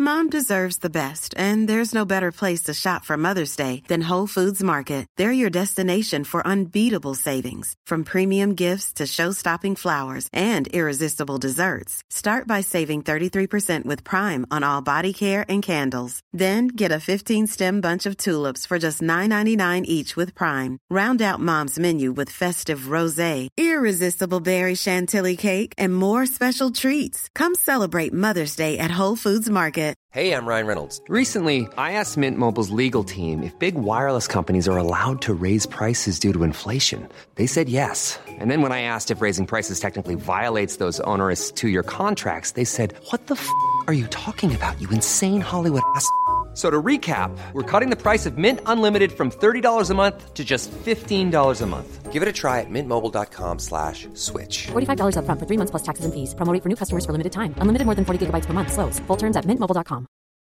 Mom deserves the best, and there's no better place to shop for Mother's Day than Whole Foods Market. They're your destination for unbeatable savings, from premium gifts to show-stopping flowers and irresistible desserts. Start by saving 33% with Prime on all body care and candles. Then get a 15-stem bunch of tulips for just $9.99 each with Prime. Round out Mom's menu with festive rosé, irresistible berry chantilly cake, and more special treats. Come celebrate Mother's Day at Whole Foods Market. Hey, I'm Ryan Reynolds. Recently, I asked Mint Mobile's legal team if big wireless companies are allowed to raise prices due to inflation. They said yes. And then when I asked if raising prices technically violates those onerous two-year contracts, they said, "What the f*** are you talking about, you insane Hollywood ass?" So to recap, we're cutting the price of Mint Unlimited from $30 a month to just $15 a month. Give it a try at mintmobile.com/switch. $45 up front for 3 months plus taxes and fees. Promo rate for new customers for limited time. Unlimited more than 40 gigabytes per month. Slows full terms at mintmobile.com.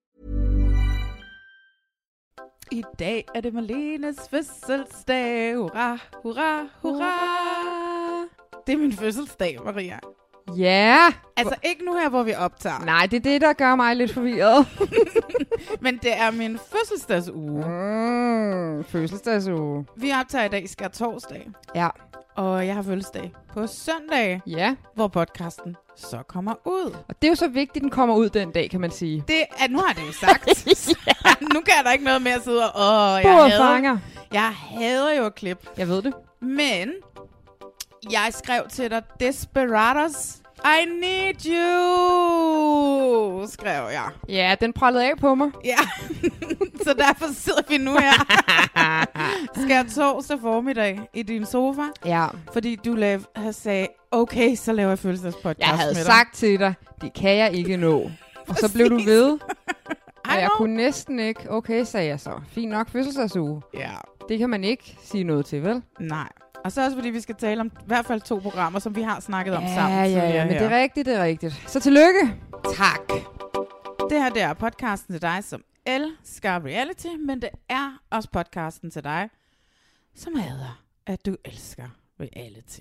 I dag er det Marlenes fødselsdag. Hurra, hurra, hurra. Det er min fødselsdag, Maria. Ja. Altså ikke nu her, hvor vi optager. Nej, det er det, der gør mig lidt forvirret. Men det er min fødselsdagsuge. Fødselsdagsuge. Vi optager i dag skærtorsdag. Ja. Og jeg har fødselsdag på søndag. Ja. Hvor podcasten så kommer ud. Og det er jo så vigtigt, den kommer ud den dag, kan man sige. Nu har det jo sagt. Ja. Nu kan der ikke noget mere at sidde og... Jeg hader jo et klip. Jeg ved det. Men jeg skrev til dig, Desperados, I need you, skrev jeg. Ja, den prallede af på mig. Ja, så derfor sidder vi nu her. Skærtorsdag formiddag i din sofa. Ja. Fordi du sagde, okay, så laver jeg fødselsdagspodcast med dig. Jeg havde sagt til dig, det kan jeg ikke nå. Og så blev du ved. Og jeg kunne næsten ikke. Okay, sagde jeg så. Fint nok fødselsdagsuge. Ja. Det kan man ikke sige noget til, vel? Nej. Og så også fordi vi skal tale om i hvert fald 2 programmer, som vi har snakket om sammen. Ja, men det er rigtigt, Så tillykke. Tak. Det her, det er podcasten til dig, som elsker reality, men det er også podcasten til dig, som hader, at du elsker reality.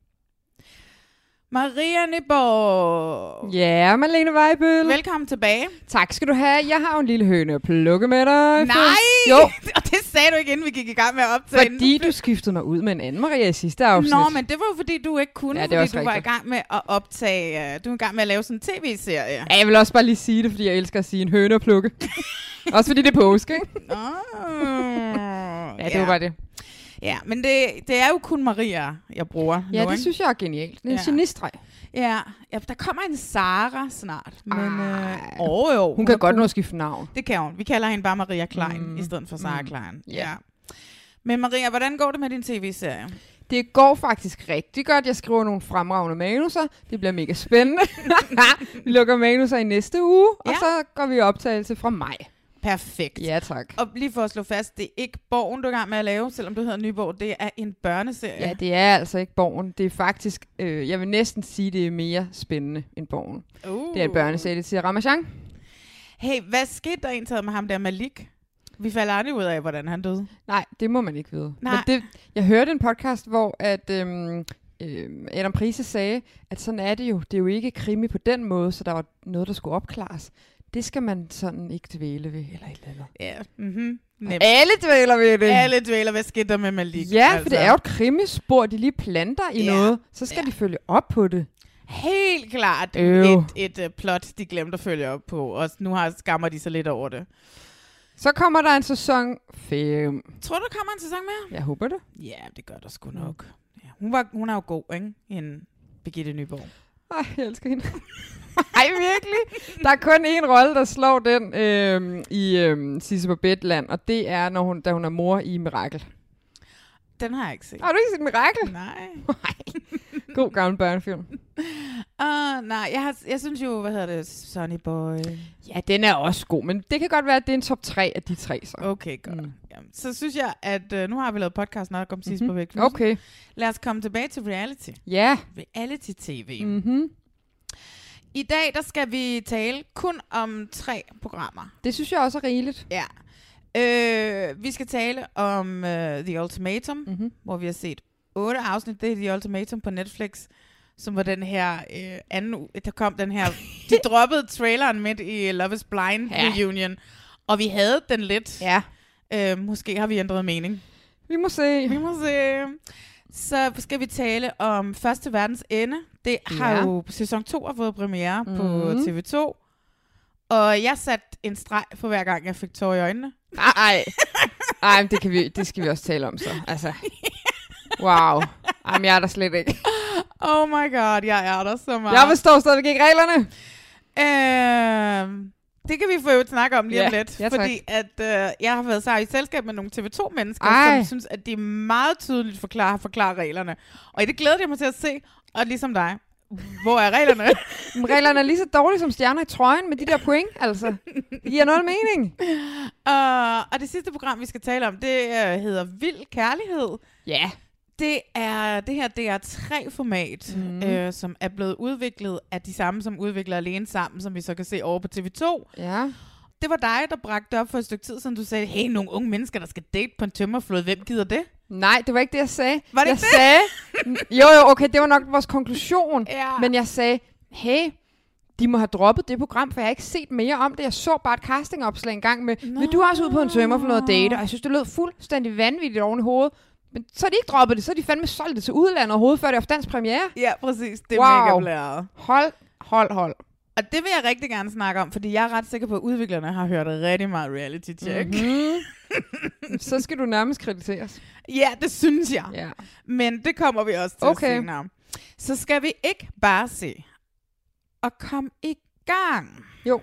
Maria Nyborg. Ja, Malene Weibøl. Velkommen tilbage. Tak skal du have. Jeg har jo en lille høne at plukke med dig. Nej! Jo. Og det sagde du ikke, inden vi gik i gang med at optage. Fordi du skiftede mig ud med en anden Maria i sidste afsnit. Nå, men det var jo fordi, du ikke kunne, ja, fordi du rigtigt. var i gang med at optage. Du var i gang med at lave sådan en tv-serie. Ja, jeg vil også bare lige sige det, fordi jeg elsker at sige en høne at plukke. Også fordi det er påske, ikke? Ja, det var bare det. Ja, men det er jo kun Maria, jeg bruger ja, nu, det synes jeg er genialt. Det er en genistreg. Ja, der kommer en Sara snart. Men, jo. Hun kan godt nå at skifte navn. Det kan hun. Vi kalder hende bare Maria Klein, i stedet for Sara Klein. Ja. Men Maria, hvordan går det med din tv-serie? Det går faktisk rigtig godt. Jeg skriver nogle fremragende manuser. Det bliver mega spændende. Vi lukker manuser i næste uge, og så går vi i optagelse fra maj. Perfekt. Ja, tak. Og lige for at slå fast, det er ikke Borgen, du er i gang med at lave, selvom du hedder Nyborg. Det er en børneserie. Ja, det er altså ikke Borgen. Det er faktisk, jeg vil næsten sige, det er mere spændende end Borgen. Det er en børneserie til Ramachan. Hey, hvad skete der egentlig med ham der Malik? Vi falder aldrig ud af, hvordan han døde. Nej, det må man ikke vide. Nej. Men jeg hørte en podcast, hvor at, Adam Prise sagde, at sådan er det jo. Det er jo ikke krimi på den måde, så der var noget, der skulle opklares. Det skal man sådan ikke dvæle ved, eller et eller andet. Ja, nemt. Alle dvæler ved det. Alle dvæler, hvad skete der med Malik? Ja, altså. For det er jo et krimispor, de lige planter i noget. Så skal de følge op på det. Helt klart et plot, de glemte at følge op på. Og nu skammer de sig lidt over det. Så kommer der en sæson 5. Tror du, der kommer en sæson mere? Jeg håber det. Ja, det gør der sgu nok. Ja, hun er jo god, ikke? En Birgitte Nyborg. Ej, jeg elsker hende. Ej, virkelig. Der er kun én rolle, der slår den i Sisse på Bedland, og det er, da hun er mor i Mirakel. Den har jeg ikke set. Har du ikke set Mirakel? Nej. God gammel børnefilm. Nej, jeg synes jo, Sonny Boy. Ja, den er også god, men det kan godt være, at det er en top 3 af de 3. Så. Okay, godt. Jamen, så synes jeg, at nu har vi lavet podcast nok om Sisse på Væk. Okay. Lad os komme tilbage til reality. Ja. Reality-tv. Mm-hmm. I dag, der skal vi tale kun om 3 programmer. Det synes jeg også er rigeligt. Ja. Vi skal tale om The Ultimatum, hvor vi har set 8 afsnit. Det er The Ultimatum på Netflix, som var den her der kom den her, de droppede traileren midt i Love is Blind reunion, og vi havde den lidt. Ja. Måske har vi ændret mening. Vi må se. Så skal vi tale om Første Verdens Ende. Det har jo sæson 2 har fået premiere på TV2. Og jeg satte en streg for hver gang, jeg fik tårer i øjnene. Ej, men det skal vi også tale om så. Altså. Wow. Jamen, jeg er der slet ikke. Oh my god, jeg er der så meget. Jeg forstår stadigvæk ikke reglerne. Det kan vi få et snak om lige om lidt. Ja, fordi at jeg har været sammen i selskab med nogle TV2-mennesker, som synes, at de meget tydeligt forklarer reglerne. Og det glæder jeg mig til at se. Og ligesom dig. Hvor er reglerne? Reglerne er lige så dårlige som stjerner i trøjen med de der point, altså. Det giver noget mening. Og det sidste program, vi skal tale om, det hedder Vild Kærlighed. Ja. Det er det her DR3-format, som er blevet udviklet af de samme, som udvikler Alene Sammen, som vi så kan se over på TV2. Ja. Det var dig, der bragte op for et stykke tid, som du sagde, hey, nogle unge mennesker, der skal date på en tømmerflod. Hvem gider det? Nej, det var ikke det, jeg sagde. Var det jeg det? Sagde, jo, okay, det var nok vores konklusion. Ja. Men jeg sagde, hey, de må have droppet det program, for jeg har ikke set mere om det. Jeg så bare et castingopslag en gang med, vil du også ud på en tømmerflod og date? Og jeg synes, det lød fuldstændig vanvittigt oven i hovedet. Men så har de ikke droppet det, så har de fandme solgt det til udlandet overhovedet, før det var dansk premiere. Ja, præcis. Det er mega blæret. Hold. Og det vil jeg rigtig gerne snakke om, fordi jeg er ret sikker på, at udviklerne har hørt rigtig meget reality check. Så skal du nærmest krediteres. Ja, det synes jeg. Ja. Men det kommer vi også til senere. Så skal vi ikke bare se og komme i gang. Jo.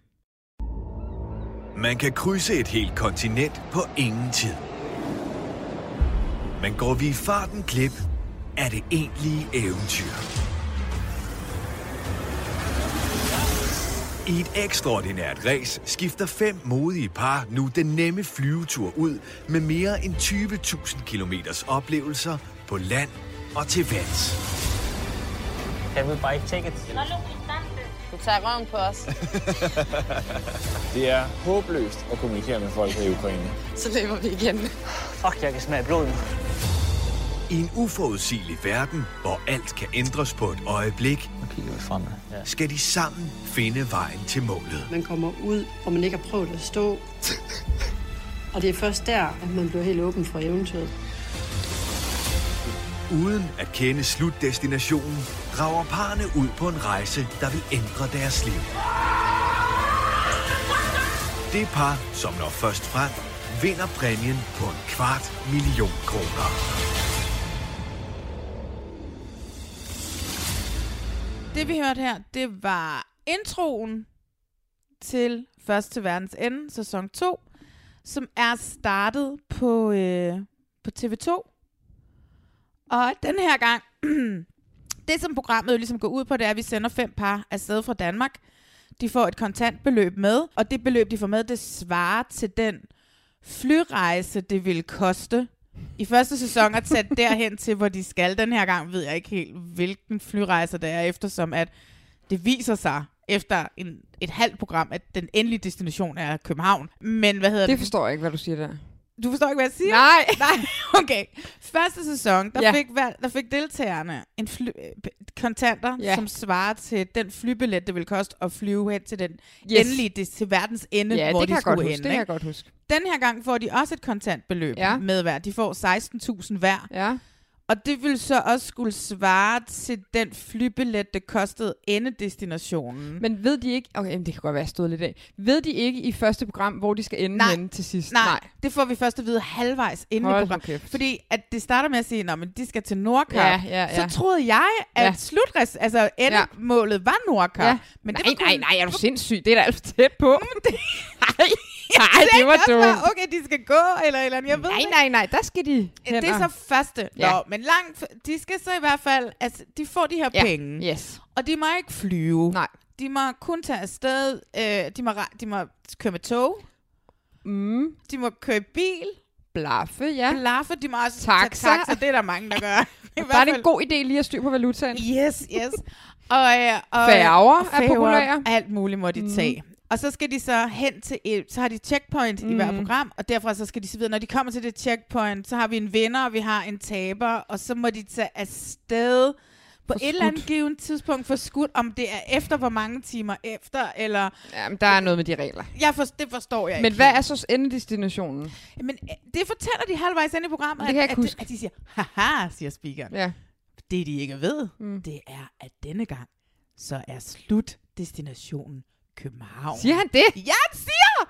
Man kan krydse et helt kontinent på ingen tid. Men går vi i farten glip af det egentlige eventyr. I et ekstraordinært race skifter 5 modige par nu den nemme flyvetur ud med mere end 20.000 kilometers oplevelser på land og til vands. Can we buy tickets? Du tager røven på os. Det er håbløst at kommunikere med folk her i Ukraine. Så løber vi igen. Fuck, jeg kan smage blod nu. I en uforudsigelig verden, hvor alt kan ændres på et øjeblik, skal de sammen finde vejen til målet. Man kommer ud, og man ikke har prøvet at stå. Og det er først der, at man bliver helt åben for eventyret. Uden at kende slutdestinationen, drager parrene ud på en rejse, der vil ændre deres liv. Det par, som når først frem, vinder præmien på 250.000 kroner. Det vi hørte her, det var introen til Første Verdens Ende, sæson 2, som er startet på TV2. Og den her gang, det som programmet jo ligesom går ud på, det er, at vi sender 5 par afsted fra Danmark. De får et kontantbeløb med, og det beløb, de får med, det svarer til den flyrejse, det vil koste i første sæson at tage derhen til, hvor de skal. Den her gang ved jeg ikke helt, hvilken flyrejse det er, eftersom at det viser sig efter et halvt program, at den endelige destination er København. Men hvad hedder det? Det forstår jeg ikke, hvad du siger der. Du forstår ikke, hvad jeg siger? Nej, okay. Første sæson, der fik deltagerne kontanter, som svarer til den flybillet, det vil koste at flyve hen til den endelige, til verdens ende, hvor de skulle hen. Det kan jeg godt huske. Den her gang får de også et kontantbeløb med hver. De får 16.000 hver. Ja. Og det vil så også skulle svare til den flybillet, det kostede endedestinationen. Men ved de ikke... Okay, det kan godt være, jeg stod lidt af. Ved de ikke i første program, hvor de skal ende henne til sidst? Nej, det får vi først at vide halvvejs inden i programmet. Fordi at det starter med at sige, at de skal til Nordkap. Ja. Så troede jeg, at endemålet var Nordkap. Ja. Men nej, er du sindssyg? Det er da alt for tæt på. Nej, det var dumt. Okay, de skal gå, eller jeg ved Nej, der skal de hen. Det er så første. Ja. Nå, men de skal så i hvert fald, altså, de får de her penge. Yes. Og de må ikke flyve. Nej. De må kun tage afsted. De må køre med tog. De må køre bil. Blaffe, de må også tage taxa. Det er der mange, der gør. Der er det en god idé lige at styre på valutaen. Yes. Og færger er populære. Alt muligt må de tage. Og så skal de så hen til så har de checkpoint i hver program, og derfra så skal de så videre. Når de kommer til det checkpoint, så har vi en vinder, og vi har en taber, og så må de tage afsted på et eller andet givet tidspunkt for skudt, om det er efter hvor mange timer efter, eller... Jamen, der er noget med de regler. Det forstår jeg ikke. Men hvad er så endedestinationen? Men det fortæller de halvvejs inde i programmet, at de siger, haha, siger speakeren. Ja. Det de ikke ved, det er, at denne gang, så er slutdestinationen København. Siger han det? Ja, han siger!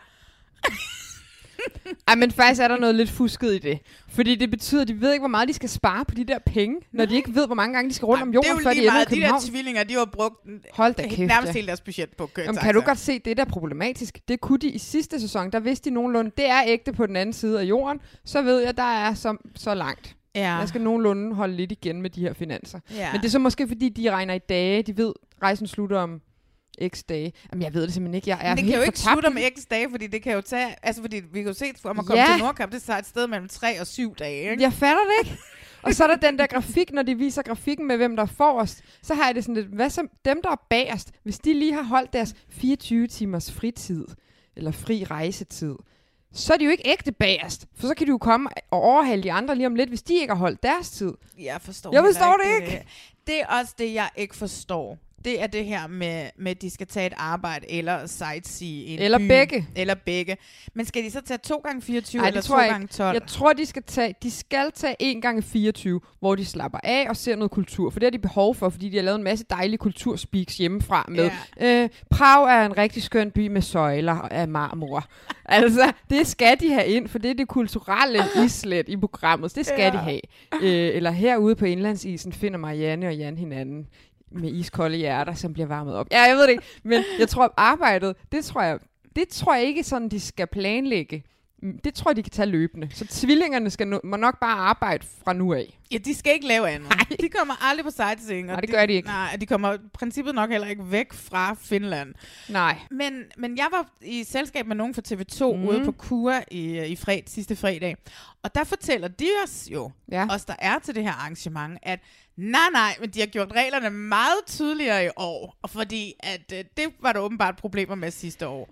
Ej, men faktisk er der noget lidt fusket i det. Fordi det betyder, at de ved ikke, hvor meget de skal spare på de der penge, når de ikke ved, hvor mange gange de skal rundt om jorden, før de ender i København. De der tvillinger, de har brugt nærmest hele deres budget på køretøj. Kan du godt se, det der er problematisk? Det kunne de i sidste sæson, der vidste de nogenlunde, det er ægte på den anden side af jorden, så ved jeg, der er så langt. Ja. Jeg skal nogenlunde holde lidt igen med de her finanser. Ja. Men det er så måske, fordi de regner i dage, de ved, rejsen slutter om x dage. Jamen, jeg ved det simpelthen ikke. Jeg er det kan jo ikke slutte om x dage, fordi det kan jo tage... Altså, fordi vi kan jo se, om at komme til Nordkap, det tager et sted mellem 3 og 7 dage, ikke? Jeg fatter det ikke. Og så er der den der grafik, når de viser grafikken med, hvem der er forrest, så har jeg det sådan lidt, hvad så dem, der er bagerst, hvis de lige har holdt deres 24 timers fritid, eller fri rejsetid, så er de jo ikke ægte bagerst. For så kan de jo komme og overhale de andre lige om lidt, hvis de ikke har holdt deres tid. Jeg forstår det ikke. Det er også det, jeg ikke forstår. Det er det her med at de skal tage et arbejde eller sightsee i en eller by. Begge. Eller begge. Men skal de så tage 2 gange 24 Ej, eller 2 gange 12? Jeg tror, de skal tage 1 gange 24, hvor de slapper af og ser noget kultur. For det har de behov for, fordi de har lavet en masse dejlige kulturspeaks hjemmefra med. Prag er en rigtig skøn by med søjler af marmor. Altså, det skal de have ind, for det er det kulturelle islet i programmet. Det skal de have. Eller herude på indlandsisen finder Marianne og Jan hinanden med iskolde hjerter, som bliver varmet op. Ja, jeg ved det ikke, men jeg tror, arbejdet, det tror jeg ikke sådan, de skal planlægge. Det tror jeg, de kan tage løbende. Så tvillingerne må nok bare arbejde fra nu af. Ja, de skal ikke lave andet. Nej. De kommer aldrig på sightseeing. Nej, det gør de ikke. Nej, de kommer i princippet nok heller ikke væk fra Finland. Nej. Men jeg var i selskab med nogen fra TV2 ude på Kura sidste fredag. Og der fortæller de os jo, os der er til det her arrangement, at nej, men de har gjort reglerne meget tydeligere i år. Fordi at det var der åbenbart problemer med sidste år.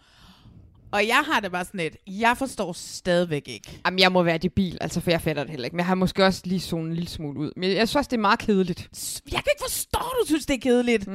Og jeg har det bare sådan lidt, jeg forstår stadigvæk ikke. Jamen, jeg må være debil, altså, for jeg fatter det heller ikke. Men jeg har måske også lige zonet en lille smule ud. Men jeg synes også, det er meget kedeligt. Jeg kan ikke forstå, du synes, det er kedeligt.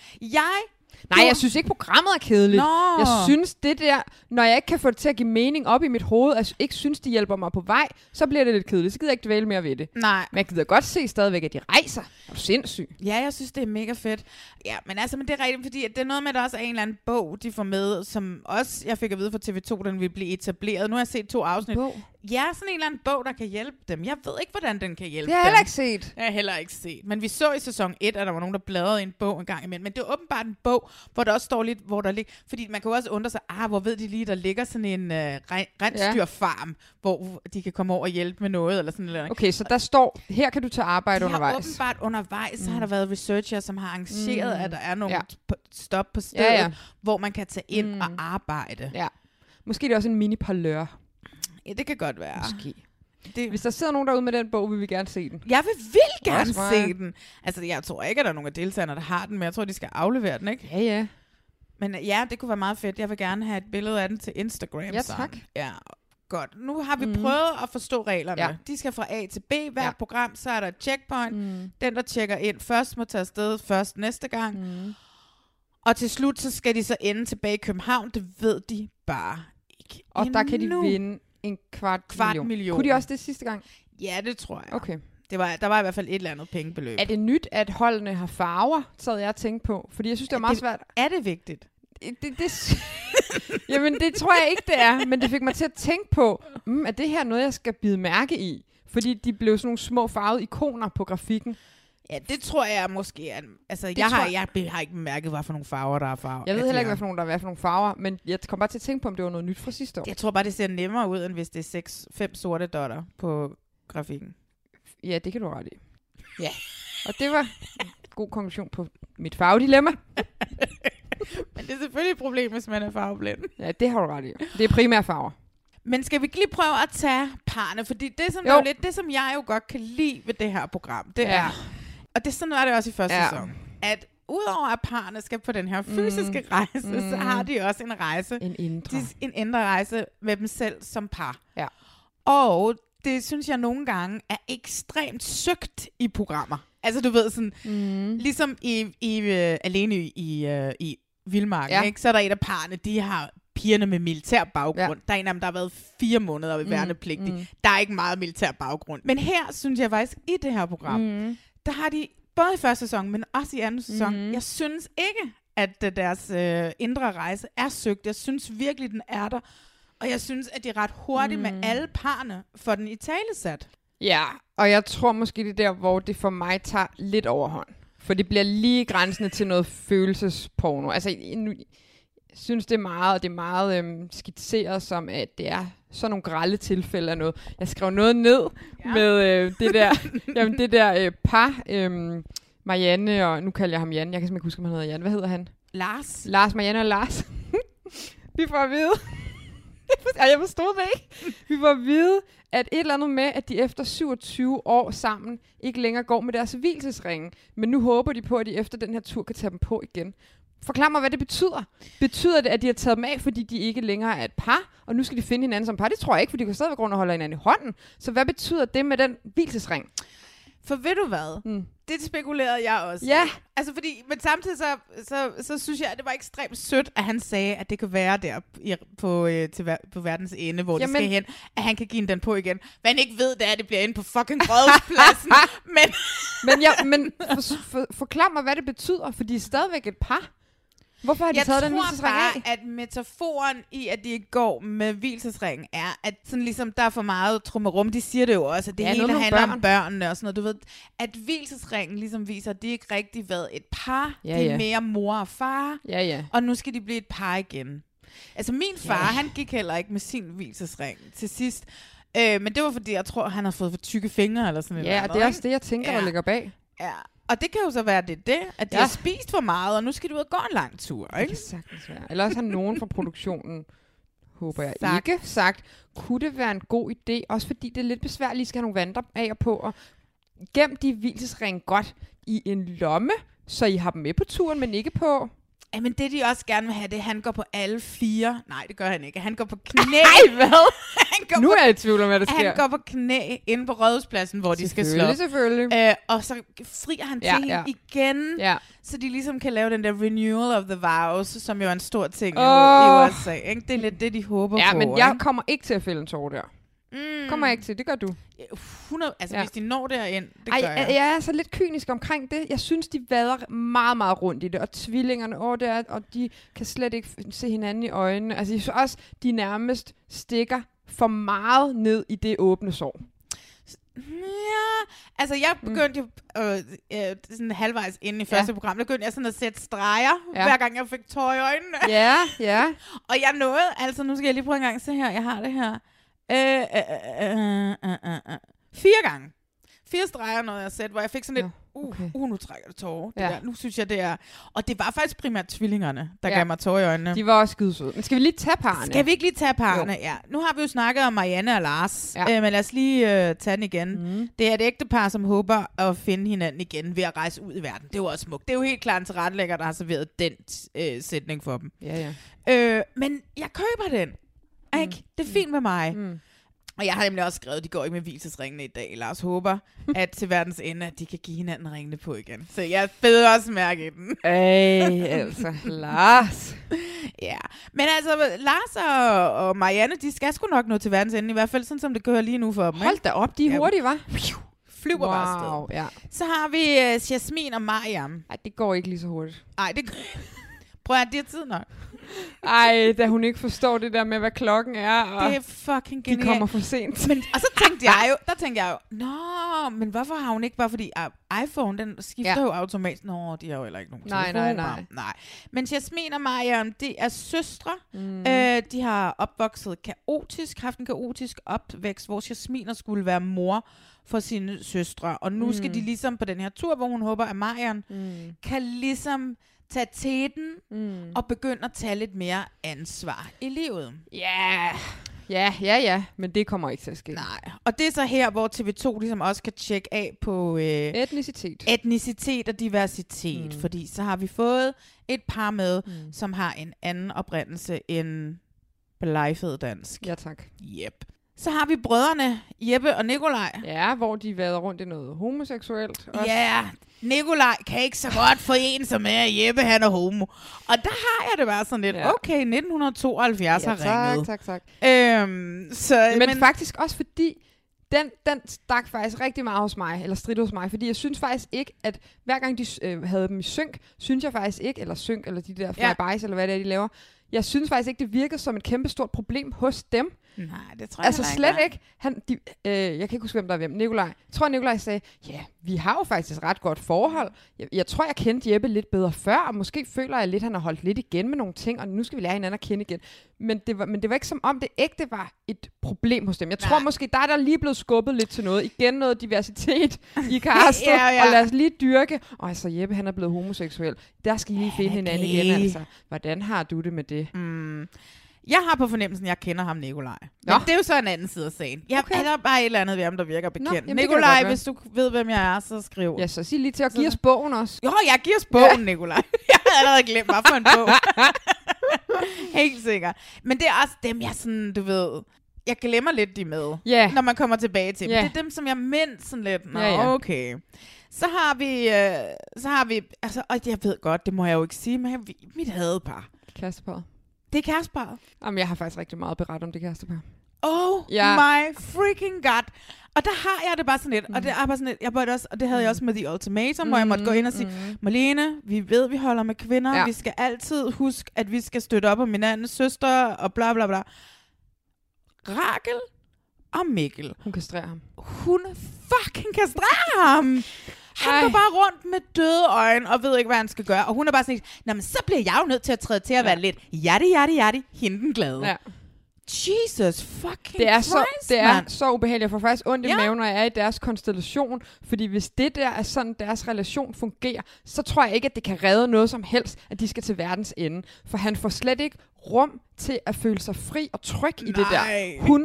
Nej, jeg synes ikke, programmet er kedeligt. Jeg synes, det der, når jeg ikke kan få det til at give mening op i mit hoved, og ikke synes, de hjælper mig på vej, så bliver det lidt kedeligt. Så gider jeg ikke dvæle mere ved det. Nej. Men jeg gider godt se stadigvæk, at de rejser. Er du sindssyg? Ja, jeg synes, det er mega fedt. Ja, men det er rigtigt, fordi det er noget med, at der også er en eller anden bog, de får med, som også, jeg fik at vide fra TV2, den vil blive etableret. Nu har jeg set 2 afsnit. Bog? Ja, sådan en eller anden bog, der kan hjælpe dem. Jeg ved ikke, hvordan den kan hjælpe dem. Det har jeg heller ikke set. Jeg har heller ikke set. Men vi så i sæson 1, at der var nogen, der bladrede i en bog en gang imellem. Men det er åbenbart en bog, hvor der også står lidt, hvor der ligger... Fordi man kan jo også undre sig, hvor ved de lige, der ligger sådan en rensdyrfarm, hvor de kan komme over og hjælpe med noget, eller sådan noget. Okay, så der står, her kan du tage arbejde undervejs. Åbenbart undervejs, så har der været researcher, som har arrangeret, at der er nogle stop på stedet, hvor man kan tage ind og arbejde. Ja. Måske det er også en mini-parlør. Ja, det kan godt være. Måske. Hvis der sidder nogen derude med den bog, vil vi gerne se den. Jeg vil gerne se den. Altså, jeg tror ikke, at der er nogen af deltagerne, der har den, men jeg tror, de skal aflevere den, ikke? Ja. Men ja, det kunne være meget fedt. Jeg vil gerne have et billede af den til Instagram. Ja, tak. Ja, godt. Nu har vi prøvet at forstå reglerne. Ja. De skal fra A til B. Hvert program, så er der et checkpoint. Den, der tjekker ind først, må tage afsted først næste gang. Og til slut, så skal de så ende tilbage i København. Det ved de bare ikke. Og der kan de vinde en kvart million. Kunne de også det sidste gang? Ja, det tror jeg. Okay. Der var i hvert fald et eller andet pengebeløb. Er det nyt, at holdene har farver, så jeg tænkt på? Fordi jeg synes, det er meget svært. Er det vigtigt? Jamen, det tror jeg ikke, det er. Men det fik mig til at tænke på, er det her noget, jeg skal bide mærke i? Fordi de blev sådan nogle små farvede ikoner på grafikken. Ja, det tror jeg måske. Altså, jeg har ikke mærket, hvad for nogle farver, der er farver. Jeg ved heller ikke, hvad for nogle farver, men jeg kom bare til at tænke på, om det var noget nyt fra sidste år. Jeg tror bare, det ser nemmere ud, end hvis det er 5 sorte dotter på grafikken. Ja, det kan du ret i. Ja. Og det var en god konklusion på mit farvedilemma. Men det er selvfølgelig et problem, hvis man er farveblind. Ja, det har du ret i. Det er primære farver. Men skal vi ikke lige prøve at tage parne? Fordi det, som det, som jeg jo godt kan lide ved det her program, det er... Og det sådan var det også i første sæson. At udover at parne skal på den her fysiske rejse, så har de også en rejse. En indre rejse med dem selv som par. Ja. Og det synes jeg nogle gange er ekstremt søgt i programmer. Altså, du ved sådan, ligesom alene i Vildmarken, ikke? Så er der et af parerne, de har pigerne med militær baggrund. Ja. Der er en af dem, der har været 4 måneder ved værnepligtig. Der er ikke meget militær baggrund. Men her, synes jeg faktisk, i det her program, der har de, både i første sæson, men også i anden sæson, jeg synes ikke, at deres indre rejse er søgt. Jeg synes virkelig, den er der. Og jeg synes, at de er ret hurtigt med alle parerne for den italesat. Ja, og jeg tror måske, det er der, hvor det for mig tager lidt overhånd. For det bliver lige grænsende til noget følelsesporno. Altså, jeg synes, det er meget skitseret som, at det er sådan nogle grelle tilfælde af noget. Jeg skrev noget ned med det der par, Marianne, og nu kalder jeg ham Jan. Jeg kan simpelthen ikke huske, om han hedder Jan. Hvad hedder han? Lars, Marianne og Lars. Vi får at vide. Jeg forstod det ikke. Vi får at vide, at et eller andet med, at de efter 27 år sammen ikke længere går med deres vielsesringe. Men nu håber de på, at de efter den her tur kan tage dem på igen. Forklar mig, hvad det betyder. Betyder det, at de har taget dem af, fordi de ikke længere er et par, og nu skal de finde hinanden som par? Det tror jeg ikke, for de kan stadigvæk gå rundt og holde hinanden i hånden. Så hvad betyder det med den vielsesring? For ved du hvad? Det spekulerede jeg også. Ja. Altså fordi, men samtidig så synes jeg, at det var ekstremt sødt, at han sagde, at det kan være der på verdens ende, hvor det skal hen, at han kan give den på igen. Hvad han ikke ved, det er, at det bliver inde på fucking Rådhuspladsen. men forklar mig, hvad det betyder, for de er stadigvæk et par. Hvorfor har de taget den vielsesring af? Jeg tror bare, at metaforen i, at de ikke går med vielsesringen, er, at sådan ligesom, der er for meget trummerum. De siger det jo også, at det hele handler om børnene og sådan noget. Du ved, at vielsesringen ligesom viser, at de ikke rigtig været et par. De er mere mor og far. Og nu skal de blive et par igen. Altså min far, han gik heller ikke med sin vielsesring til sidst. Men det var fordi, jeg tror, han har fået for tykke fingre eller sådan noget. Ja, og det er også det, jeg tænker, der ligger bag. Ja. Og det kan jo så være at de har spist for meget, og nu skal du ud og gå en lang tur, ikke? Det kan sagtens være. Eller også har nogen fra produktionen, håber jeg ikke, sagt, kunne det være en god idé, også fordi det er lidt besværligt, lige skal have nogle vandre af og på, og gem de vielsesringe godt i en lomme, så I har dem med på turen, men ikke på... Jamen det de også gerne vil have, det han går på alle 4. Nej, det gør han ikke. Han går på knæ. Nej, hvad? Nu er jeg i tvivl om, hvad der sker. Han går på knæ inde på Rådhuspladsen, hvor de skal slå. Selvfølgelig. Og så frier han til hende igen, så de ligesom kan lave den der renewal of the vows, som jo er en stor ting i USA. Ikke? Det er lidt det, de håber på. Ja, men jeg kommer ikke til at fælde en tår der. Kommer jeg ikke til, det gør du. 100, hvis de når derind, det gør jeg. Jeg er så lidt kynisk omkring det. Jeg synes, de vader meget, meget rundt i det. Og tvillingerne, og de kan slet ikke se hinanden i øjnene. Altså, jeg synes også, de nærmest stikker for meget ned i det åbne sår. Ja, altså jeg begyndte jo sådan halvvejs inde i første program, der begyndte jeg sådan at sætte streger, hver gang jeg fik tår i øjnene. Ja. Og jeg nåede, altså nu skal jeg lige prøve en gang, se her, jeg har det her. 4 gange. 4 streger nåede jeg at sætte, hvor jeg fik sådan lidt, nu trækker det tårer. Nu synes jeg, det er... Og det var faktisk primært tvillingerne, der gav mig tårer i øjnene. De var også skidesøde. Men skal vi lige tage parerne? Skal vi ikke lige tage parerne? Ja. Nu har vi jo snakket om Marianne og Lars, men lad os lige tage den igen. Det er et ægtepar, som håber at finde hinanden igen ved at rejse ud i verden. Det er jo også smukt. Det er jo helt klart en tilrettelægger, der har serveret den sætning for dem. Men jeg køber den. Ikke? Det er fint med mig. Og jeg har nemlig også skrevet, at de går ikke med vielsesringene i dag. Lars håber, at til verdens ende, at de kan give hinanden ringene på igen. Så jeg beder også mærke i den. Altså, Lars. Ja, men altså, Lars og Marianne, de skal sgu nok nå til verdens ende, i hvert fald sådan, som det kører lige nu for dem. Hold da op, de er hurtige, hva'? Flyver bare afsted. Ja. Så har vi Jasmin og Mariam. Ej, det går ikke lige så hurtigt. Ej, prøv at de har tid nok. Ej, da hun ikke forstår det der med, hvad klokken er. Og det er fucking genialt. De kommer for sent. Men, og så tænkte jeg jo, nå, men hvorfor har hun ikke bare, fordi iPhone, den skifter jo automatisk. Nå, de har jo heller ikke nogen telefoner. Nej. Men Jasmin og Mariam, de er søstre. De har opvokset kaotisk, haft en kaotisk opvækst, hvor Jasmin skulle være mor for sine søstre. Og nu skal de ligesom på den her tur, hvor hun håber, at Mariam kan ligesom tage teten og begynde at tage lidt mere ansvar i livet. Ja, men det kommer ikke til at ske. Nej, og det er så her, hvor TV2 ligesom også kan tjekke af på etnicitet og diversitet, fordi så har vi fået et par med, som har en anden oprindelse end blegfed dansk. Ja, tak. Yep. Så har vi brødrene Jeppe og Nikolaj. Ja, hvor de vader rundt i noget homoseksuelt. Også. Ja, Nikolaj kan ikke så godt forene sig med, at Jeppe han er homo. Og der har jeg det bare sådan lidt, okay, 1972 har ringet. Tak. Men faktisk også fordi, den stak faktisk rigtig meget hos mig, eller strid hos mig, fordi jeg synes faktisk ikke, at hver gang de havde dem i synk, synes jeg faktisk ikke, eller de der flybys, eller hvad det er, de laver, jeg synes faktisk ikke, det virkede som et kæmpestort problem hos dem. Nej, det tror jeg altså slet ikke. Jeg kan ikke huske, hvem der er hvem. Nikolaj. Jeg tror, Nikolaj sagde, vi har jo faktisk ret godt forhold. Jeg tror, jeg kendte Jeppe lidt bedre før, og måske føler jeg lidt, han har holdt lidt igen med nogle ting, og nu skal vi lære hinanden at kende igen. Men det var ikke som om, det ægte var et problem hos dem. Jeg tror måske, der er lige blevet skubbet lidt til noget. Igen noget diversitet i castet, og lad os lige dyrke. Og altså, Jeppe, han er blevet homoseksuel. Der skal I lige finde hinanden igen, altså. Hvordan har du det med det? Jeg har på fornemmelsen, at jeg kender ham, Nikolaj. Men det er jo så en anden side af sagen. Der er bare et eller andet ved ham, der virker bekendt. Nikolaj, hvis du ved, hvem jeg er, så skriv. Ja, så sig lige til at give os bogen også. Jo, jeg giver os bogen, Nikolaj. Jeg havde allerede glemt, hvad for en bog. Helt sikkert. Men det er også dem, jeg sådan, du ved... Jeg glemmer lidt de med, når man kommer tilbage til dem. Det er dem, som jeg mindst sådan lidt. Okay. Så har vi... Altså, og jeg ved godt, det må jeg jo ikke sige, men mit hadepar. Kæresteparret. Det er kæresteparret. Jamen, jeg har faktisk rigtig meget berettet om det kærestepar. My freaking god. Og der har jeg det bare sådan lidt. Og det er bare sådan lidt. Og det havde jeg også med The Ultimatum, hvor jeg måtte gå ind og sige, Marlene, vi ved, vi holder med kvinder. Ja. Vi skal altid huske, at vi skal støtte op om hinandens søster, og bla bla bla. Rakel og Mikkel. Hun kastrerer ham. Hun fucking kastrerer ham. Han går bare rundt med døde øjne, og ved ikke, hvad han skal gøre. Og hun er bare sådan, men så bliver jeg jo nødt til at træde til at være lidt jatti, hende den glade. Ja. Jesus fucking Christ, det er så ubehageligt. Jeg får faktisk ondt i maven, når jeg er i deres konstellation. Fordi hvis det der er sådan, deres relation fungerer, så tror jeg ikke, at det kan redde noget som helst, at de skal til verdens ende. For han får slet ikke rum til at føle sig fri og tryg i det der.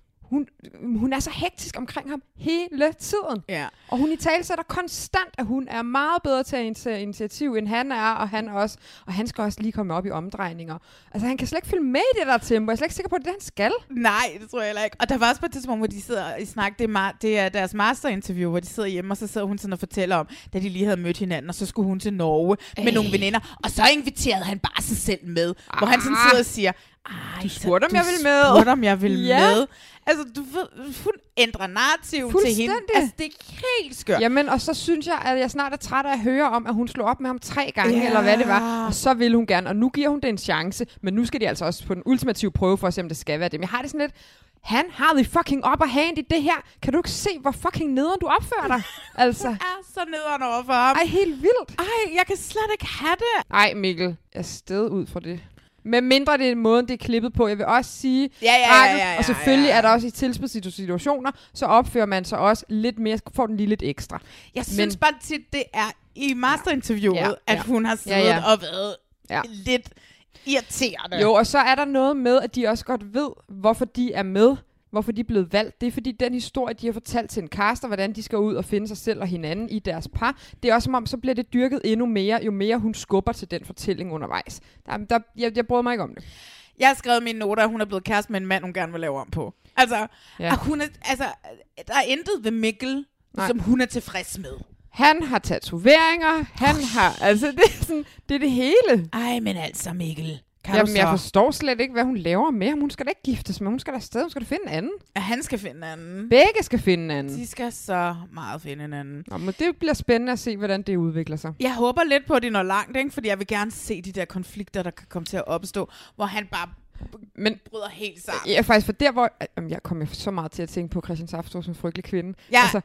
Hun er så hektisk omkring ham hele tiden. Ja. Og hun italesætter konstant, at hun er meget bedre til at tage initiativ, end han er, og han også. Og han skal også lige komme op i omdrejninger. Altså, han kan slet ikke følge med i det der tempo. Jeg er slet ikke sikker på, at det han skal. Nej, det tror jeg heller ikke. Og der var også på et tidspunkt, hvor de sidder i snak. Det er deres masterinterview, hvor de sidder hjemme, og så sidder hun sådan og fortæller om, da de lige havde mødt hinanden, og så skulle hun til Norge med nogle veninder. Og så inviterede han bare sig selv med. Hvor han sådan sidder og siger, du spurgte, om jeg vil med. Altså, du ved, hun ændrer narrativ til hende. Altså, det er helt skørt. Jamen, og så synes jeg, at jeg snart er træt af at høre om, at hun slog op med ham 3 gange, eller hvad det var. Og så vil hun gerne, og nu giver hun det en chance. Men nu skal de altså også på den ultimative prøve for at se, om det skal være det. Men jeg har det sådan lidt, han har the fucking upper hand i det her. Kan du ikke se, hvor fucking nederen du opfører dig? Altså. Hun er så nederen over for ham. Ej, helt vildt. Ej, jeg kan slet ikke have det. Ej, Mikkel, jeg er sted ud fra det. Med mindre det er måden, det er klippet på. Jeg vil også sige, og selvfølgelig er der også i tilspidsede situationer, så opfører man sig også lidt mere, får den lige lidt ekstra. Jeg synes bare tit, det er i masterinterviewet, at hun har siddet og været lidt irriterende. Jo, og så er der noget med, at de også godt ved, hvorfor de er med. Hvorfor de er blevet valgt. Det er fordi den historie, de har fortalt til en caster, hvordan de skal ud og finde sig selv og hinanden i deres par. Det er også som om, så bliver det dyrket endnu mere, jo mere hun skubber til den fortælling undervejs. Jeg bryder mig ikke om det. Jeg har skrevet mine noter, at hun er blevet kæreste med en mand, hun gerne vil lave om på. Altså, der er intet ved Mikkel, som hun er tilfreds med. Han har tatoveringer, han har, altså det er det hele. Ej, men altså Mikkel. Jamen, jeg forstår slet ikke, hvad hun laver med ham. Hun skal da ikke giftes med, hun skal da afsted, hun skal da finde en anden. Ja, han skal finde en anden. Begge skal finde en anden. De skal så meget finde en anden. Nå, men det bliver spændende at se, hvordan det udvikler sig. Jeg håber lidt på, at det når langt, ikke? Fordi jeg vil gerne se de der konflikter, der kan komme til at opstå, hvor han bare bryder helt sammen. Ja, faktisk, for der hvor... jeg kommer så meget til at tænke på Christian Saftrup som en frygtelig kvinde. Ja. Altså,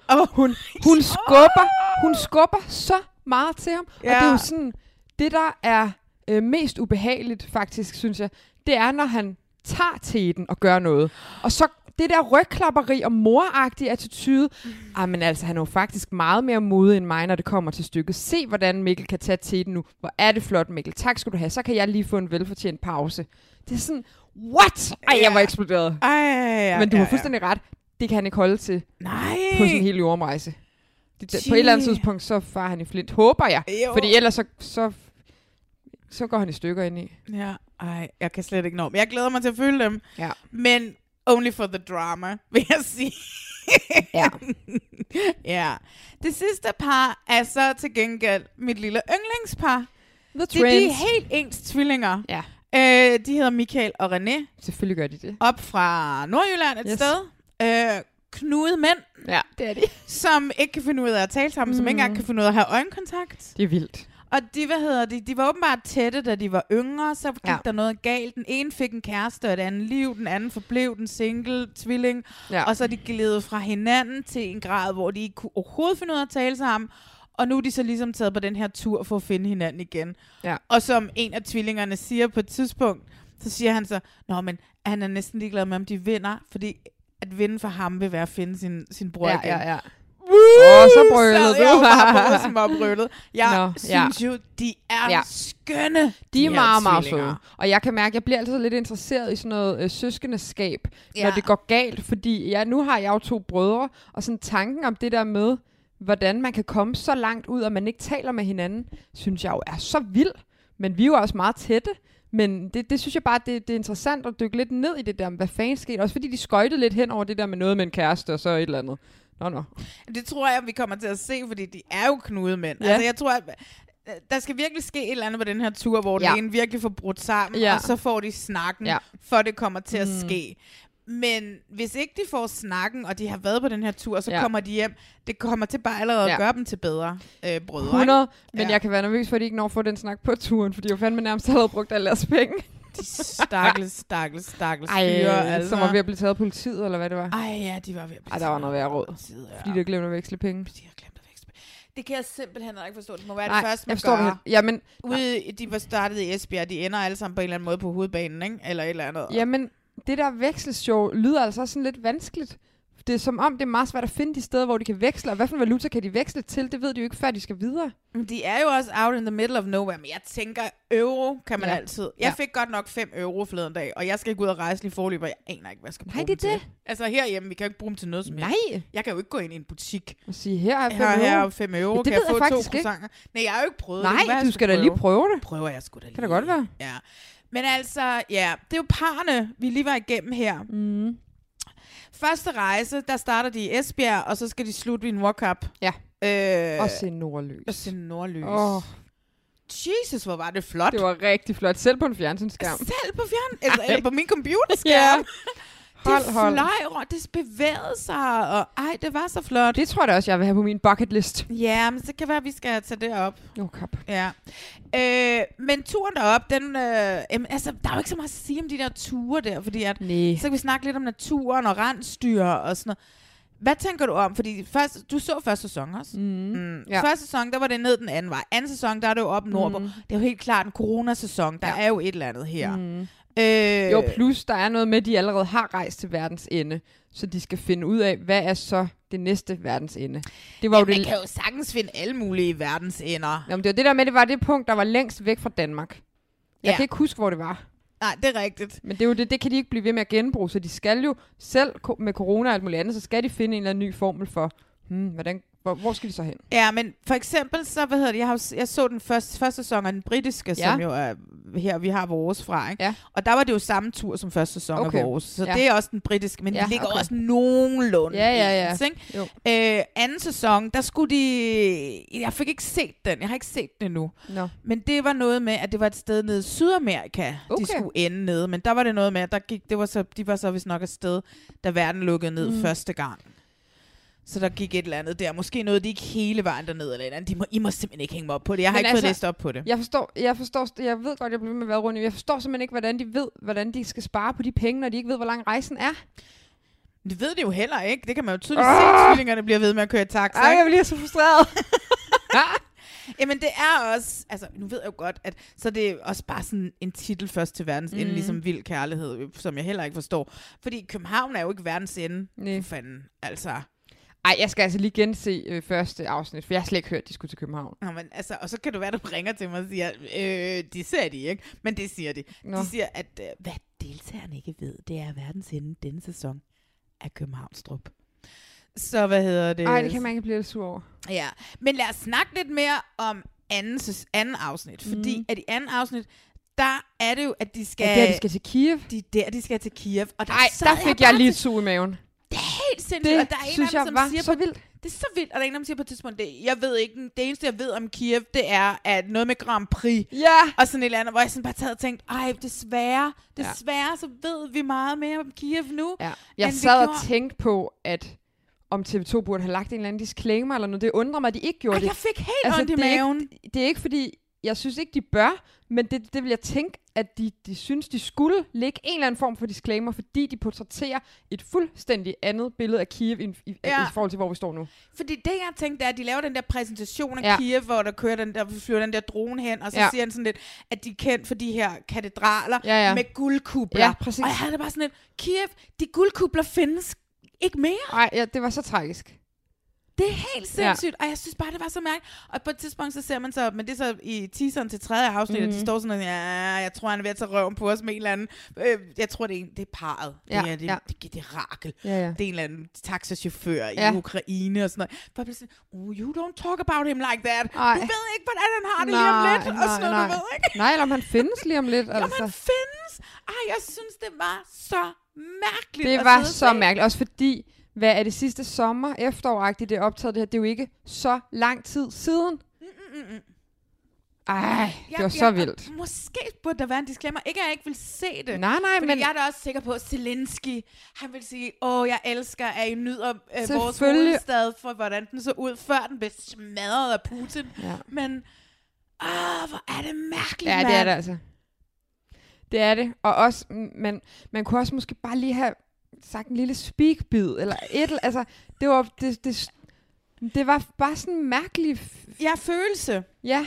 hun skubber så meget til ham. Ja. Og det er jo sådan, det der er mest ubehageligt faktisk, synes jeg, det er, når han tager teten og gør noget. Og så det der rygklapperi og moragtige attitude. Men altså, han er jo faktisk meget mere modig end mig, når det kommer til stykket. Se, hvordan Mikkel kan tage teten nu. Hvor er det flot, Mikkel. Tak skal du have. Så kan jeg lige få en velfortjent pause. Det er sådan, what? Jeg var eksploderet. Men du har fuldstændig ret. Det kan han ikke holde til. Nej. På sin hele jordomrejse. På et eller andet tidspunkt, så farer han i flint. Håber jeg. Jo. Fordi ellers så går han i stykker ind i. Ja, jeg kan slet ikke nå. Men jeg glæder mig til at følge dem. Ja. Men only for the drama, vil jeg sige. Ja. Ja. Det sidste par er så til gengæld mit lille yndlingspar. The Det er de helt ens tvillinger. Ja. De hedder Michael og René. Selvfølgelig gør de det. Op fra Nordjylland et sted. Knude mænd, Ja, det er de. som ikke kan finde ud af at tale sammen, som ikke engang kan finde ud af at have øjenkontakt. Det er vildt. Og de var åbenbart tætte, da de var yngre, så gik der noget galt. Den ene fik en kæreste og et andet liv, den anden forblev den single tvilling, og så er de glædet fra hinanden til en grad, hvor de ikke kunne overhovedet finde ud af at tale sammen. Og nu er de så ligesom taget på den her tur for at finde hinanden igen. Ja. Og som en af tvillingerne siger på et tidspunkt, så siger han så, men han er næsten ligeglad med, om de vinder, fordi at vinde for ham vil være at finde sin bror igen. Ja. Så brølede du. Jeg var brølet. Jeg synes jo, de er skønne. De er meget, meget søde. Og jeg kan mærke, at jeg bliver altid lidt interesseret i sådan noget søskendeskab, når det går galt. Fordi nu har jeg jo 2 brødre, og sådan tanken om det der med, hvordan man kan komme så langt ud, og man ikke taler med hinanden, synes jeg jo er så vild. Men vi er jo også meget tætte. Men det synes jeg bare, det er interessant at dykke lidt ned i det der, hvad fanden skete. Også fordi de skøjtede lidt hen over det der med noget med en kæreste, og så et eller andet. Nå. Det tror jeg, vi kommer til at se, fordi de er jo knudemænd. Ja. Altså jeg tror, at der skal virkelig ske et eller andet på den her tur, hvor den ene virkelig får brudt sammen, og så får de snakken, for det kommer til at ske. Men hvis ikke de får snakken, og de har været på den her tur, så kommer de hjem. Det kommer til bare allerede at gøre dem til bedre brødre. 100, men jeg kan være nervøs for, at de ikke når at få den snak på turen, fordi jeg fandme nærmest havde brugt alle deres penge. De stakkels fyre. Altså. Som var ved at blive taget af politiet, eller hvad det var? De var ved at blive der var noget værre råd. Fordi de glemte at veksle penge. Det kan jeg simpelthen ikke forstå. Det må være det første, man gør. Jamen, de var startet i Esbjerg. De ender alle sammen på en eller anden måde på hovedbanen, ikke? Eller et eller andet. Jamen, det der vekselshow lyder altså sådan lidt vanskeligt. Det er som om, det er meget svært at finde de steder, hvor de kan veksle. Og hvad for en valuta kan de veksle til? Det ved de jo ikke, før de skal videre. De er jo også out in the middle of nowhere. Men jeg tænker, euro kan man altid. Jeg fik godt nok 5 euro forleden dag. Og jeg skal gå ud og rejse lige forløb, og jeg aner ikke, hvad jeg skal bruge dem til. Altså herhjemme, vi kan jo ikke bruge dem til noget som helst. Nej. Jeg kan jo ikke gå ind i en butik og sige, her er 5 euro. Her er 5 euro. Ja, det kan ved jeg få faktisk 2 croissanter? Nej, jeg har jo ikke prøvet det. Nej, du skal da lige prøve det. Prøver jeg sgu da lige. Kan det godt være. Ja. Men altså, det er jo parne, vi lige var igennem her. Første rejse, der starter de i Esbjerg, og så skal de slutte ved Nordkap. Ja. Og se nordlys. Jesus, hvor var det flot. Det var rigtig flot. Selv på en fjernsynsskærm. Selv på eller på min computerskærm. Hold. Det bevægede sig, og det var så flot. Det tror jeg da også, jeg vil have på min bucket list. Ja, men så kan være, at vi skal tage det op. Nordkap. Ja. Men turen derop, den, der er jo ikke så meget at sige om de der ture der, fordi så kan vi snakke lidt om naturen og rensdyr og sådan noget. Hvad tænker du om? Fordi du så første sæson også. Første sæson, der var det ned den anden vej. Anden sæson, der er det jo op nordpå. Det er jo helt klart en coronasæson. Der er jo et eller andet her. Jo, plus der er noget med, at de allerede har rejst til verdens ende. Så de skal finde ud af, hvad er så det næste verdens ende. Det var jo man kan jo sagtens finde alle mulige verdens ender. Jamen, det var det der med, det var det punkt, der var længst væk fra Danmark. Jeg kan ikke huske, hvor det var. Nej, det er rigtigt. Men det er jo det kan de ikke blive ved med at genbruge. Så de skal jo selv med corona og alt muligt andet, så skal de finde en eller anden ny formel for, hvor skal de så hen? Ja, men for eksempel, så jeg så den første sæson af den britiske, som jo er her, vi har vores fra, ikke? Ja. Og der var det jo samme tur som første sæson af vores. Så det er også den britiske, men de ligger også nogenlunde. Ja. Anden sæson, der skulle de... Jeg fik ikke set den. Jeg har ikke set den endnu. No. Men det var noget med, at det var et sted nede i Sydamerika, de skulle ende nede. Men der var det noget med, at de var så vist nok et sted, da verden lukkede ned første gang. Så der gik et eller andet der. Måske noget, de ikke hele vejen dernede eller et eller andet. I må simpelthen ikke hænge mig op på det. Jeg har ikke fået læst op på det. Jeg forstår, jeg ved godt, jeg bliver med at være rundt. Jeg forstår simpelthen ikke, hvordan de ved, hvordan de skal spare på de penge, når de ikke ved, hvor lang rejsen er. Det ved de jo heller ikke. Det kan man jo tydeligt se, tvillingerne bliver ved med at køre i taxa. Jeg bliver så frustreret. Jamen det er også, altså nu ved jeg jo godt, at så det er også bare sådan en titel først til verdens ende, ligesom Vild Kærlighed, som jeg heller ikke forstår. Fordi København er jo ikke verdens ende. For fanden, altså... Ej, jeg skal altså lige gense første afsnit, for jeg har slet ikke hørt, at de skulle til København. Nå, men altså, og så kan du være, du ringer til mig og siger, de siger de ikke, men det siger de. De siger, at hvad deltagerne ikke ved, det er verdens ende denne sæson af Københavnstrup. Så hvad hedder det? Ej, det kan man ikke blive lidt sur over. Ja, men lad os snakke lidt mere om anden afsnit, fordi at i anden afsnit, der er det jo, at de skal... Ja, de skal til Kiev. De skal til Kiev. Og der fik jeg lige et sug i maven. Det er helt sindssygt. Det og der er synes jeg var så vildt. Det er så vildt, og der er en, der siger på et tidspunkt, jeg ved ikke, det eneste, jeg ved om Kiev, det er at noget med Grand Prix. Ja. Og sådan et eller andet, hvor jeg sådan bare taget og tænkt, desværre, så ved vi meget mere om Kiev nu. Ja. Jeg sad og tænkte på, at om TV2 burde have lagt en eller anden disclaimer eller noget. Det undrer mig, at de ikke gjorde det. Jeg fik helt ondt i maven. Det er ikke fordi, jeg synes ikke, de bør, men det vil jeg tænke, at de synes, de skulle lægge en eller anden form for disclaimer, fordi de portrætterer et fuldstændig andet billede af Kiev i forhold til, hvor vi står nu. Fordi det, jeg tænkte, er, at de laver den der præsentation af Kiev, hvor der kører flyver den der drone hen, og så siger han sådan lidt, at de er kendt for de her katedraler med guldkubler. Ja, præcis. Og jeg havde det bare sådan lidt, Kiev, de guldkubler findes ikke mere. Nej, det var så tragisk. Det er helt sindssygt, og jeg synes bare, det var så mærkeligt. Og på et tidspunkt, så ser man så, men det er så i teaseren til 3. afsnit, at de står sådan, jeg tror, han er ved at tage røven på os med en eller anden. Jeg tror, det er parret. Det er Rakel. Det er en eller anden taxachauffør i Ukraine og sådan noget. For jeg bliver sådan, you don't talk about him like that. Ej. Du ved ikke, hvordan han har det lige om lidt. Og sådan noget, du ved ikke. Nej, eller om han findes lige om lidt. Altså. Om han findes. Jeg synes, det var så mærkeligt. Det var så mærkeligt, også fordi... Hvad er det sidste sommer, efterår-agtigt, det er optaget det her? Det er jo ikke så lang tid siden. Ej, det var så vildt. Måske burde der være en disclaimer. Ikke at jeg ikke vil se det. Nej, men jeg er da også sikker på, at Zelensky, han vil sige, jeg elsker, at I nyder vores hovedstad, for hvordan den så ud, før den blev smadret af Putin. Ja. Men, hvor er det mærkeligt, Ja, det er det altså. Det er det. Og også, man kunne også måske bare lige have sagt en lille speakbid, eller altså, det var bare sådan en mærkelig... følelse. Ja.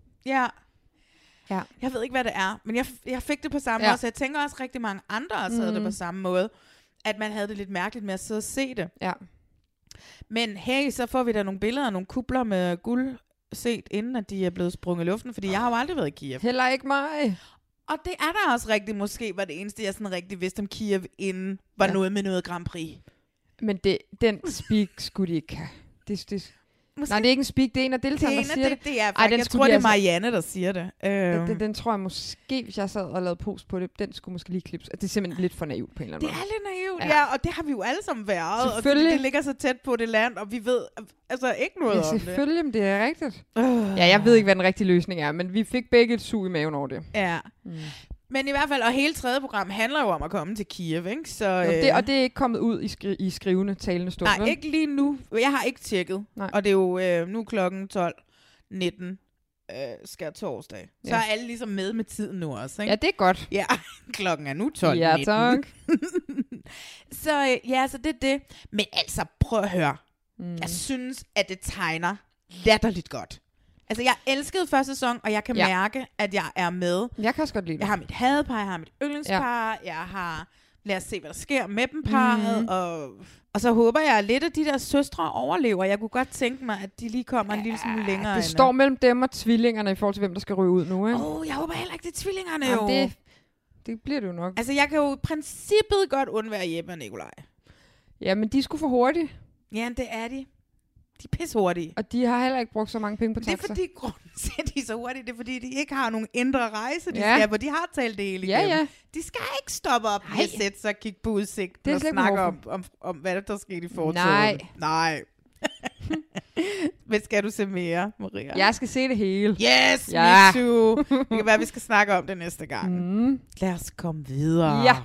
Jeg ved ikke, hvad det er, men jeg fik det på samme måde, så jeg tænker også rigtig mange andre også havde det på samme måde, at man havde det lidt mærkeligt med at sidde og se det. Ja. Men hey, så får vi da nogle billeder af nogle kubler med guld set, inden at de er blevet sprunget i luften, fordi jeg har jo aldrig været i Kiev. Heller ikke mig. Og det er der også rigtigt, måske var det eneste, jeg sådan rigtig vidste om Kiev, inden var noget med noget Grand Prix. Men den speak skulle de ikke have. Nej, det er ikke en speak, det er en af deltagerne, der siger det. Jeg tror, det er Marianne, der siger det. Den tror jeg måske, hvis jeg sad og lavede post på det, den skulle måske lige klippes. Det er simpelthen lidt for naivt på en eller anden måde. Det er lidt naivt, og det har vi jo alle sammen været. Og det ligger så tæt på det land, og vi ved altså ikke noget om det. Selvfølgelig, men det er rigtigt. Ja, jeg ved ikke, hvad den rigtige løsning er, men vi fik begge et sug i maven over det. Ja. Men i hvert fald, og hele 3. program handler jo om at komme til Kiev, ikke? Så, og det er ikke kommet ud i skrivende, talende stund. Nej, ikke lige nu. Jeg har ikke tjekket. Nej. Og det er jo nu klokken 12:19 skal torsdag. Så er alle ligesom med tiden nu også, ikke? Ja, det er godt. Ja, klokken er nu 12:19. Ja, tak. så det er det. Men altså, prøv at høre. Jeg synes, at det tegner latterligt godt. Altså, jeg elskede første sæson, og jeg kan mærke, at jeg er med. Jeg kan også godt lide det. Jeg har mit hadepar, jeg har mit yndlingspar, jeg har... Lad os se, hvad der sker med dem parret, og så håber jeg, at lidt af de der søstre overlever. Jeg kunne godt tænke mig, at de lige kommer en lille smule længere. Det står mellem dem og tvillingerne i forhold til, hvem der skal ryge ud nu, ikke? Jeg håber heller ikke, det er tvillingerne jo. Det bliver det jo nok. Altså, jeg kan jo i princippet godt undvære Jeppe og Nikolaj. Ja, men de skulle for hurtigt. Ja, det er de. De er pishurtige. Og de har heller ikke brugt så mange penge på taxa. Det er fordi, grunden til, at de er så hurtige, det er fordi, de ikke har nogen indre rejse, de skal, hvor de har talt det hele igennem. Ja. De skal ikke stoppe op og sætte sig og kigge på udsigten og snakke om, hvad der skete i fortiden. Nej. Men skal du se mere, Maria? Jeg skal se det hele. Yes, me too. Det kan være, vi skal snakke om det næste gang. Lad os komme videre. Ja.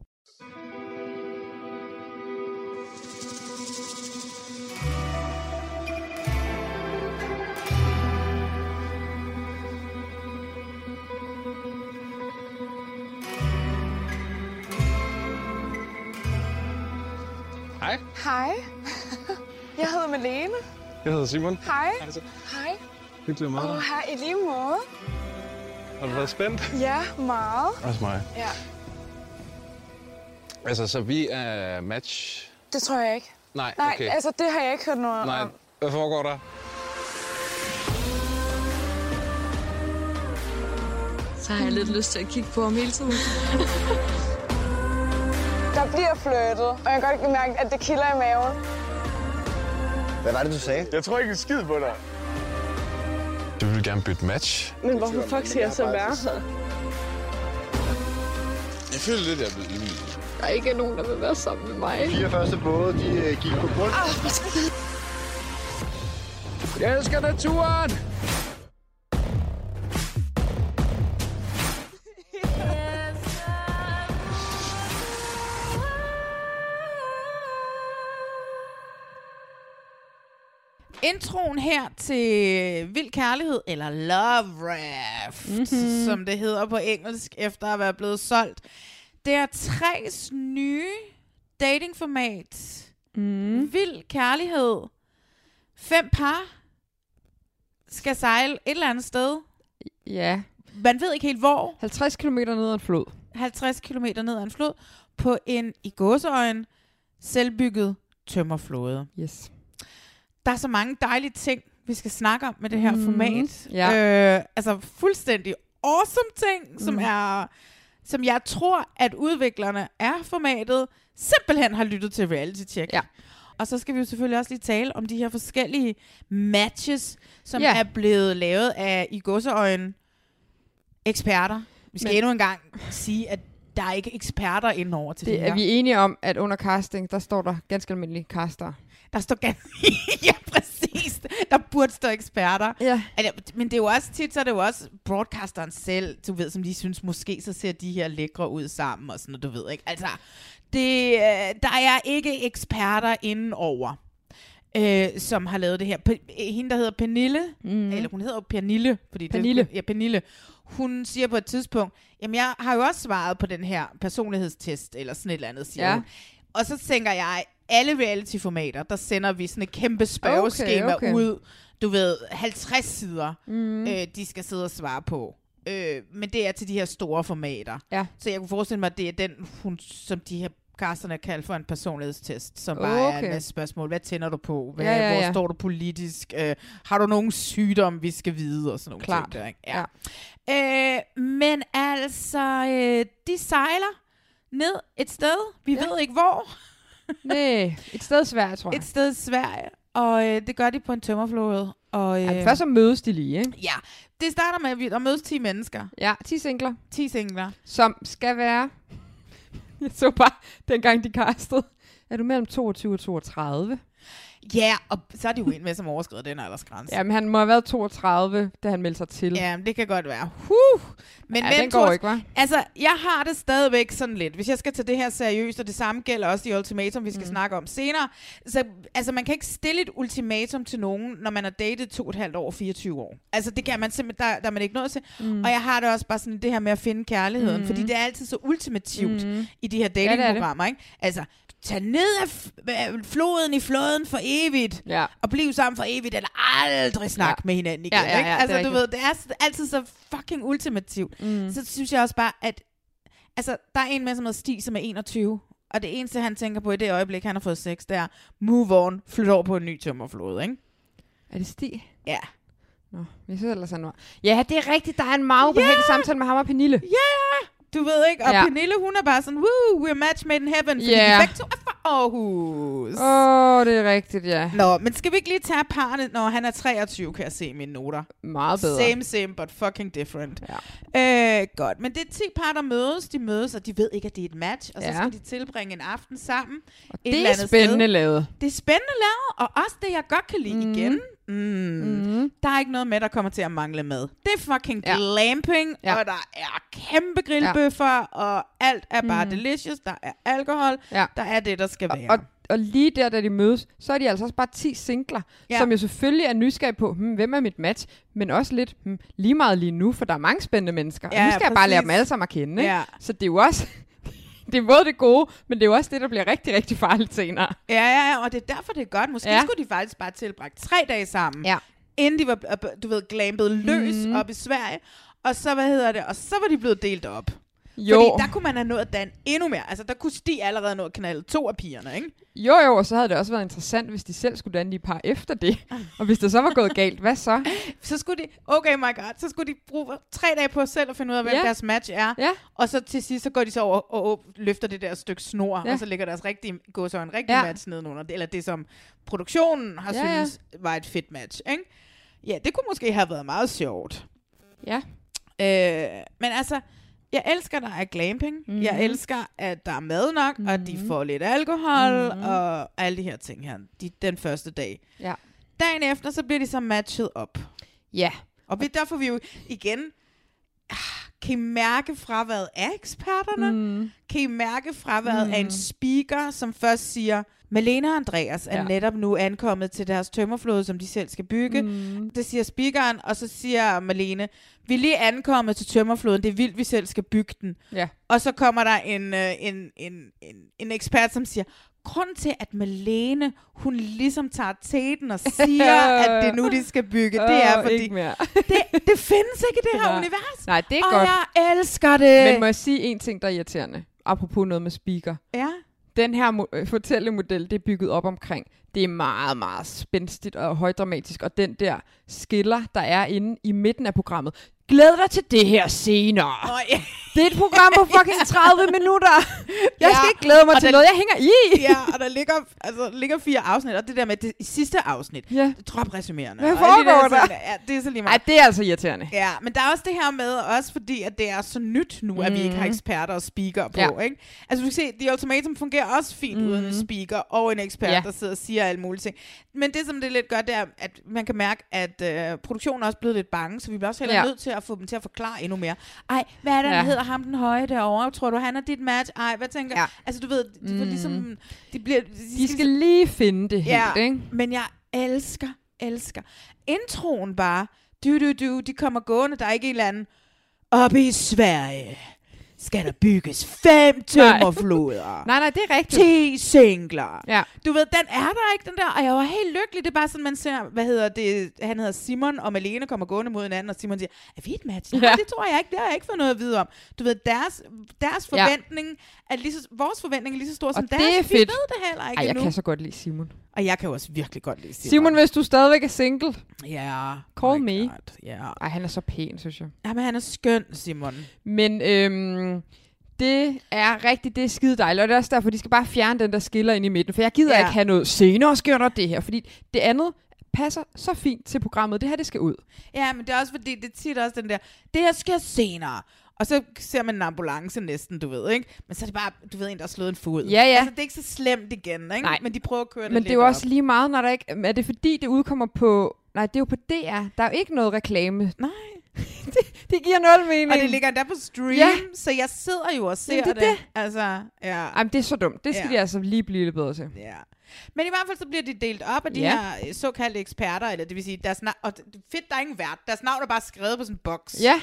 Hej. Hej. Jeg hedder Malene. Jeg hedder Simon. Hej. Hej. Hyggeligt med dig. Hej, i lige måde. Har du været spændt? Ja, meget. Også mig. Ja. Altså, så vi er match? Det tror jeg ikke. Nej, okay. Altså, det har jeg ikke hørt noget om. Hvad foregår der? Så har jeg lidt lyst til at kigge på ham hele tiden. Der bliver flirtet, og jeg kan godt mærke, at det kilder i maven. Hvad var det, du sagde? Jeg tror ikke en skid på dig. Du vil gerne bytte match. Men hvorfor fuck skal jeg så være her? føler lidt, at jeg er blevet ydmyget. Der er ikke nogen, der vil være sammen med mig. 4 første både, de gik på grund. Jeg elsker naturen! Introen her til Vild Kærlighed, eller Love Raft, som det hedder på engelsk, efter at være blevet solgt. Det er 3's nye datingformat. Vild Kærlighed. 5 par skal sejle et eller andet sted. Ja. Man ved ikke helt hvor. 50 km ned ad en flod. 50 km ned ad en flod på en, i gåseøjne, selvbygget tømmerflåde. Yes. Der er så mange dejlige ting, vi skal snakke om med det her format. Ja. Altså fuldstændig awesome ting, som jeg tror, at udviklerne af formatet simpelthen har lyttet til Reality Check. Ja. Og så skal vi jo selvfølgelig også lige tale om de her forskellige matches, som er blevet lavet af, i gåseøjne, eksperter. Vi skal endnu en gang sige, at der er ikke eksperter indenover til det her. Er vi enige om, at under casting, der står der ganske almindelige caster? Der står ja, præcis. Der burde stå eksperter. Ja. Men det er jo også tit, så er det jo også broadcasteren selv, du ved, som lige synes, måske så ser de her lækre ud sammen og sådan noget, du ved ikke. Altså, der er ikke eksperter indenover, som har lavet det her. Hende, der hedder Pernille, eller hun hedder jo Pernille, fordi Pernille. Pernille, hun siger på et tidspunkt, jamen jeg har jo også svaret på den her personlighedstest, eller sådan et eller andet, siger hun. Og så tænker jeg, alle reality-formater, der sender vi sådan et kæmpe spørgeskema ud. Du ved, 50 sider, de skal sidde og svare på. Men det er til de her store formater. Ja. Så jeg kunne forestille mig, at det er den, som de her casterne kalder for en personlighedstest, som bare er en masse spørgsmål. Hvad tænder du på? Hvor står du politisk? Har du nogen sygdom, vi skal vide? Og sådan nogle ting der, ikke? Ja. Men altså, de sejler ned et sted. Vi ved ikke hvor. Nej, et sted i Sverige, tror jeg. Et sted i Sverige, og det gør de på en tømmerflåde. Og, først så mødes de lige, ikke? Ja, det starter med, at der mødes 10 mennesker. Ja, 10 singler. 10 singler. Som skal være, jeg så bare, dengang de castede, er du mellem 22 og 32? Ja, og så er de jo en med, som overskrider den aldersgrænse. Ja, men han må have været 32, da han meldte sig til. Ja, det kan godt være. Men den går ikke, hva'? Altså, jeg har det stadigvæk sådan lidt. Hvis jeg skal tage det her seriøst, og det samme gælder også i ultimatum, vi skal snakke om senere. Så, altså, man kan ikke stille et ultimatum til nogen, når man har datet 2,5 år, 24 år. Altså, det kan man simpelthen, der er man ikke nået til. Og jeg har det også bare sådan det her med at finde kærligheden, fordi det er altid så ultimativt i de her datingprogrammer, ikke? Altså, tag ned af floden i flåden for evigt, og bliv sammen for evigt, eller aldrig snakke med hinanden igen. Ikke? Altså, du ved, det er altid så fucking ultimativt. Så synes jeg også bare, at altså, der er en med, som hedder Stig, som er 21, og det eneste, han tænker på i det øjeblik, han har fået sex, det er move on, flyt over på en ny tømmerflåde, ikke? Er det Stig? Ja. Nå, jeg synes ellers, han var. Ja, det er rigtigt, der er en meget ubehagelig samtale med ham og Pernille. Ja! Du ved ikke, og Pernille, hun er bare sådan, woo, we're match made in heaven, fordi vi begge to er fra Aarhus. Det er rigtigt, ja. Nå, men skal vi ikke lige tage parrene, når han er 23, kan jeg se i mine noter. Meget bedre. Same, but fucking different. Ja. Godt, men det er 10 par, der mødes. De mødes, og de ved ikke, at det er et match, og så skal de tilbringe en aften sammen. Og det er spændende lavet. Det er spændende lavet, og også det, jeg godt kan lide igen. Der er ikke noget med, der kommer til at mangle mad. Det er fucking glamping, og der er kæmpe grillbøffer, og alt er bare delicious. Der er alkohol, der er det, der skal være. Og lige der, da de mødes, så er de altså også bare 10 singler, som jo selvfølgelig er nysgerrige på, hvem er mit match, men også lidt lige meget lige nu, for der er mange spændende mennesker. Og nu skal jeg bare lære dem alle sammen at kende. Ikke? Så det er jo også... Det er både det gode, men det er jo også det, der bliver rigtig, rigtig farligt senere. Ja, og det er derfor, det er godt. Måske skulle de faktisk bare tilbragt 3 dage sammen, inden de var, du ved, glampet løs op i Sverige. Og så, og så var de blevet delt op. Jo. Fordi der kunne man have nået at danne endnu mere. Altså, der kunne Stig allerede nå at knalde 2 af pigerne, ikke? Jo, og så havde det også været interessant, hvis de selv skulle danne de par efter det. Og hvis det så var gået galt, hvad så? Så skulle de, okay my god, så skulle de bruge 3 dage på selv at finde ud af, hvem deres match er. Ja. Og så til sidst, så går de så over og løfter det der stykke snor, og så lægger deres rigtig match nedenunder. Eller det, som produktionen har synes var et fedt match, ikke? Ja, det kunne måske have været meget sjovt. Ja. Men altså, Jeg elsker, at der er glamping. Jeg elsker, at der er mad nok, og at de får lidt alkohol, og alle de her ting her. Den første dag. Ja. Dagen efter, så bliver de så matchet op. Ja. Og der får vi jo igen... Kan I mærke fraværet af eksperterne? Kan I mærke fraværet af en speaker, som først siger, Malene og Andreas er netop nu ankommet til deres tømmerflåde, som de selv skal bygge. Det siger speakeren, og så siger Malene, vi er lige ankommet til tømmerflåden, det er vildt, vi selv skal bygge den. Ja. Og så kommer der en ekspert, som siger, grunden til, at Malene, hun ligesom tager teten og siger, at det er nu, de skal bygge, det er, fordi det findes ikke i det her univers. Nej, det er og godt. Jeg elsker det. Men må jeg sige en ting, der er irriterende? Apropos noget med speaker. Ja. Den her fortællemodel, det er bygget op omkring. Det er meget, meget spændstigt og højdramatisk. Og den der skiller, der er inde i midten af programmet. Glæd dig til det her senere. Det er et program på fucking 30 minutter. Jeg skal ikke glæde mig til noget, jeg hænger i. Ja, og der ligger 4 afsnit, og det der med det sidste afsnit. Ja. Drop resumerende. Hvad foregår der? Ja, det er så lige meget. Ej, det er altså irriterende. Ja, men der er også det her med, også fordi, at det er så nyt nu, at vi ikke har eksperter og speaker på, ikke? Altså, du kan se, The Ultimatum fungerer også fint uden en speaker og en ekspert, der sidder og siger alle mulige ting. Men det, som det lidt gør, det er, at man kan mærke, at produktionen er også blevet lidt bange, så vi bliver også heller nødt til at få dem til at forklare endnu mere. Ej, hvad er det, der hedder ham den høje derovre? Tror du, han er dit match? Ej, hvad tænker jeg? Altså, du ved, de får ligesom... De skal lige finde det helt, ikke? Men jeg elsker. Introen bare, de kommer gående, der er ikke en eller anden, oppe i Sverige skal der bygges 5 tømmerfloder. Nej, det er rigtigt. 10 singler. Ja. Du ved, den er der ikke, den der. Og jeg var helt lykkelig. Det er bare sådan, man ser, han hedder Simon, og Malene kommer gående mod hinanden, og Simon siger, er vi et match? Nej, det tror jeg ikke. Det har jeg ikke fået noget at vide om. Du ved, deres forventning er vores forventning er lige så stor som deres. Det er fedt. Vi ved det heller ikke jeg endnu. kan så godt lide Simon. Og jeg kan også virkelig godt lide Simon. Simon, hvis du stadigvæk er single. Ja. Call me. Yeah. Ej, han er så pæn, synes jeg. Ja, men han er skøn, Simon. Men det er rigtigt, det er skide dejligt. Og det er også derfor, de skal bare fjerne den der skiller ind i midten. For jeg gider ikke have noget senere sker der det her. Fordi det andet passer så fint til programmet. Det her, det skal ud. Ja, men det er også fordi, det er tit også den der, det her sker senere. Og så ser man en ambulance næsten, du ved, ikke? Men så er det bare, du ved, en, der har slået en fod. Ja. Altså, det er ikke så slemt igen, ikke? Nej. Men de prøver at køre det men lidt det er jo også op. lige meget, når der ikke... Er det fordi, det udkommer på... Nej, det er jo på DR. Der er jo ikke noget reklame. Nej. det giver nul mening. Og det ligger der på stream, så jeg sidder jo og ser det. Altså, ja. Jamen, det er så dumt. Det skal de altså lige blive lidt bedre til. Ja. Men i hvert fald så bliver de delt op af de her såkaldte eksperter, eller det vil sige, og fedt, der er ingen vært. Deres navn er bare skrevet på sådan en boks. Ja.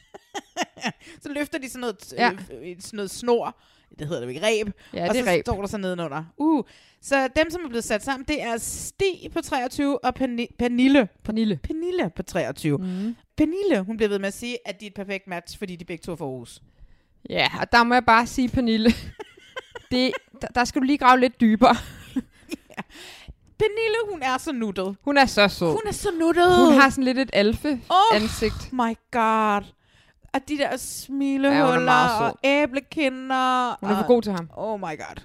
Så løfter de sådan noget snor, det hedder det ikke, reb, og så reb. står der så nedenunder. Så dem, som er blevet sat sammen, det er Stig på 23 og Pernille på 23. Pernille, hun bliver ved med at sige, at de er et perfekt match, fordi de begge to er fra Aarhus. Ja, og der må jeg bare sige, Pernille, der skal du lige grave lidt dybere. Pernille, hun er så nuttet. Hun er så sød. Hun er så nuttet. Hun har sådan lidt et alfe-ansigt. Oh my god. Og de der smilehuller og æblekinder. Hun er for god til ham. Oh my god.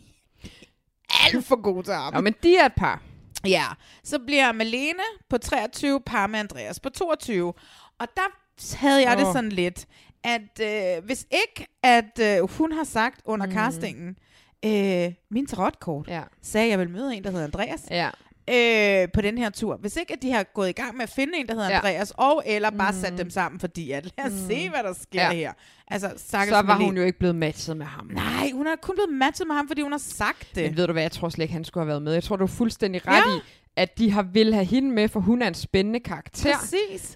Alt for god til ham. Nå, men de er et par. Ja, så bliver Malene på 23 par med Andreas på 22. Og der havde jeg det sådan lidt, at hvis ikke, at hun har sagt under castingen, min tarotkort sagde, at jeg vil møde en, der hedder Andreas. Ja. På den her tur. Hvis ikke, at de har gået i gang med at finde en, der hedder Andreas, og eller bare sat dem sammen, fordi at lad os se, hvad der sker her. Altså, så var hun jo ikke blevet matchet med ham. Nej, hun er kun blevet matchet med ham, fordi hun har sagt det. Men ved du hvad, jeg tror slet ikke, han skulle have været med. Jeg tror, du er fuldstændig ret i, at de vil have hende med, for hun er en spændende karakter. Præcis.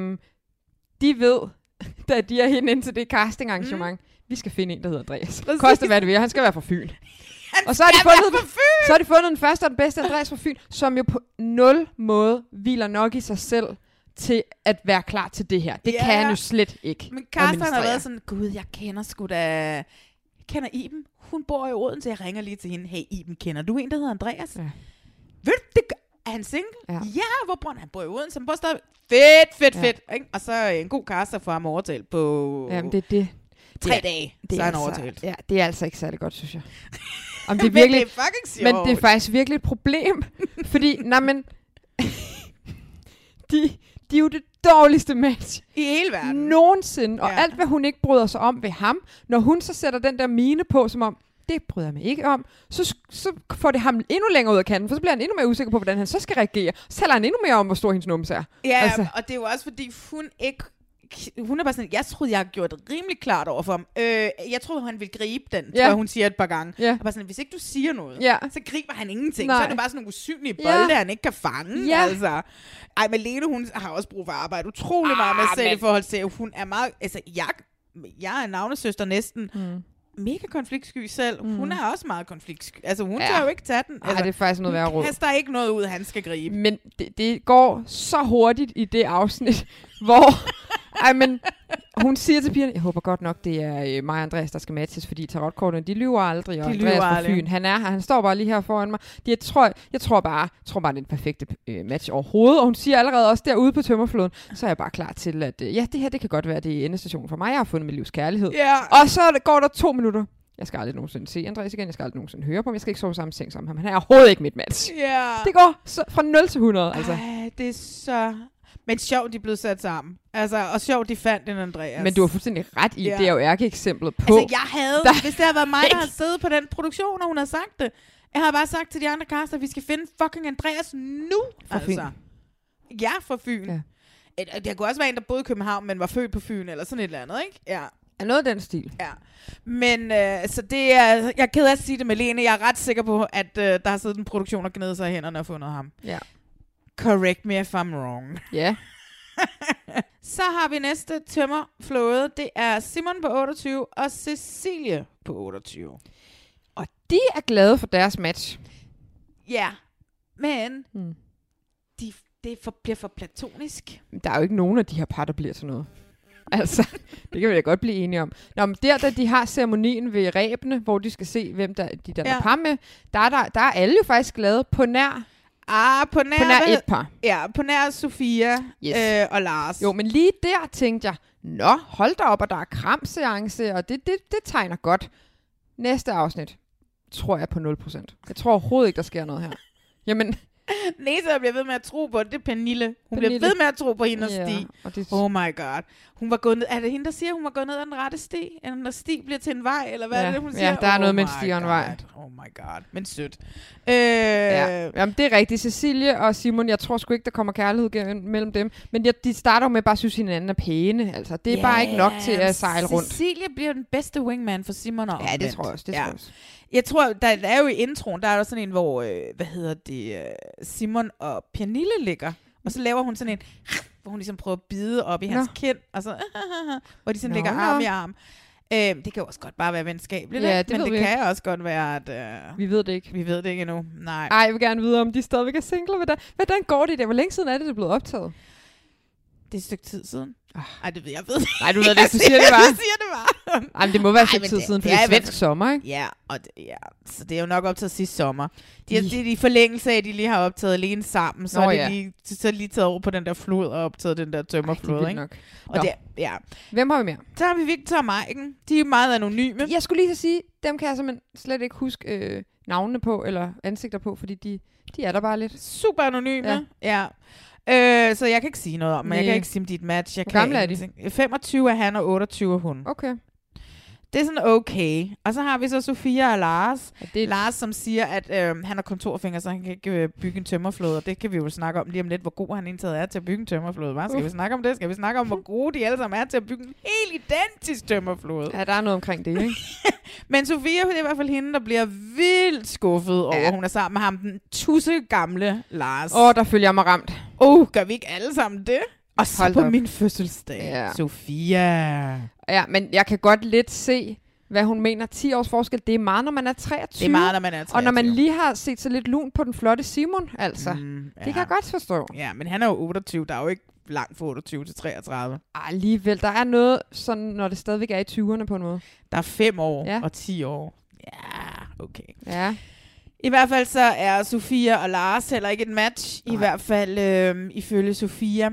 De ved, da de er hende ind til det casting-arrangement, vi skal finde en, der hedder Andreas. Koste hvad det vil, han skal være fra Fyn. Og så har de fundet den første og den bedste Andreas fra Fyn, som jo på 0 måde hviler nok i sig selv til at være klar til det her. Det kan han jo slet ikke. Men Karsten har været sådan, gud, jeg kender sgu da... Jeg kender Iben. Hun bor i Odense, jeg ringer lige til hende. Hey Iben, kender du en, der hedder Andreas? Ja. Ved du, det er han single? Ja, hvor bor han? Han bor i Odense, han bor stadig... Fedt. Ikke? Og så en god Karsten for ham overtalt på... Jamen, det er det. 3 dage, så er han overtalt. Ja, det er altså ikke særlig godt, synes jeg. Om det er virkelig, men det er faktisk virkelig et problem. Fordi, de er jo dårligste match i hele verden. Nogensinde. Og alt, hvad hun ikke bryder sig om ved ham, når hun så sætter den der mine på, som om, det bryder jeg mig ikke om, så får det ham endnu længere ud af kanten, for så bliver han endnu mere usikker på, hvordan han så skal reagere. Så taler han endnu mere om, hvor stor hendes numse er. Ja, altså. Og det er jo også, fordi hun er bare sådan, jeg troede, jeg har gjort det rimelig klart over for ham. Jeg troede, han ville gribe den, tror jeg, hun siger et par gange. Og bare sådan, hvis ikke du siger noget, så griber han ingenting. Nej. Så er det bare sådan nogle usynlige bolde, han ikke kan fange. Altså. Ej, men Lene, hun har også brug for at arbejde utrolig meget med sig selv i forhold til, at hun er meget... Altså, jeg er navnesøster næsten... mega konfliktsky selv. Hun er også meget konfliktsky. Altså, hun kan jo ikke tage den. Altså, det er faktisk noget værre råd. Hun kaster ikke noget ud, han skal gribe. Men det går så hurtigt i det afsnit, hvor... men hun siger til pigerne, jeg håber godt nok, det er mig og Andreas, der skal matches, fordi tarotkortene, de lyver aldrig, og Andreas fra Fyn, han er her, han står bare lige her foran mig. Jeg tror bare, det er den perfekte match overhovedet, og hun siger allerede også derude på Tømmerfloden, så er jeg bare klar til, at det her, det kan godt være, det er endestationen for mig, jeg har fundet mit livs kærlighed. Og så går der 2 minutter. Jeg skal aldrig nogensinde se Andreas igen, jeg skal aldrig nogensinde høre på ham, jeg skal ikke sove samme seng som ham, han er overhovedet ikke mit match. Det går fra 0 til 100, altså. Det er så... Men sjovt, de er blevet sat sammen. Altså, og sjovt, de fandt en Andreas. Men du har fuldstændig ret i, det er jo ærkeeksemplet på. Altså, hvis det havde været mig, der havde siddet på den produktion, og hun havde sagt det. Jeg havde bare sagt til de andre caster, at vi skal finde fucking Andreas nu. For Fyn. Ja, for Fyn. Ja. Det kunne også være en, der boede i København, men var født på Fyn, eller sådan et eller andet, ikke? Ja. Er noget af den stil. Ja. Men så det er... Jeg er ked af at sige det med Lene. Jeg er ret sikker på, at der har siddet en produktion og gnedet sig i hænderne og fundet ham. Ja. Correct me if I'm wrong. Ja. Så har vi næste tømmerflåde. Det er Simon på 28 og Cecilie på 28. Og de er glade for deres match. Ja, men det bliver for platonisk. Der er jo ikke nogen af de her par, der bliver til noget. Altså, det kan vi da godt blive enige om. Nå, men da de har ceremonien ved ræbene, hvor de skal se, hvem de er par med, der er alle jo faktisk glade på nær... på nær et par. Ja, på nær Sofia og Lars. Jo, men lige der tænkte jeg, hold da op, og der er kramseance, og det tegner godt. Næste afsnit tror jeg på 0%. Jeg tror overhovedet ikke, der sker noget her. Jamen... Næste, jeg bliver ved med at tro på, det er Pernille. Hun bliver ved med at tro på hende og Stig. Oh my god. Hun var gået ned, er det hende, der siger, hun var gået ned ad den rette sti? Eller når sti bliver til en vej, eller hvad er det, hun siger? Ja, der er noget med en sti og en vej. Oh my god, men sødt. Jamen, det er rigtigt. Cecilie og Simon, jeg tror sgu ikke, der kommer kærlighed mellem dem. Men de starter jo med bare at synes, hinanden er pæne. Altså, det er bare ikke nok til at sejle rundt. Cecilie bliver den bedste wingman for Simon og det tror jeg også. Jeg tror, der er jo i introen, der er der sådan en, hvor, Simon og Pernille ligger. Og så laver hun sådan en, hvor hun ligesom prøver at bide op i hans kind, og så, hvor de sådan ligger arm i arm. Det kan jo også godt bare være venskabeligt, men det kan også godt være, at... vi ved det ikke. Vi ved det ikke endnu. Nej. Ej, jeg vil gerne vide, om de stadigvæk er single. Hvordan går det? Hvor længe siden er det blevet optaget? Det er et stykke tid siden. Ej, det ved jeg. Nej, du ved det, du siger det bare. Jeg siger det bare. Ej, men det må være et stykke tid siden, for det er svensk sommer, ikke? Ja, så det er jo nok optaget sidste sommer. Det er i forlængelse af, at de lige har optaget alene sammen, så er det lige taget over på den der flod og optaget den der tømmerflod, ikke? Nok. Og Hvem har vi mere? Så har vi Victor og Maiken. De er meget anonyme. Jeg skulle lige så sige, dem kan jeg simpelthen slet ikke huske navnene på, eller ansigter på, fordi de er der bare lidt. Super anonyme. Ja. Så jeg kan ikke sige noget om, men jeg kan ikke sige, om de er et match. Hvor gamle er de? 25 er han, og 28 er hun. Okay. Det er sådan okay. Og så har vi så Sofia og Lars. Lars, som siger, at han har kontorfinger, så han kan ikke bygge en tømmerflåde. Og det kan vi jo snakke om lige om lidt, hvor god han indtaget er til at bygge en tømmerflåde. Skal vi snakke om det? Skal vi snakke om, hvor gode de alle sammen er til at bygge en helt identisk tømmerflåde? Ja, der er noget omkring det, ikke? Men Sofia, det er i hvert fald hende, der bliver vildt skuffet over, at hun er sammen med ham, den tusse gamle Lars. Der følger jeg mig ramt. Gør vi ikke alle sammen det? Og så på min fødselsdag, Sofia. Ja, men jeg kan godt lidt se, hvad hun mener. 10 års forskel, det er meget, når man er 23. Det er meget, når man er 23. Og når man lige har set så lidt lun på den flotte Simon, altså. Det kan jeg godt forstå. Ja, men han er jo 28, der er jo ikke langt fra 28 til 33. Alligevel, der er noget sådan, når det stadigvæk er i 20'erne på en måde. Der er 5 år og 10 år. Ja, okay. Ja. I hvert fald så er Sofia og Lars heller ikke et match. Nej. I hvert fald ifølge Sofia.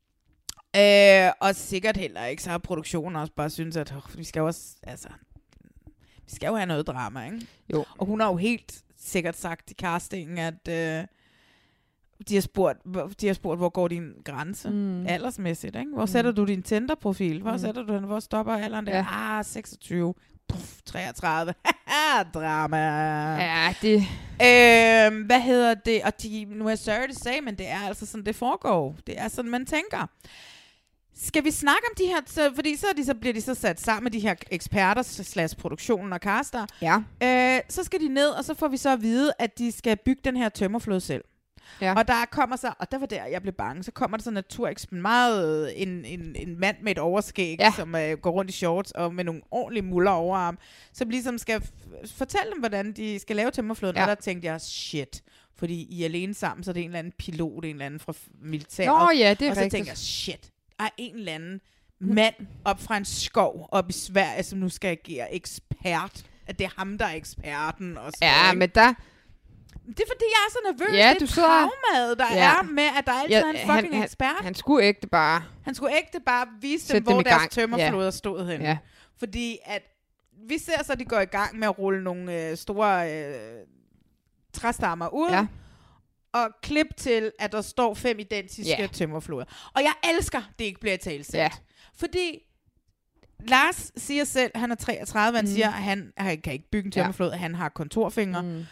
Og sikkert heller ikke, så har produktionen også bare synes, at vi skal jo have noget drama, ikke? Jo. Og hun har jo helt sikkert sagt i castingen, at de har spurgt, hvor går din grænse aldersmæssigt, ikke? Hvor sætter du din Tinder-profil? Hvor sætter du den? Hvor stopper alderen der? Ja. 26. 33. Drama. Ja, det... Hvad hedder det? Og nu er jeg sorry to say, men det er altså sådan, det foregår. Det er sådan, man tænker. Skal vi snakke om de her, fordi så bliver de så sat sammen med de her eksperter / produktionen og caster. Ja. Så skal de ned, og så får vi så at vide, at de skal bygge den her tømmerflåde selv. Ja. Og der kommer så, og der var der, jeg blev bange, så kommer der så naturexpert, meget en mand med et overskæg, som går rundt i shorts og med nogle ordentlige muller overarm, som ligesom skal fortælle dem, hvordan de skal lave tømmerflåden. Og der tænkte jeg, shit, fordi I er alene sammen, så er det en eller anden pilot, en eller anden fra militær. Nå ja, det er og så rigtigt. tænkte jeg, shit, er en eller anden mand op fra en skov op i Sverige, som nu skal agere ekspert. At det er ham, der er eksperten. Og så, men der... Det er fordi, jeg er så nervøs. Ja, det er traumet, der er med, at der altid er en fucking ekspert. Han skulle ægte bare vise dem, hvor deres tømmerfloder stod hen. Ja. Fordi at vi ser så, at de går i gang med at rulle nogle store træstammer ud. Og klip til, at der står 5 identiske tømmerfloder. Og jeg elsker, det ikke bliver talsat. Ja. Fordi Lars siger selv, han er 33, han siger, at han kan ikke bygge en tømmerflod, han har kontorfingre.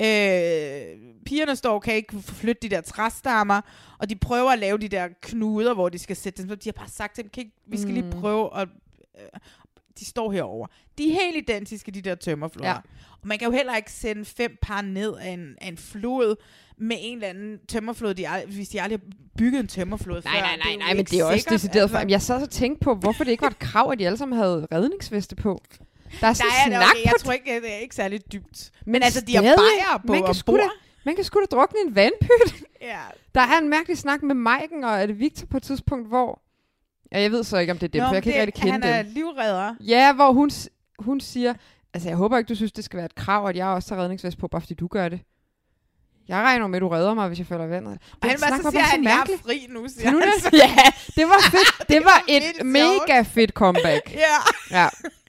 Pigerne står kan ikke flytte de der træstammer, og de prøver at lave de der knuder, hvor de skal sætte dem. De har bare sagt til dem, vi skal lige prøve at... de står herover. De er helt identiske, de der tømmerfloder. Ja. Og man kan jo heller ikke sende 5 par ned af en flod med en eller anden tømmerflod, hvis de aldrig har bygget en tømmerflod før. Nej, men det er også decideret for. Jeg sad og tænkte på, hvorfor det ikke var et krav, at de alle sammen havde redningsveste på. Der er sådan snak på jeg tror ikke, det er ikke særlig dybt. Men altså, de har bajer på ombord. Man kan sgu da drukne en vandpyt. Ja. Der er en mærkelig snak med Maiken, og er det Victor på et tidspunkt, hvor... Ja, jeg ved så ikke, om det er dem, for jeg kan ikke rigtig kende dem. Han er livredder. Ja, hvor hun siger... Altså, jeg håber ikke, du synes, det skal være et krav, at jeg også tager redningsvest på, bare fordi du gør det. Jeg regner med, at du redder mig, hvis jeg falder i vandet. Og han var så siger, at jeg er fri nu, siger han. Ja, det var fedt. Det var et mega fedt comeback. Ja.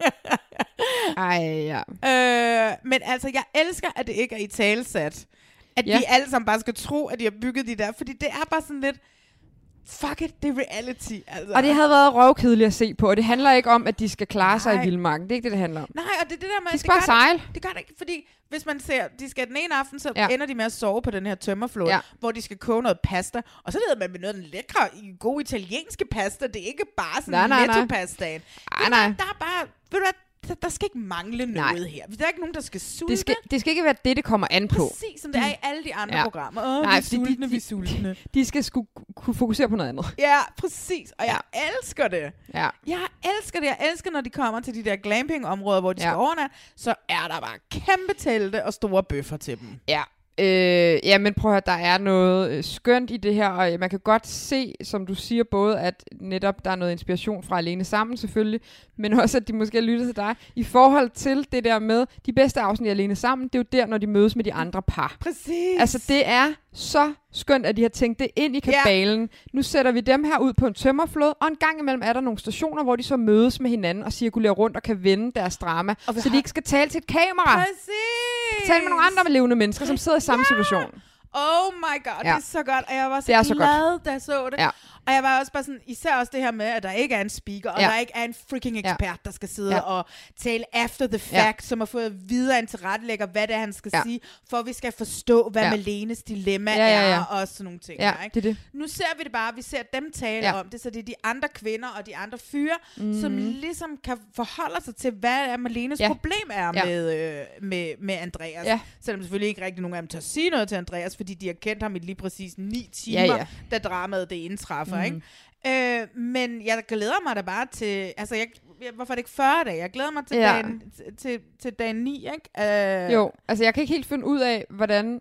Ej, ja. Men altså, jeg elsker, at det ikke er i talesat. At vi alle sammen bare skal tro, at de har bygget de der. Fordi det er bare sådan lidt... Fuck it, det er reality. Altså. Og det havde været røvkedeligt at se på, og det handler ikke om, at de skal klare sig i vildmarken. Det er ikke det, det handler om. Nej, og det er det der med... De skal bare sejle. Det gør det ikke, fordi hvis man ser, de skal den ene aften, så ender de med at sove på den her tømmerflod, hvor de skal koge noget pasta, og så leder man med noget af den lækre, gode italienske pasta. Det er ikke bare sådan netto-pastaen. Nej. Der er bare... Ved du hvad? Der skal ikke mangle noget her. Der er ikke nogen, der skal sulte. Det skal ikke være det kommer an på. Præcis, som det er i alle de andre programmer. Vi er sultne. De skal kunne fokusere på noget andet. Ja, præcis. Og jeg elsker det. Ja. Jeg elsker det. Jeg elsker, når de kommer til de der glamping-områder, hvor de skal overnatte, så er der bare kæmpe telte og store bøffer til dem. Ja. Ja, men prøv at høre, der er noget skønt i det her, og man kan godt se, som du siger, både at netop der er noget inspiration fra Alene Sammen selvfølgelig, men også at de måske lytter til dig, i forhold til det der med, de bedste afsnit Alene Sammen, det er jo der, når de mødes med de andre par. Præcis. Altså det er så skønt, at de har tænkt det ind i kabalen. Ja. Nu sætter vi dem her ud på en tømmerflod, og en gang imellem er der nogle stationer, hvor de så mødes med hinanden og cirkulerer rundt og kan vende deres drama, så de ikke skal tale til et kamera. Præcis. Tale med nogle andre levende mennesker, som sidder i samme situation. Oh my god, det er så godt. Og jeg var så glad, da jeg så det. Ja. Og jeg var også bare sådan, især også det her med, at der ikke er en speaker, og der ikke er en freaking ekspert, der skal sidde og tale after the fact, som har fået videre en tilrettelægger, hvad det er, han skal sige, for vi skal forstå, hvad Malenes dilemma er, og sådan nogle ting. Ikke? Det. Nu ser vi det bare, vi ser dem tale om det, så det er de andre kvinder og de andre fyre, som ligesom kan forholde sig til, hvad er Malenes problem er med Andreas. Ja. Selvom selvfølgelig ikke rigtig nogen af dem tør sige noget til Andreas, fordi de har kendt ham i lige præcis 9 timer, da dramaet det indtræffer. Ikke? Men jeg glæder mig da bare til... Altså, hvorfor er det ikke 40 dage? Jeg glæder mig til til dag 9, ikke? Jo, altså jeg kan ikke helt finde ud af, hvordan...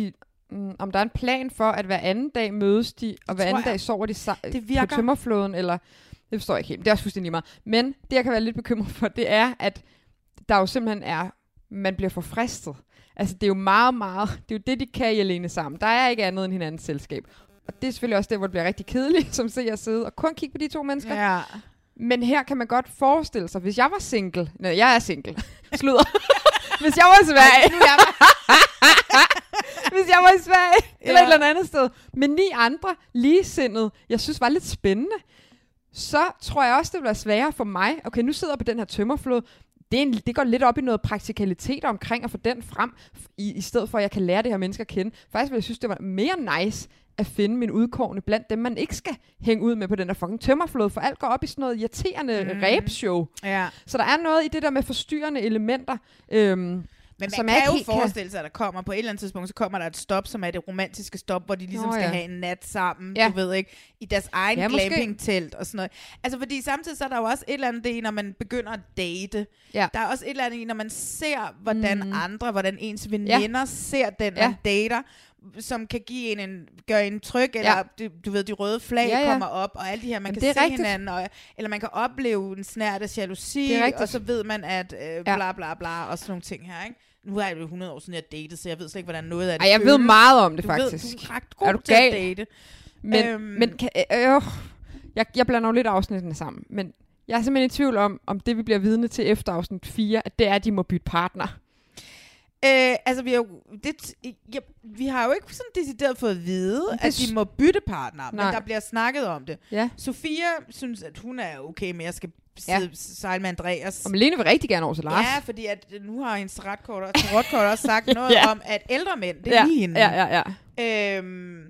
Om der er en plan for, at hver anden dag mødes de, og hver anden dag sover de på tømmerflåden, eller... Det forstår jeg ikke helt. Det er også fuldstændig meget. Men det, jeg kan være lidt bekymret for, det er, at der jo simpelthen er... Man bliver forfristet. Altså, det er jo meget, meget... Det er jo det, de kan i Alene Sammen. Der er ikke andet end hinandens selskab. Og det er selvfølgelig også det, hvor det bliver rigtig kedeligt, som ser jeg sidde og kun kigge på de to mennesker. Ja. Men her kan man godt forestille sig, hvis jeg var single... Nej, jeg er single. Slutter. Hvis jeg var i Sverige... Hvis jeg var i Sverige, eller eller andet sted. Med 9 andre ligesindede, jeg synes var lidt spændende. Så tror jeg også, det bliver sværere for mig. Okay, nu sidder jeg på den her tømmerflåde. Det går lidt op i noget praktikalitet omkring at få den frem, i stedet for, at jeg kan lære det her mennesker at kende. Faktisk vil jeg synes, det var mere nice at finde min udkårne blandt dem, man ikke skal hænge ud med på den der fucking tømmerflåde, for alt går op i sådan noget irriterende ræbshow. Ja. Så der er noget i det der med forstyrrende elementer, men man kan jo forestille sig, at der kommer på et eller andet tidspunkt, så kommer der et stop, som er det romantiske stop, hvor de ligesom skal have en nat sammen, du ved ikke, i deres egen glamping-telt og sådan noget. Altså fordi samtidig så er der jo også et eller andet det, når man begynder at date. Ja. Der er også et eller andet, når man ser, hvordan ens veninder ser den, man dater, som kan give gøre en tryg, eller du ved, de røde flag kommer op, og alle de her, man kan se hinanden, eller man kan opleve en snært af jalousi, og så ved man, at bla bla bla, og sådan nogle ting her, ikke? Nu er det jo 100 år siden, jeg datede, så jeg ved slet ikke, hvordan noget af det jeg ved meget om det, faktisk. Du er ret god til at date. Men jeg blander jo lidt afsnittene sammen, men jeg er simpelthen i tvivl om det, vi bliver vidne til efter afsnit 4, at det er, at de må bytte partner. Altså, vi har jo ikke sådan decideret fået at vide, at de må bytte partner, men der bliver snakket om det. Ja. Sofia synes, at hun er okay med at skal sejle med Andreas. Og Malene vil rigtig gerne over til Lars. Ja, fordi at nu har hendes tarotkort også sagt noget om, at ældre mænd, det er lige hende. Ja.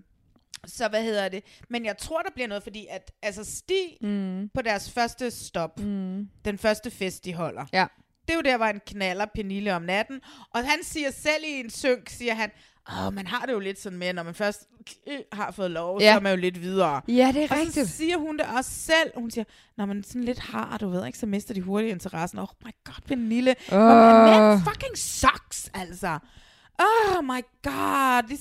Så hvad hedder det? Men jeg tror, der bliver noget, fordi at altså Stig på deres første stop, den første fest, de holder, det er jo der, hvor han knaller Pernille om natten, og han siger selv i en synk, siger han, man har det jo lidt sådan med, når man først har fået lov, så er man jo lidt videre. Ja, det er rigtigt. Og så siger hun det også selv. Hun siger, når man sådan lidt har, du ved ikke, så mister de hurtigt interessen. Oh my god, Pernille. Man fucking sucks, altså. Oh my god.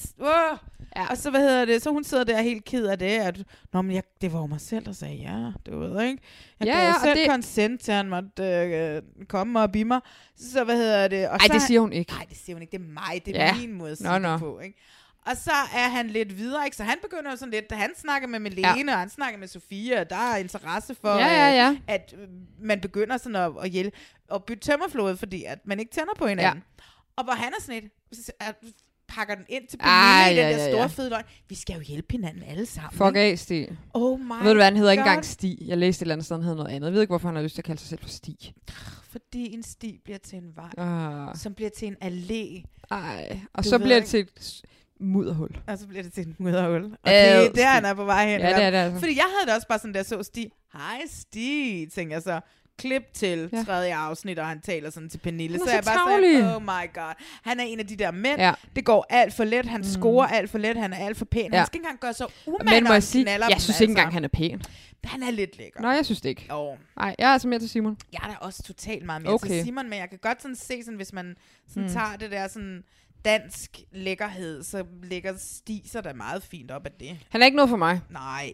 Og så, så hun sidder der helt ked af det, at det var jo mig selv, der sagde ja, det ved jeg ikke. Jeg gav selv consent til, at han måtte komme og bide mig. Så Ej, det siger hun ikke. Nej, det siger hun ikke. Det er mig. Det er min måde at sige det på, ikke? Og så er han lidt videre, ikke? Så han begynder jo sådan lidt, da han snakker med Malene, og han snakker med Sofia, der er interesse for, at man begynder sådan at hjælpe og bytte tømmerflåde, fordi at man ikke tænder på hinanden. Og hvor han er sådan lidt, pakker den ind til Pernille i den der store fede løgn. Vi skal jo hjælpe hinanden alle sammen. Fuck af, Stig. Oh my Ved du hvad, han hedder ikke engang Stig. Jeg læste et eller andet sted, han hedder noget andet. Jeg ved ikke, hvorfor han har lyst til at kalde sig selv for Stig. Fordi en sti bliver til en vej, som bliver til en allé. Og så bliver det til et mudderhul. Og så bliver det til et mudderhul. Og det er der, han er på vej hen. Ja, det er det altså. Fordi jeg havde det også bare sådan, der så Stig. Hej Stig, tænker jeg så. Klip til tredje afsnit, og han taler sådan til Pernille. Så jeg bare sådan, oh my god. Han er en af de der mænd. Ja. Det går alt for let. Han scorer alt for let. Han er alt for pæn. Han skal ikke engang gøre så umænd, men må jeg sige, jeg synes ikke engang, han er pæn. Han er lidt lækker. Nå, jeg synes det ikke. Nej, jeg er altså mere til Simon. Jeg er da også totalt meget mere til Simon, men jeg kan godt sådan se, sådan, hvis man sådan tager det der sådan dansk lækkerhed, så lægger Stig sig da meget fint op af det. Han er ikke noget for mig. Nej.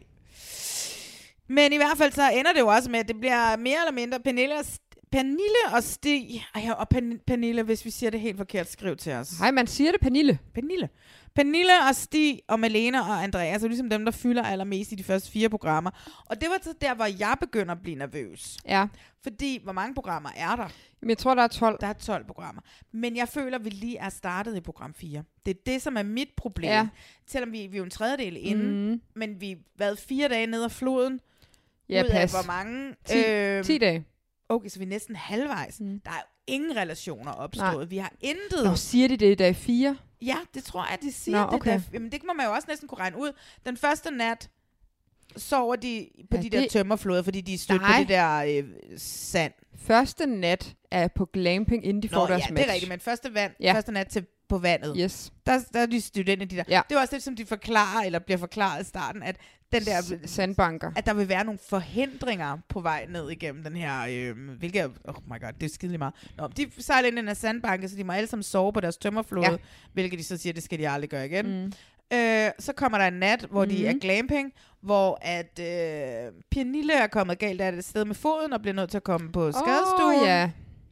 Men i hvert fald så ender det jo også med, at det bliver mere eller mindre Pernille og Stig. Og Pernille, hvis vi siger det helt forkert, skriv til os. Nej, man siger det Pernille. Pernille og Stig og Malene og Andreas er ligesom dem, der fylder allermest i de første 4 programmer. Og det var så der, hvor jeg begynder at blive nervøs. Ja. Fordi, hvor mange programmer er der? Jamen, jeg tror, der er 12. Der er 12 programmer. Men jeg føler, vi lige er startet i program 4. Det er det, som er mit problem. Ja. Selvom vi er jo en tredjedel inden, men vi har været 4 dage nede af floden. Ja, pas. Hvor mange? 10 dage. Okay, så vi er næsten halvvejs. Der er jo ingen relationer opstået. Nej. Vi har intet. Nå, siger de det i dag 4? Ja, det tror jeg, de siger. Nå, okay. Jamen, det må man jo også næsten kunne regne ud. Den første nat sover de på de der tømmerfloder, fordi de er stødt på det der sand. Første nat er på glamping, inden de får deres match. det er rigtigt, men første nat på vandet. Yes. Der er de stødt ind i de der. Ja. Det er også det, som de forklarer, eller bliver forklaret i starten, at den der sandbanker. At der vil være nogle forhindringer på vej ned igennem den her, hvilket oh my god, det er skidelig meget. Nå, de sejler ind i den her sandbanke, så de må alle sammen sove på deres tømmerflåde, hvilket de så siger, det skal de aldrig gøre igen. Så kommer der en nat, hvor de er glamping, hvor at Pernille er kommet galt af et sted med foden, og bliver nødt til at komme på skadestuen.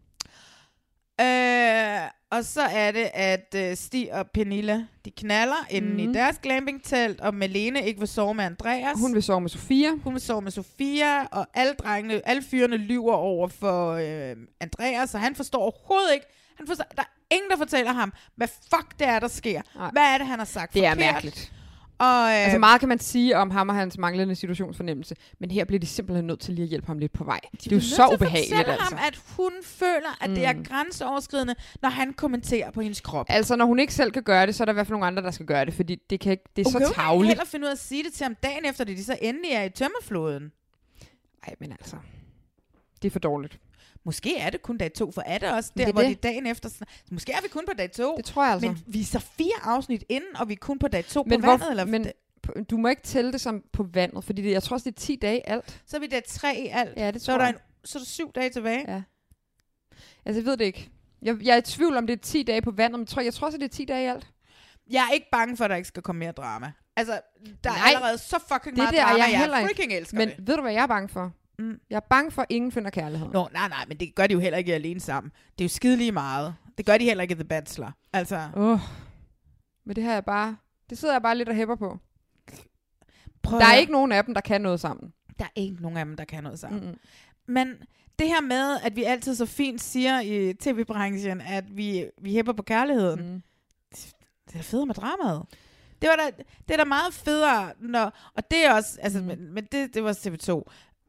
Og så er det, at Stig og Pernille, de knaller inde i deres glampingtelt, og Malene ikke vil sove med Andreas. Hun vil sove med Sofia. Og alle fyrene lyver over for Andreas, og han forstår overhovedet ikke. Der er ingen, der fortæller ham, hvad fuck det er, der sker. Nej. Hvad er det, han har sagt det forkert? Er mærkeligt. Og, altså meget kan man sige om ham og hans manglende situationsfornemmelse, men her bliver de simpelthen nødt til lige at hjælpe ham lidt på vej. Det er jo så ubehageligt, altså. Ham, at hun føler, at det er grænseoverskridende, når han kommenterer på hendes krop. Altså, når hun ikke selv kan gøre det, så er der i hvert fald nogle andre, der skal gøre det, fordi det, kan ikke, det er så tarveligt. Hun kan heller finde ud af at sige det til ham dagen efter, det de så endelig er i tømmerfloden. Ej, men altså, det er for dårligt. Måske er det kun dag 2, for er det også der, hvor de dagen efter... Måske er vi kun på dag 2. Det tror jeg altså. Men vi er så 4 afsnit inden, og vi er kun på dag 2 på vandet. Eller men du må ikke tælle det som på vandet, fordi jeg tror også, det er 10 dage i alt. Så er vi dag 3 i alt. Ja, det så er der 7 dage tilbage. Ja. Altså, jeg ved det ikke. Jeg er i tvivl om det er 10 dage på vandet, men jeg tror også, det er 10 dage i alt. Jeg er ikke bange for, at der ikke skal komme mere drama. Altså, der er allerede så fucking meget drama, jeg freaking elsker men det. Men ved du, hvad jeg er bange for? Jeg er bange for, at ingen finder kærlighed. Nå, nej, men det gør de jo heller ikke alene sammen. Det er jo skide lige meget. Det gør de heller ikke i The Bachelor. Altså. Men det her er bare... Det sidder jeg bare lidt og hæpper på. Der er ikke nogen af dem, der kan noget sammen. Der er ikke nogen af dem, der kan noget sammen. Men det her med, at vi altid så fint siger i tv-branchen, at vi hæpper på kærligheden. Det er fedt med dramaet. Det er da meget federe, og det er også, altså, men det var TV2.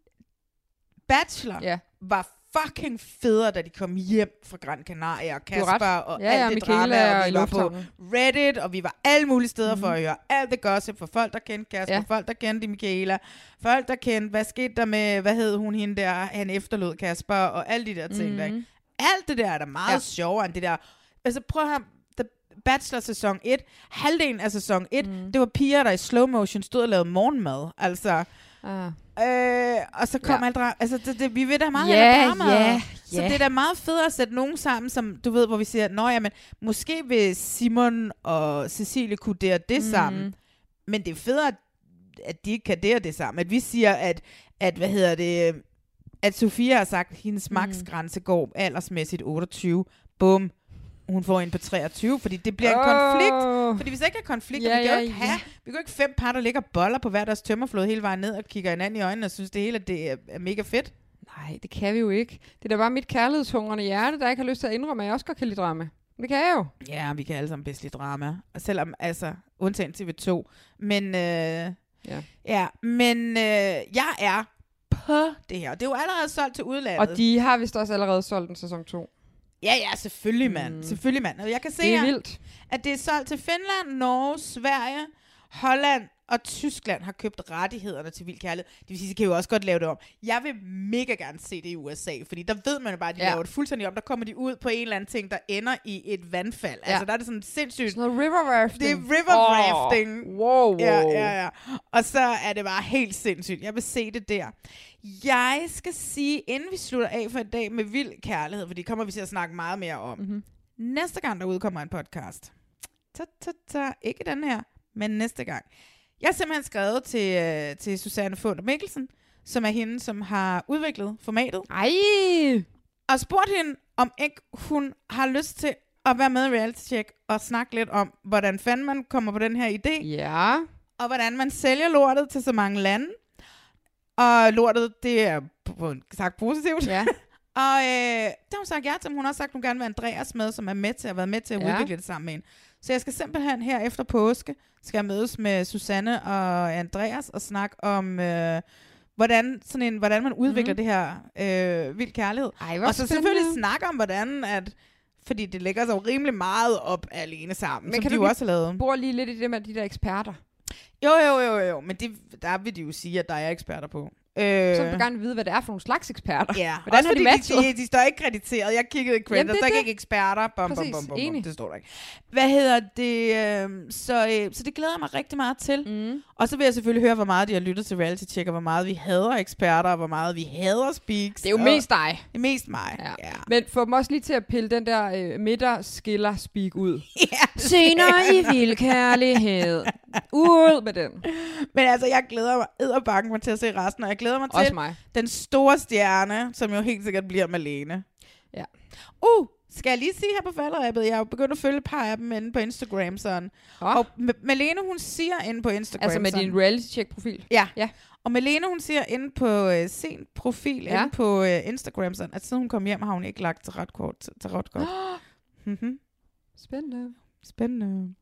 Bachelor var fucking federe, da de kom hjem fra Gran Canaria og Kasper og alt det drama, og vi var på Reddit, og vi var alle mulige steder for at høre alt det gossip for folk, der kendte Kasper, folk, der kendte Michaela, folk, der kendte, hvad skete der med, hvad hed hun hende der, han efterlod Kasper, og alle de der ting der, ikke? Alt det der er da meget sjovere end det der. Altså prøv at have The Bachelor sæson 1, halvdelen af sæson 1, det var piger, der i slow motion stod og lavede morgenmad, altså... og så kom alt drama. Altså, vi ved da meget drama. Så det er da meget federe at sætte nogen sammen, som du ved, hvor vi siger, nå ja, men måske vil Simon og Cecilie kunne det sammen. Men det er federe, at de ikke kan det sammen. At vi siger, at Sofia har sagt, at hendes maksgrænse går aldersmæssigt 28. Bum. Hun får en på 23, fordi det bliver en konflikt. Fordi hvis der ikke er konflikt, vi kan jo ikke have... Vi kan jo ikke 5 par, der ligger boller på hver deres tømmerflod hele vejen ned og kigger hinanden i øjnene og synes, det hele det er mega fedt. Nej, det kan vi jo ikke. Det er da bare mit kærlighedshungrende hjerte, der ikke har lyst til at indrømme, at jeg også godt kan lide drama. Det kan jeg jo. Ja, vi kan alle sammen bedst lide drama. Og selvom, altså, undtagen TV2. Men, jeg er på det her. Det er jo allerede solgt til udlandet. Og de har vist også allerede solgt en sæson 2. Ja, selvfølgelig, mand. Selvfølgelig, mand. Jeg kan se her, at det er solgt til Finland, Norge, Sverige, Holland og Tyskland har købt rettighederne til Vild Kærlighed. Det vil sige, de kan jo også godt lave det om. Jeg vil mega gerne se det i USA, fordi der ved man jo bare, at de laver det fuldstændig om. Der kommer de ud på en eller anden ting, der ender i et vandfald. Ja. Altså, der er det sådan sindssygt... Sådan noget river rafting. Det er river rafting. Wow. Ja. Og så er det bare helt sindssygt. Jeg vil se det der. Jeg skal sige, inden vi slutter af for i dag med Vild Kærlighed, for det kommer vi til at snakke meget mere om. Næste gang, der udkommer en podcast. Ikke den her, men næste gang. Jeg har simpelthen skrevet til Susanne Funder Mikkelsen, som er hende, som har udviklet formatet. Og spurgt hende, om ikke hun har lyst til at være med i Reality Check og snakke lidt om, hvordan fanden man kommer på den her idé. Ja. Og hvordan man sælger lortet til så mange lande. Og lortet, det er sagt positivt. Ja. Og det har hun sagt ja til. Hun har også sagt, at hun gerne vil Andreas med, som er med til at være med til at udvikle det sammen med hende. Så jeg skal simpelthen her efter påske, skal jeg mødes med Susanne og Andreas og snakke om, hvordan man udvikler det her Vild Kærlighed. Og så selvfølgelig snakke om, hvordan fordi det lægger sig jo rimelig meget op alene sammen. Men kan de jo også have lavet. Bor lige lidt i det med de der eksperter. Jo. Men der vil de jo sige, at der er eksperter på. Så vil du gerne vide, hvad det er for nogle slags eksperter. Ja, hvordan har de matchet? De står ikke krediteret. Jeg kiggede i credits, der er ikke eksperter. Bum. Det står der ikke. Hvad hedder det? Så det glæder jeg mig rigtig meget til. Og så vil jeg selvfølgelig høre, hvor meget de har lyttet til Reality Check, og hvor meget vi hader eksperter, og hvor meget vi hader speaks. Det er jo mest dig. Det er mest mig, ja. Men få dem også lige til at pille den der midterskiller speak ud. Senere i Vild Kærlighed. Ud med den. Men altså, jeg glæder mig edderbakken til at se resten, og jeg glæder mig til den store stjerne, som jo helt sikkert bliver Malene. Ja. Skal jeg lige sige her på falderæbet, jeg har jo begyndt at følge et par af dem inde på Instagram sådan. Og Malene, hun siger inde på Instagram altså med sådan, din reality check profil? Ja. Og Malene, hun siger inde på sin profil inde på Instagram sådan, at siden hun kom hjem, har hun ikke lagt til ret kort. Spændende.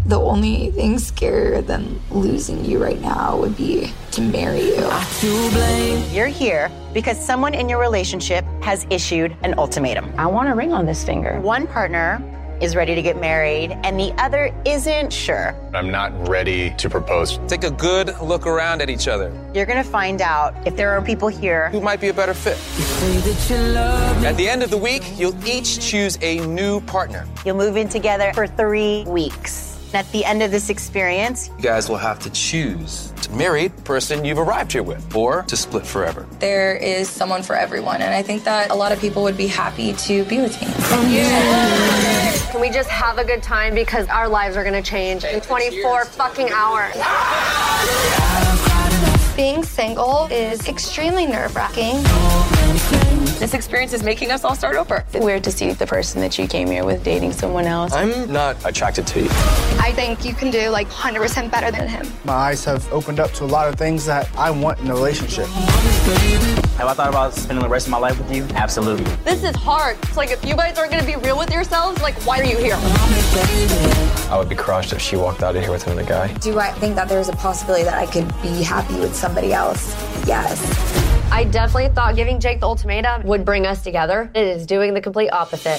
The only thing scarier than losing you right now would be to marry you. You're here because someone in your relationship has issued an ultimatum. I want a ring on this finger. One partner is ready to get married and the other isn't sure. I'm not ready to propose. Take a good look around at each other. You're gonna find out if there are people here who might be a better fit. At the end of the week, you'll each choose a new partner. You'll move in together for 3 weeks. At the end of this experience, You guys will have to choose to marry the person you've arrived here with, or to split forever. There is someone for everyone, and I think that a lot of people would be happy to be with me. Can we just have a good time because our lives are gonna change in 24 fucking hours? Being single is extremely nerve-wracking. This experience is making us all start over. it's weird to see the person that you came here with dating someone else. I'm not attracted to you. I think you can do like 100% better than him. My eyes have opened up to a lot of things that I want in a relationship. Have I thought about spending the rest of my life with you? Absolutely. This is hard. It's like if you guys aren't gonna be real with yourselves, like why are you here? I would be crushed if she walked out of here with another guy. Do I think that there's a possibility that I could be happy with somebody else? Yes. I definitely thought giving Jake the ultimatum would bring us together. It is doing the complete opposite.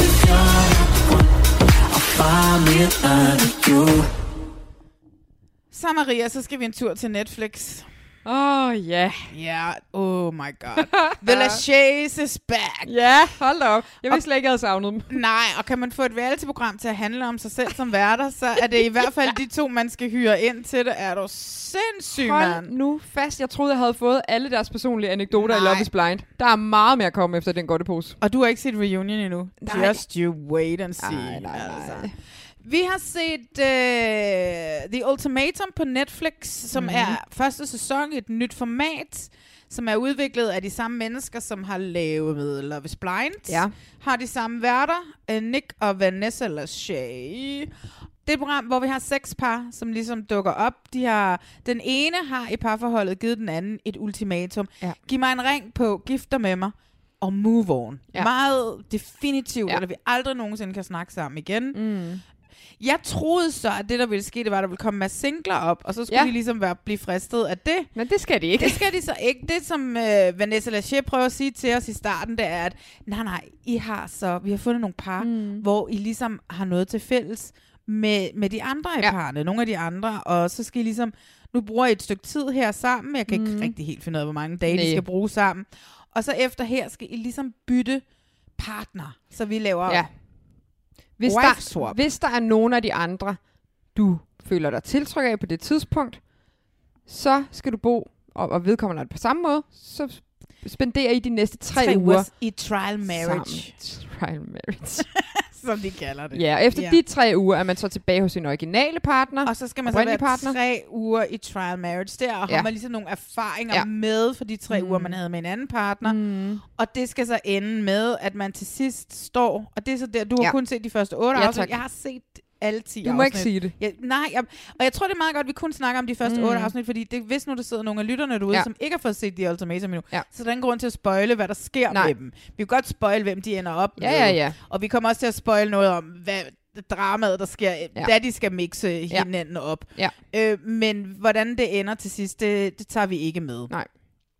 Så Maria, så skal vi en tur til Netflix. Ja. Ja, oh my god. The Lachey's is back. Ja, hold da op. Jeg vidste slet ikke, jeg havde savnet dem. Nej, og kan man få et reality-program til at handle om sig selv som værter, så er det i hvert fald de 2, man skal hyre ind til det. Er du sindssyg, mand? Hold nu fast. Jeg troede, jeg havde fået alle deres personlige anekdoter i Love is Blind. Der er meget mere at komme efter den godtepose. Og du har ikke set Reunion endnu? Nej. Just you wait and see. Nej. Altså. Vi har set The Ultimatum på Netflix, som er første sæson, et nyt format, som er udviklet af de samme mennesker, som har lavet med Love is Blind. Ja. Har de samme værter, Nick og Vanessa Lachey. Det er et program, hvor vi har 6 par, som ligesom dukker op. Den ene har i parforholdet givet den anden et ultimatum. Ja. Giv mig en ring på, gift dig med mig, og move on. Ja. Meget definitivt, eller vi aldrig nogensinde kan snakke sammen igen. Jeg troede så, at det, der ville ske, det var, at der ville komme masse singler op, og så skulle de ligesom blive fristet af det. Men det skal de ikke. Det skal de så ikke. Det, som Vanessa Lachey prøver at sige til os i starten, det er, at nej, vi har fundet nogle par, hvor I ligesom har noget til fælles med de andre i parerne, nogle af de andre, og så skal I ligesom, nu bruger I et stykke tid her sammen, jeg kan ikke rigtig helt finde ud af, hvor mange dage de skal bruge sammen, og så efter her skal I ligesom bytte partner, så vi laver Hvis der er nogen af de andre, du føler dig tiltrykket af på det tidspunkt, så skal du bo, og vedkommende er på samme måde, så spenderer I de næste 3 uger i trial marriage. Trial marriage. Som de kalder det. Ja, og efter de 3 uger er man så tilbage hos sin originale partner. Og så skal man så være 3 uger i trial marriage der, og har man ligesom nogle erfaringer med for de 3 uger, man havde med en anden partner. Og det skal så ende med, at man til sidst står, og det er så der, du har kun set de første 8 afsnit. Jeg har set alle 10 afsnit. Du må ikke sige det. Og jeg tror, det er meget godt, at vi kun snakker om de første 8 afsnit, fordi hvis nu der sidder nogle af lytterne derude, som ikke har fået set The Ultimatum endnu, så der er ingen grund til at spoile, hvad der sker med dem. Vi kan godt spoile, hvem de ender op med. Ja. Og vi kommer også til at spoile noget om, hvad dramaet, der sker, da de skal mixe hinanden op. Men hvordan det ender til sidst, det tager vi ikke med. Nej.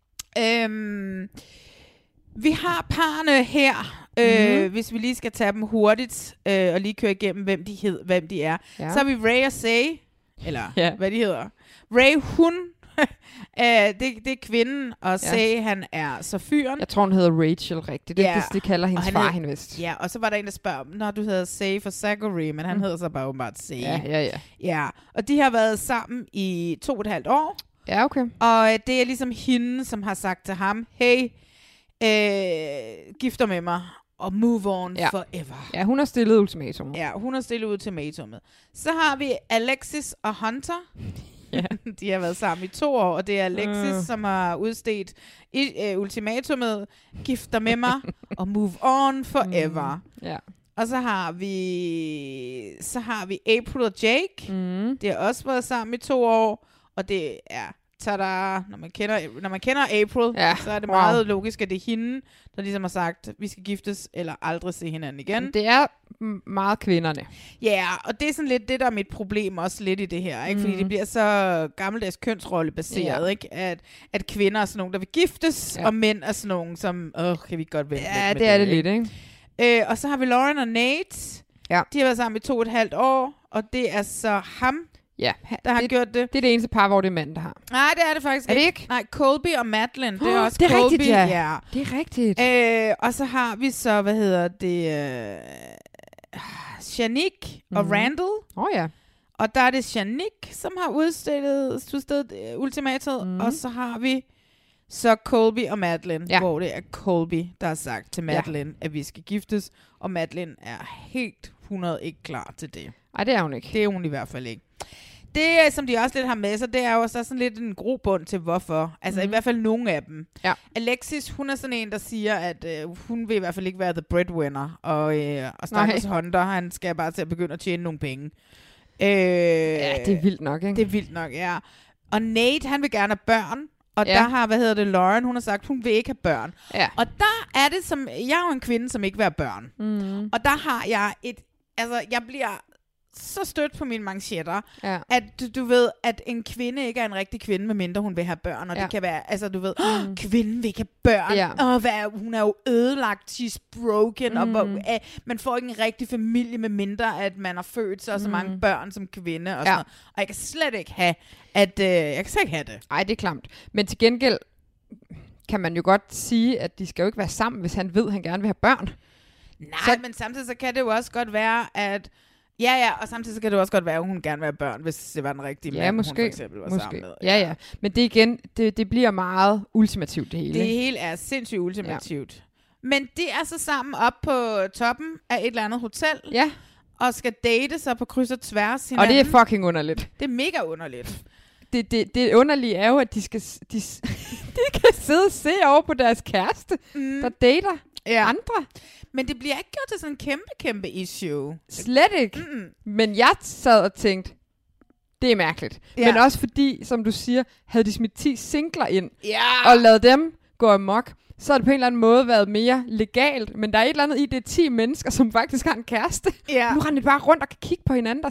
Vi har parne her, hvis vi lige skal tage dem hurtigt, og lige køre igennem, hvem de er. Så har vi Ray og Say, eller hvad de hedder. Ray, hun, det er kvinden, og Say, han er så fyren. Jeg tror, hun hedder Rachel rigtigt. Det kalder hendes far hende vist. Ja, og så var der en, der spørger, når du hedder Say for Zachary, men han hedder så bare åbenbart Say. Ja, og de har været sammen i 2,5 år. Ja, okay. Og det er ligesom hende, som har sagt til ham, hey, gifter med mig og move on forever. Ja, hun har stillet ultimatum. Ja, hun har stillet ultimatummet. Så har vi Alexis og Hunter. De har været sammen i 2 år, og det er Alexis, som har udstedt ultimatummet, gifter med mig og move on forever. Og så har vi April og Jake. Det har også været sammen i 2 år, og det er tada, når man kender April, så er det meget logisk, at det er hende, der ligesom har sagt, vi skal giftes eller aldrig se hinanden igen. Det er meget kvinderne. Ja, og det er sådan lidt det, der er mit problem også lidt i det her, ikke? Fordi det bliver så gammeldags kønsrollebaseret, ikke? At kvinder er sådan nogen, der vil giftes, og mænd er sådan nogen, som, kan vi godt vente lidt med det er det lidt, ikke? Og så har vi Lauren og Nate. Ja. De har været sammen i 2,5 år, og det er så ham, der har gjort det. Det er det eneste par, hvor det er mand, der har. Nej, det er det faktisk ikke. Nej, Colby og Madeline, det er også det er Colby. Rigtigt, ja. Det er rigtigt. Og så har vi så, Shanique og Randall. Ja. Og der er det Shanique, som har udstedet ultimatet, og så har vi så Colby og Madeline, hvor det er Colby, der har sagt til Madeline, at vi skal giftes, og Madeline er helt 100 ikke klar til det. Nej, det er hun ikke. Det er hun i hvert fald ikke. Det, som de også lidt har med sig, det er jo så sådan lidt en grobund til hvorfor. Altså i hvert fald nogle af dem. Ja. Alexis, hun er sådan en, der siger, at hun vil i hvert fald ikke være the breadwinner. Og stakkels Hunter, han skal bare til at begynde at tjene nogle penge. Ja, det er vildt nok, ikke? Det er vildt nok, ja. Og Nate, han vil gerne have børn. Og der har, Lauren, hun har sagt, hun vil ikke have børn. Ja. Og der er det som, jeg er jo en kvinde, som ikke vil have børn. Og der har jeg jeg bliver så stødt på mine manchetter, at du ved, at en kvinde ikke er en rigtig kvinde, medmindre hun vil have børn, og det kan være, altså du ved, kvinden vil ikke have børn, og hun er jo ødelagt, she's broken, og man får ikke en rigtig familie, medmindre at man har født så mange børn som kvinde, og sådan noget. Og jeg kan slet ikke have, det. Ej, det er klamt. Men til gengæld kan man jo godt sige, at de skal jo ikke være sammen, hvis han ved, at han gerne vil have børn. Nej, men samtidig så kan det jo også godt være, at og samtidig så kan det også godt være, at hun gerne vil have børn, hvis det var den rigtige mand, hun for eksempel var sammen med. Ja. Men det igen, det bliver meget ultimativt, det hele. Det hele er sindssygt ultimativt. Ja. Men de er så sammen op på toppen af et eller andet hotel. Ja. Og skal date sig på kryds og tværs hinanden. Og det er fucking underligt. Det er mega underligt. Det underlige er jo, at de kan sidde og se over på deres kæreste, der dater andre. Men det bliver ikke gjort til sådan en kæmpe issue. Slet ikke. Men jeg sad og tænkte, det er mærkeligt. Ja. Men også fordi, som du siger, havde de smidt 10 singler ind, og lavet dem gå amok, så har det på en eller anden måde været mere legalt. Men der er et eller andet i, det er 10 mennesker, som faktisk har en kæreste. Ja. Nu render de bare rundt og kan kigge på hinanden.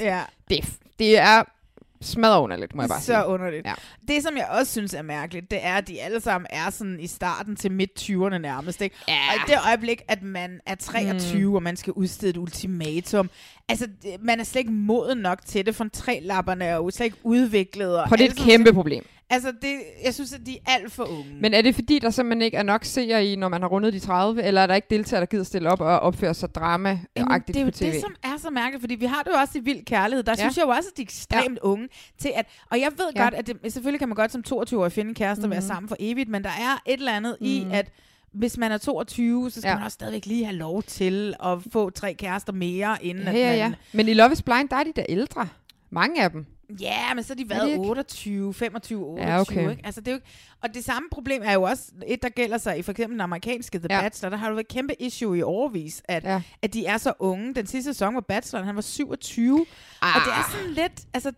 Det er smadret underligt, må jeg bare sige. Så underligt. Ja. Det, som jeg også synes er mærkeligt, det er, at de alle sammen er sådan i starten til midt-20'erne nærmest. Ikke? Ja. Og i det øjeblik, at man er 23, og man skal udstede et ultimatum, altså, man er slet ikke moden nok til det, for 3-lapperne er jo slet ikke udviklet. Og det er et kæmpe problem. Altså, jeg synes, at de er alt for unge. Men er det fordi, der simpelthen ikke er nok seere i, når man har rundet de 30, eller er der ikke deltagere, der gider stille op og opføre sig drama-agtigt på TV? Det er jo det, som er så mærkeligt, fordi vi har det jo også i Vild Kærlighed. Der synes jeg jo også, at de er ekstremt unge til at... Og jeg ved godt, at selvfølgelig kan man godt som 22-årig finde en kæreste og være sammen for evigt, men der er et eller andet i, at hvis man er 22, så skal man også stadigvæk lige have lov til at få 3 kærester mere, inden at man... Men i Love is Blind, der er de der ældre. Mange af dem. Ja, men så har de været 28, 25, 28, ikke? Altså, det er jo ikke... Og det samme problem er jo også et, der gælder sig i for eksempel den amerikanske The Bachelor. Der har jo været et kæmpe issue i årevis, at de er så unge. Den sidste sæson var Bachelor, han var 27. Og det er sådan lidt... Altså,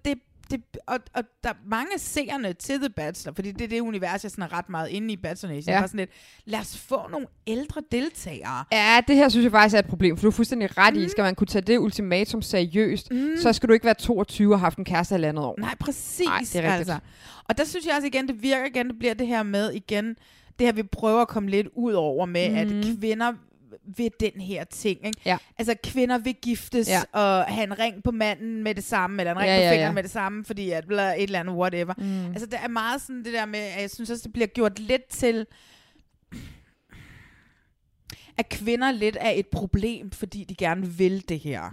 og der er mange seerne til The Bachelor, fordi det er det univers, jeg sådan er ret meget inde i Bachelor Nation. Ja. Sådan lidt, lad os få nogle ældre deltagere. Ja, det her synes jeg faktisk er et problem, for du er fuldstændig ret i. Skal man kunne tage det ultimatum seriøst, så skal du ikke være 22 og have haft en kæreste halvandet år. Nej, præcis. Nej, det er altså. Og der synes jeg også igen, det virker igen, det bliver det her med igen, det her vi prøver at komme lidt ud over med, at kvinder ved den her ting, ikke? Ja. Altså kvinder vil giftes og have en ring på manden med det samme, eller en ring på fingeren med det samme, fordi at et eller andet whatever. Altså der er meget sådan det der med, at jeg synes også, det bliver gjort lidt til, at kvinder lidt er et problem, fordi de gerne vil det her.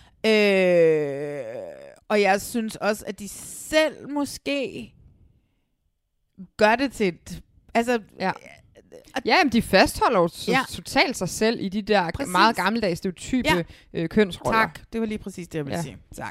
Og jeg synes også, at de selv måske gør det til et... Altså... Ja, men de fastholder jo totalt sig selv i de der meget gammeldags stereotype kønsroller. Tak, det var lige præcis det, jeg ville sige. Tak.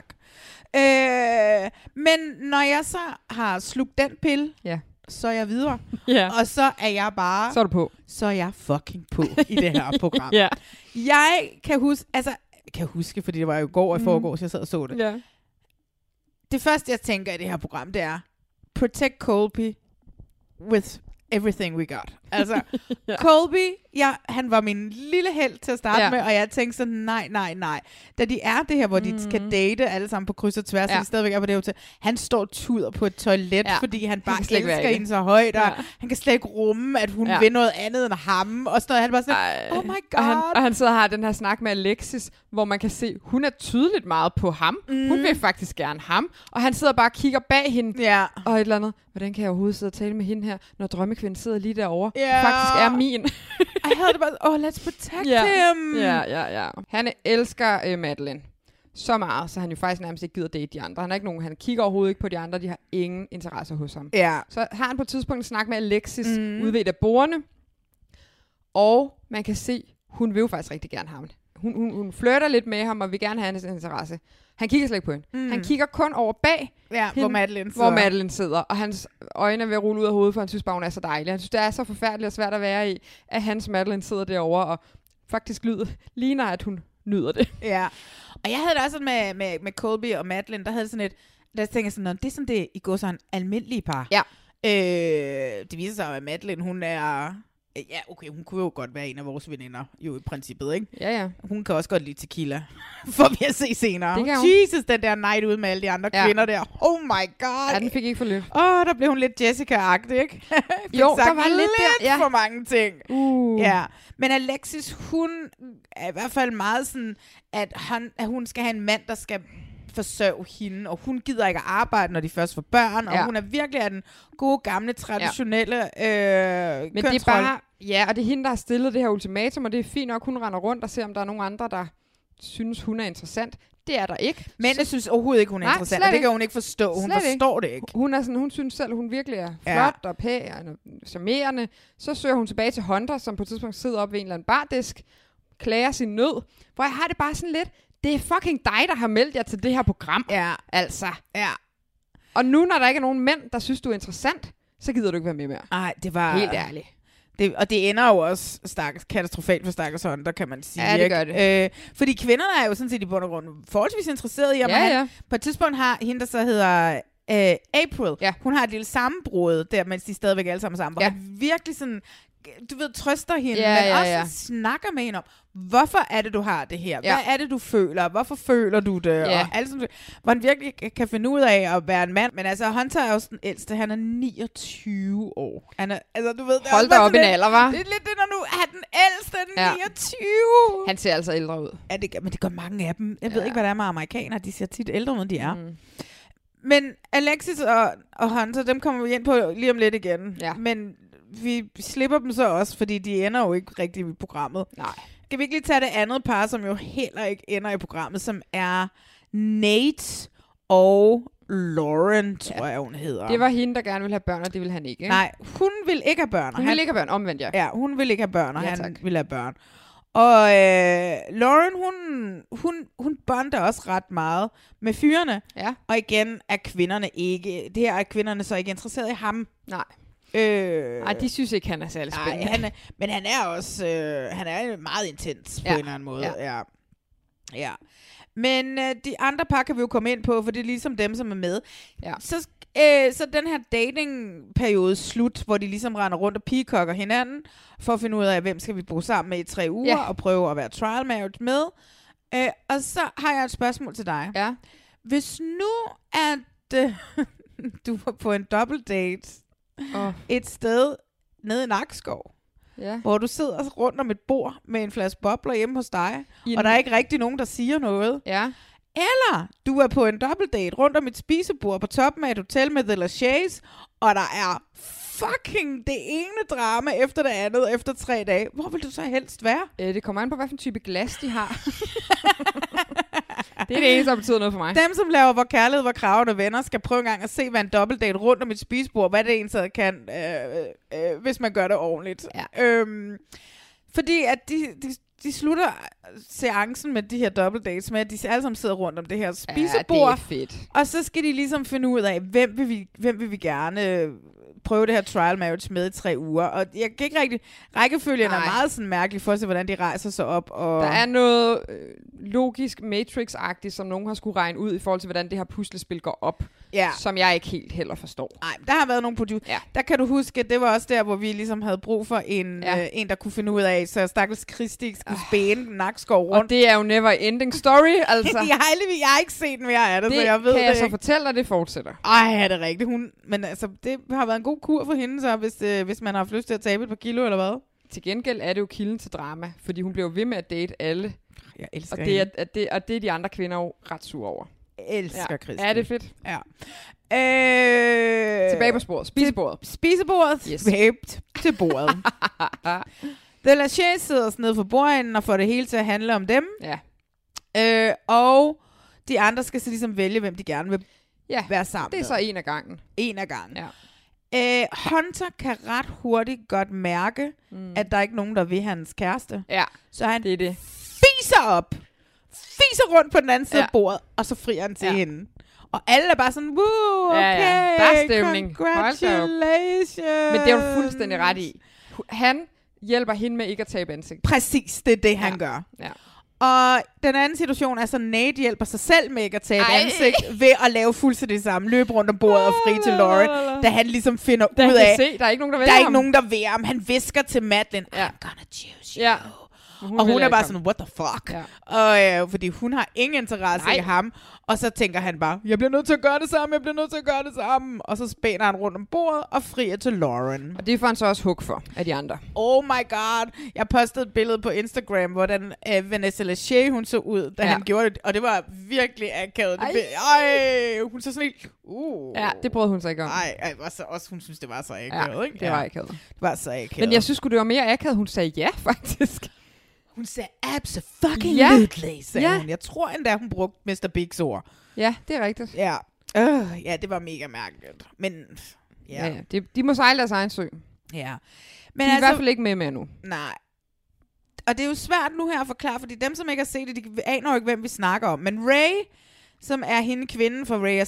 Men når jeg så har slugt den pille, så er jeg videre. Og så er jeg bare... Så er du på. Så er jeg fucking på i det her program. Jeg kan huske, fordi det var jo i går og i forgårs, jeg sad og så det. Det første, jeg tænker i det her program, det er, protect Colby with everything we got. Altså, Colby, han var min lille held til at starte med, og jeg tænkte sådan, nej. Da de er det her, hvor de skal date alle sammen på kryds og tværs, så de stadigvæk er på det hotel. Han står tuder på et toilet, fordi han bare elsker hende så højt, og han kan slet ikke rumme, at hun vil noget andet end ham, og sådan noget. Han bare sådan, oh my god. Og han sidder og har den her snak med Alexis, hvor man kan se, hun er tydeligt meget på ham. Hun vil faktisk gerne ham, og han sidder bare og kigger bag hende, og et eller andet. Hvordan kan jeg overhovedet sidde og tale med hende her, når drømmekvinden sidder lige derovre? Faktisk er min. Jeg havde det bare, let's protect him. Ja. Han elsker Madeline så meget, så han jo faktisk nærmest ikke gider date de andre. Han kigger overhovedet ikke på de andre, de har ingen interesse hos ham. Ja. Så har han på et tidspunkt en snak med Alexis ude ved et af bordene, og man kan se, hun vil jo faktisk rigtig gerne ham. Hun flirter lidt med ham, og vil gerne have hans interesse. Han kigger slet ikke på hende. Han kigger kun over bag hende, hvor Madeline sidder. Og hans øjne er ved at rulle ud af hovedet, for han synes bare, hun er så dejlig. Han synes, det er så forfærdeligt og svært at være i, at hans Madeline sidder derovre og faktisk ligner, at hun nyder det. Ja, og jeg havde det også sådan med Colby og Madeline, der havde sådan et, der tænkte jeg sådan, det er sådan det, I går sådan almindelige par. Ja. Det viser sig, at Madeline, hun er... Ja, okay, hun kunne jo godt være en af vores veninder, jo i princippet, ikke? Ja. Hun kan også godt lide tequila, får vi at se senere. Det Jesus, den der night ude med alle de andre kvinder der. Oh my god. Ja, den fik ikke for lidt. Der blev hun lidt Jessica-agtig, ikke? Jo, der var lidt for mange ting. Ja, men Alexis, hun er i hvert fald meget sådan, at hun skal have en mand, der skal forsørge hende, og hun gider ikke at arbejde, når de først får børn, og hun er virkelig af den gode, gamle, traditionelle men det er bare, og det er hende, der har stillet det her ultimatum, og det er fint nok, hun render rundt og ser, om der er nogen andre, der synes, hun er interessant. Det er der ikke. Men jeg synes overhovedet ikke, hun er interessant, og det kan hun ikke forstå. Hun forstår det ikke. Hun synes selv, hun virkelig er flot og pæn og charmerende. Så søger hun tilbage til Hunter, som på et tidspunkt sidder op ved en eller anden bardisk, klager sin nød, hvor jeg har det bare sådan lidt, det er fucking dig, der har meldt jer til det her program. Ja. Altså. Ja. Og nu, når der ikke er nogen mænd, der synes, du er interessant, så gider du ikke være med mere. Nej, det var... Helt ærligt. Og det ender jo også katastrofalt for stakkels Hunter, kan man sige. Ja, det gør det. Fordi kvinderne er jo sådan set i bund og grund forholdsvis interesserede i ham. Ja. På et tidspunkt har hende, der så hedder April, hun har et lille sammenbrud der, mens de stadigvæk alle sammen, hvor han virkelig sådan... Du ved, trøster hende, men også snakker med hende om, hvorfor er det, du har det her? Hvad er det, du føler? Hvorfor føler du det? Og alt sådan, hvor han virkelig kan finde ud af at være en mand. Men altså, Hunter er også den ældste. Han er 29 år. Han er, altså, du ved, hold da op i en alder, hva'? Det er lidt det, når nu er den ældste 29. Han ser altså ældre ud. Ja, men det gør mange af dem. Jeg ved ikke, hvad det er med amerikanere. De ser tit ældre ud, end de er. Men Alexis og Hunter, dem kommer vi ind på lige om lidt igen. Ja. Men vi slipper dem så også, fordi de ender jo ikke rigtig i programmet. Nej. Kan vi ikke lige tage det andet par, som jo heller ikke ender i programmet, som er Nate og Lauren, tror jeg, hun hedder. Det var hende, der gerne ville have børn, og det ville han ikke. Nej, hun vil ikke have børn. Hun vil ikke have børn, omvendt Ja, hun vil ikke have børn, og han vil have børn. Og Lauren, hun bonder også ret meget med fyrene. Ja. Og igen er kvinderne ikke... Det her er kvinderne så ikke interesseret i ham. Nej. De synes ikke, han er særlig spændende. Men han er også han er meget intens på en eller anden måde. Ja. Men de andre par kan vi jo komme ind på, for det er ligesom dem, som er med. Ja. Så den her datingperiode slut, hvor de ligesom render rundt og peacocker hinanden, for at finde ud af, hvem skal vi bo sammen med i 3 uger, og prøve at være trial marriage med. Og så har jeg et spørgsmål til dig. Ja. Hvis nu, at du var på en double date et sted nede i Nakskov, hvor du sidder rundt om et bord med en flaske bobler hjemme hos dig, og der er ikke rigtig nogen, der siger noget. Ja. Eller du er på en double date rundt om et spisebord på toppen af et hotel med The Lachey's, og der er fucking det ene drama efter det andet efter 3 dage. Hvor vil du så helst være? Det kommer an på, hvad for en type glas de har. Det er det eneste, der betyder noget for mig. Dem, som laver Hvor Kærlighed, Hvor Kragerne Venner, skal prøve en gang at se, hvad en double date rundt om et spisebord, hvad det egentlig kan, hvis man gør det ordentligt. Ja. Fordi at de slutter seancen med de her double dates med, at de alle sammen sidder rundt om det her spisebord. Ja, det er fedt. Og så skal de ligesom finde ud af, hvem vil vi gerne prøve det her trial marriage med i 3 uger. Og jeg kan ikke rigtig... Rækkefølgen er meget sådan mærkelig for at se, hvordan de rejser sig op. Og der er noget logisk Matrix-agtigt, som nogen har skulle regne ud i forhold til, hvordan det her puslespil går op. Ja. Som jeg ikke helt heller forstår. Nej, der har været nogle producer. Ja. Der kan du huske, det var også der, hvor vi ligesom havde brug for en, der kunne finde ud af, så stakkels Kristi skulle spæne Nakskov rundt. Og det er jo never ending story, altså. jeg har ikke set mere af det, så jeg ved kan det jeg så ikke. fortælle, at det fortsætter. Ej, er det rigtigt. Men altså, det har været en god kur for hende, så hvis man har haft lyst til at tabe et par kilo, eller hvad? Til gengæld er det jo kilden til drama, fordi hun bliver ved med at date alle. Jeg elsker hende. Og det er de andre kvinder jo ret sure over. Elsker Kristi. Er det fedt? Ja. Tilbage på sporet. Spisebordet. Spisebordet. Yes. Svæbt til bordet. The Lachey sidder nede for bordenden og får det hele til at handle om dem. Ja. Og de andre skal så ligesom vælge, hvem de gerne vil være sammen med. Det er så en af gangen. En af gangen. Ja. Hunter kan ret hurtigt godt mærke, at der er ikke nogen, der vil hans kæreste. Ja, så han det. fiser rundt på den anden side af bordet, og så frier han til hende. Og alle er bare sådan, woo, okay, der er stemning. Congratulations. Men det er jo fuldstændig ret i. Han hjælper hende med ikke at tabe ansigt. Præcis, det er det, han gør. Ja. Og den anden situation er så, Nate hjælper sig selv med ikke at tabe ansigt ved at lave fuldstændig det samme. Løbe rundt om bordet og fri til Lauren, da han ligesom finder ud af, der er ikke nogen, der vil ham. Der er ikke nogen, der vil ham. Han visker til Madeline, I'm gonna choose you. Ja. Og hun er bare sådan, what the fuck? Ja. Og fordi hun har ingen interesse i ham. Og så tænker han bare, jeg bliver nødt til at gøre det sammen. Og så spænder han rundt om bordet og frier til Lauren. Og det får han så også hug for af de andre. Oh my god. Jeg postede et billede på Instagram, hvordan Vanessa Lachey, hun så ud, da han gjorde det. Og det var virkelig akavet. Hun så sådan helt... Ja, det brød hun sig ikke om. Ej, også hun synes, det var så akavet, ikke? Det var akavet. Det var så akavet. Men jeg synes det var mere akavet, hun sagde ja, faktisk. Hun sagde absolutely, sagde hun. Jeg tror endda, hun brugte Mr. Bigs ord. Ja, det er rigtigt. Ja, det var mega mærkeligt. Men de må sejle deres egen sø. Ja. Men de er i hvert fald ikke med mere nu. Nej. Og det er jo svært nu her at forklare, fordi dem, som ikke har set det, de aner jo ikke, hvem vi snakker om. Men Ray, som er hende kvinden for Ray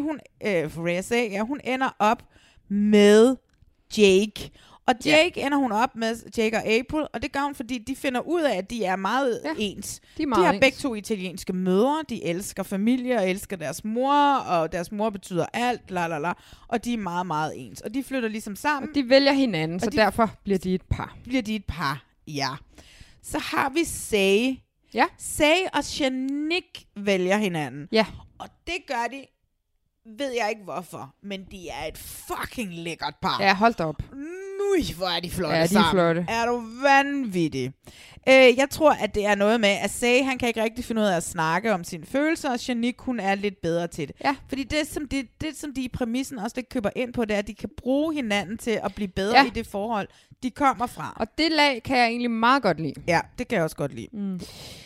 Asay, hun ender op med Jake. Og Jake ender hun op med, Jake og April, og det gør hun, fordi de finder ud af, at de er meget ens. De har begge to italienske mødre, de elsker familie og elsker deres mor, og deres mor betyder alt, og de er meget, meget ens. Og de flytter ligesom sammen. Og de vælger hinanden, så derfor bliver de et par. Ja. Så har vi Say. Ja. Say og Shanique vælger hinanden. Ja. Og det gør de, ved jeg ikke hvorfor, men de er et fucking lækkert par. Ja, hold da op. Hvor er de flotte sammen. Flotte. Er du vanvittig? Jeg tror, at det er noget med, at Say, han kan ikke rigtig finde ud af at snakke om sine følelser, og Shanique, hun er lidt bedre til det. Ja. Fordi det, som de i præmissen også lidt køber ind på, det er, at de kan bruge hinanden til at blive bedre i det forhold, de kommer fra. Og det lag kan jeg egentlig meget godt lide. Ja, det kan jeg også godt lide.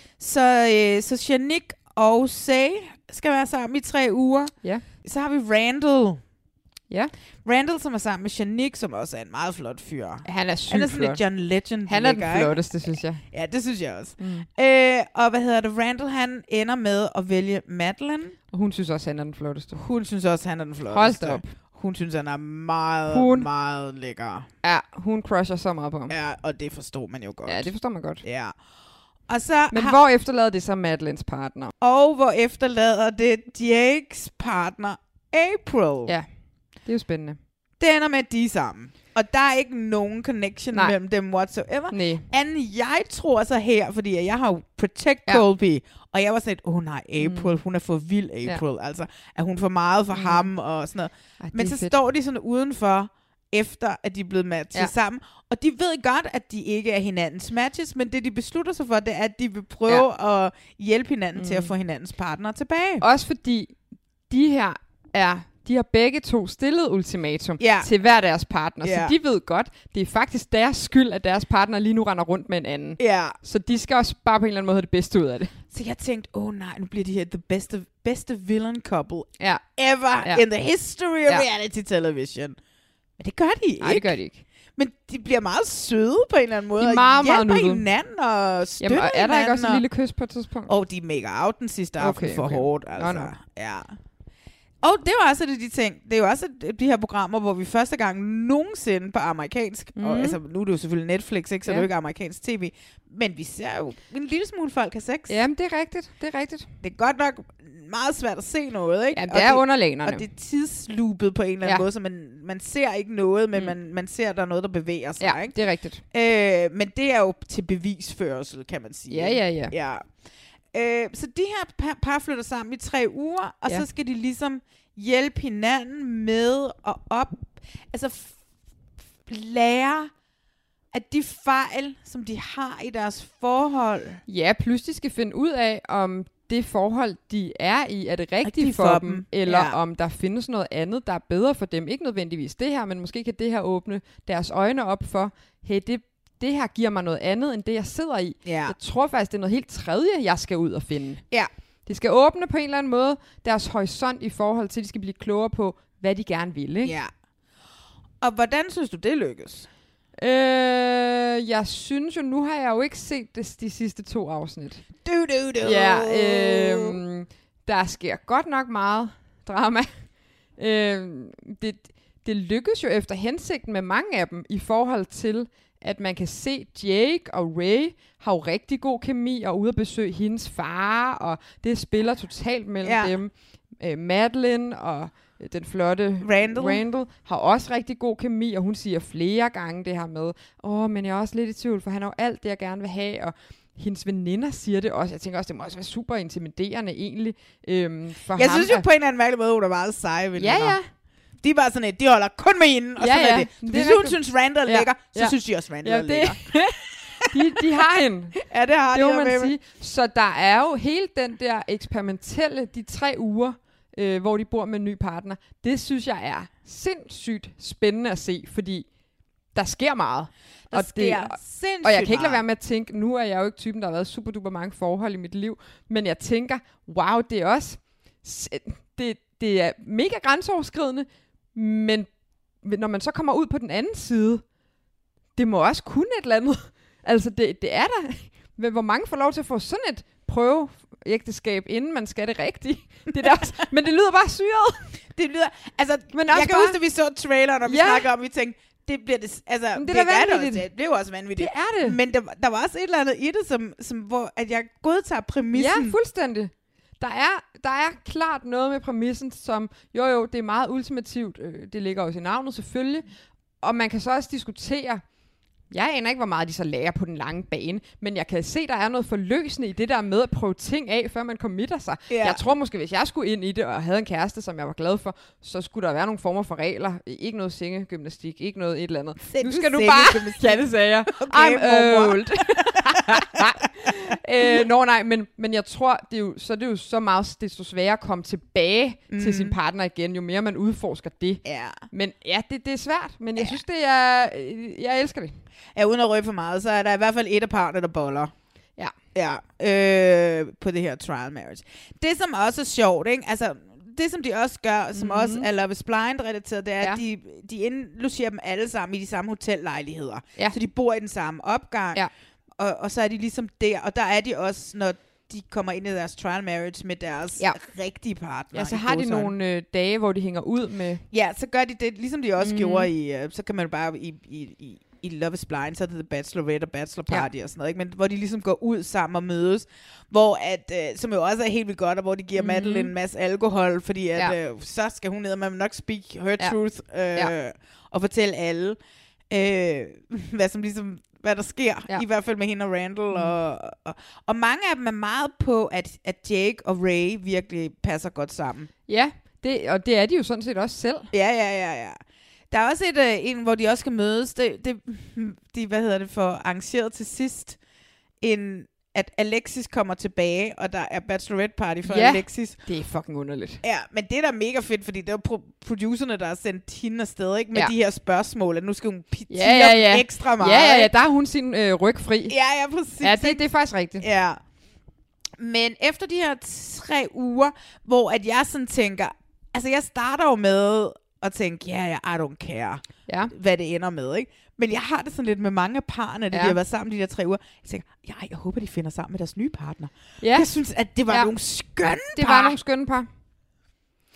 Så Shanique og Say skal være sammen i 3 uger. Ja. Så har vi Randall. Ja. Randall, som er sammen med Shanique, som også er en meget flot fyr. Han er sygt Han er sådan lidt John Legend. Han er den flotteste, synes jeg. Ja, det synes jeg også. Og Randall, han ender med at vælge Madeline. Og hun synes også, han er den flotteste. Hun synes også, han er den flotteste. Hold da op. Hun synes, han er meget, meget lækker. Ja, hun crusher så meget på ham. Ja, og det forstår man jo godt. Ja, det forstår man godt. Ja. Og så men hvor efterlader det så Madelines partner? Og hvor efterlader det Jakes partner, April. Ja, det er jo spændende. Det ender med, at de er sammen. Og der er ikke nogen connection mellem dem whatsoever. Nej. Jeg tror så her, fordi jeg har jo Protect Colby, og jeg var sådan lidt, nej, April, hun er for vild, April. Ja. Altså, er hun for meget for ham og sådan noget. Ej, men så står de sådan udenfor, efter at de er blevet matchet sammen. Og de ved godt, at de ikke er hinandens matches, men det de beslutter sig for, det er, at de vil prøve at hjælpe hinanden til at få hinandens partner tilbage. Også fordi de har begge to stillet ultimatum til hver deres partner. Så de ved godt, det er faktisk deres skyld, at deres partner lige nu render rundt med en anden. Så de skal også bare på en eller anden måde have det bedste ud af det. Så jeg tænkte, nej, nu bliver de her the bedste villain couple ever in the history of reality television. Men det gør de ikke. Nej, det gør de ikke. Men de bliver meget søde på en eller anden måde. De er meget, og meget hjælper hinanden og støtter hinanden. Er der ikke også et lille kys på et tidspunkt? De make out den sidste aften for hårdt. Altså. Ja. Og det er jo også de ting, det er jo også de her programmer, hvor vi første gang nogensinde på amerikansk, og altså nu er det jo selvfølgelig Netflix, ikke, så det er jo ikke amerikansk tv, men vi ser jo en lille smule folk have sex. Jamen, det er rigtigt, det er rigtigt. Det er godt nok meget svært at se noget, ikke? Ja, det er underlægnerne. Og det er tidsloopet på en eller anden måde, så man ser ikke noget, men man ser, at der er noget, der bevæger sig, ikke? Det er rigtigt. Men det er jo til bevisførsel, kan man sige. Ja. Så de her par flytter sammen i 3 uger, og så skal de ligesom hjælpe hinanden med at lære at de fejl, som de har i deres forhold. Ja, pludselig skal finde ud af, om det forhold, de er i, er det rigtigt for dem, eller om der findes noget andet, der er bedre for dem. Ikke nødvendigvis det her, men måske kan det her åbne deres øjne op for, hey, det her giver mig noget andet, end det, jeg sidder i. Ja. Jeg tror faktisk, det er noget helt tredje, jeg skal ud og finde. Ja. Det skal åbne på en eller anden måde deres horisont i forhold til, at de skal blive klogere på, hvad de gerne vil. Ikke? Ja. Og hvordan synes du, det lykkes? Jeg synes jo, nu har jeg jo ikke set de sidste 2 afsnit. Ja, der sker godt nok meget drama. Det lykkes jo efter hensigten med mange af dem, i forhold til, at man kan se, Jake og Ray har jo rigtig god kemi, og ude at besøge hendes far, og det spiller totalt mellem dem. Madeline og den flotte Randall har også rigtig god kemi, og hun siger flere gange det her med, men jeg er også lidt i tvivl, for han har jo alt det, jeg gerne vil have, og hendes veninder siger det også. Jeg tænker også, det må også være super intimiderende egentlig. For jeg synes jo på en eller anden mærkelig måde, hun er meget seje veninder. Ja. De er bare sådan de holder kun med hende, og sådan er det. Hvis hun synes, Randall er lækker, så synes de også, Randall er lækker. De har hende. Ja, det har det må man sige. Så der er jo hele den der eksperimentelle, de 3 uger, hvor de bor med en ny partner. Det synes jeg er sindssygt spændende at se, fordi der sker meget. Og jeg kan ikke lade være med at tænke, nu er jeg jo ikke typen, der har været super duper mange forhold i mit liv, men jeg tænker, wow, det er også, det er mega grænseoverskridende, men når man så kommer ud på den anden side, det må også kunne et eller andet. Altså, det er der. Men hvor mange får lov til at få sådan et prøveægteskab, inden man skal det rigtigt? Det der også, men det lyder bare syret. Det lyder, altså, men jeg kan huske, at vi så traileren, og vi snakker om, vi tænkte, det bliver det, altså, det er jo også vanvittigt. Det er det. Men der var også et eller andet i det, som hvor at jeg godtager præmissen. Ja, fuldstændig. Der er klart noget med præmissen, som, jo, det er meget ultimativt. Det ligger også i navnet selvfølgelig. Og man kan så også diskutere, jeg aner ikke, hvor meget de så lærer på den lange bane, men jeg kan se, der er noget forløsende i det der med at prøve ting af, før man committer sig. Yeah. Jeg tror måske, hvis jeg skulle ind i det, og havde en kæreste, som jeg var glad for, så skulle der være nogle former for regler. Ikke noget sengegymnastik, ikke noget et eller andet. Nu skal du bare... Ja, det sagde jeg. Okay, I'm old. Nej, men jeg tror, det er jo så meget desto sværere at komme tilbage til sin partner igen, jo mere man udforsker det. Yeah. Men ja, det er svært, men jeg synes, det er... Jeg elsker det. Ja, uden at røbe for meget, så er der i hvert fald et af parerne, der boller. Ja. På det her trial marriage. Det, som også er sjovt, ikke? Altså, det, som de også gør, som også er Love is Blind-relateret, det er, at de indlogerer dem alle sammen i de samme hotellejligheder. Ja. Så de bor i den samme opgang, og så er de ligesom der. Og der er de også, når de kommer ind i deres trial marriage med deres rigtige partner. Ja, så har de nogle dage, hvor de hænger ud med... Ja, så gør de det, ligesom de også gjorde i... så kan man bare i Love is Blind, så er det The Bachelorette og Bachelor Party og sådan noget, ikke? Men hvor de ligesom går ud sammen og mødes, hvor at, som jo også er helt vildt godt, og hvor de giver Madeline en masse alkohol, fordi at, så skal hun ned, og man vil nok speak her truth, og fortælle alle, hvad der sker, i hvert fald med hende og Randall, og mange af dem er meget på, at Jake og Ray virkelig passer godt sammen. Ja, det er de jo sådan set også selv. Ja. Der er også en, hvor de også skal mødes. De får arrangeret til sidst, at Alexis kommer tilbage, og der er bachelorette party for Alexis. Det er fucking underligt. Ja, men det er da mega fedt, fordi det var producerne, der har sendt hende afsted, ikke? Med de her spørgsmål, at nu skal hun tire ekstra meget. Ja, der har hun sin ryg fri. Ja, præcis. Ja, det er faktisk rigtigt. Ja. Men efter de her 3 uger, hvor at jeg sådan tænker, altså jeg starter jo med at tænke, I don't care, hvad det ender med, ikke? Men jeg har det sådan lidt med mange af parerne, de har været sammen de der 3 uger. Jeg tænker, jeg håber, de finder sammen med deres nye partner. Ja. Jeg synes, at det var nogle skønne par. Det var nogle skønne par.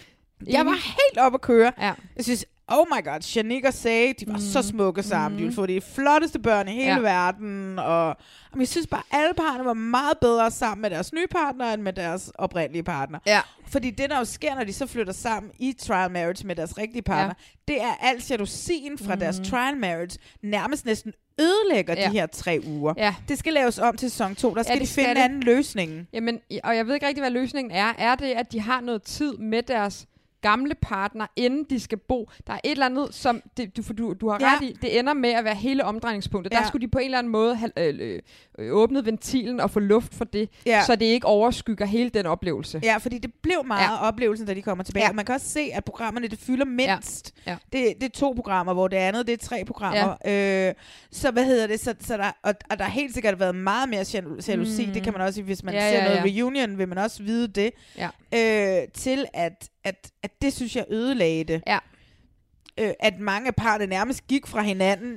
Jeg var helt oppe at køre. Ja. Jeg synes, oh my god, Shanique og Say, de var så smukke sammen. De ville få de flotteste børn i hele verden. Og jeg synes bare, alle parerne var meget bedre sammen med deres nye partner, end med deres oprindelige partner. Ja. Fordi det, der jo sker, når de så flytter sammen i trial marriage med deres rigtige partner, det er alt jalousien fra deres trial marriage nærmest næsten ødelægger de her 3 uger. Ja. Det skal laves om til sæson 2. Der skal de finde en anden løsning. Jamen, og jeg ved ikke rigtig, hvad løsningen er. Er det, at de har noget tid med deres gamle partner, inden de skal bo? Der er et eller andet, som du har ret i. Det ender med at være hele omdrejningspunktet. Der skulle de på en eller anden måde have åbnet ventilen og få luft for det, så det ikke overskygger hele den oplevelse. Ja, fordi det blev meget oplevelsen, da de kommer tilbage. Og man kan også se, at programmerne, det fylder mindst. Ja. Det er 2 programmer, hvor det andet, det er 3 programmer. Ja. Så hvad hedder det? Så der, og der har helt sikkert været meget mere jalousi. Det kan man også, hvis man ser noget reunion, vil man også vide det. Ja. Til at det synes jeg ødelagde det. Ja. At mange af parerne nærmest gik fra hinanden.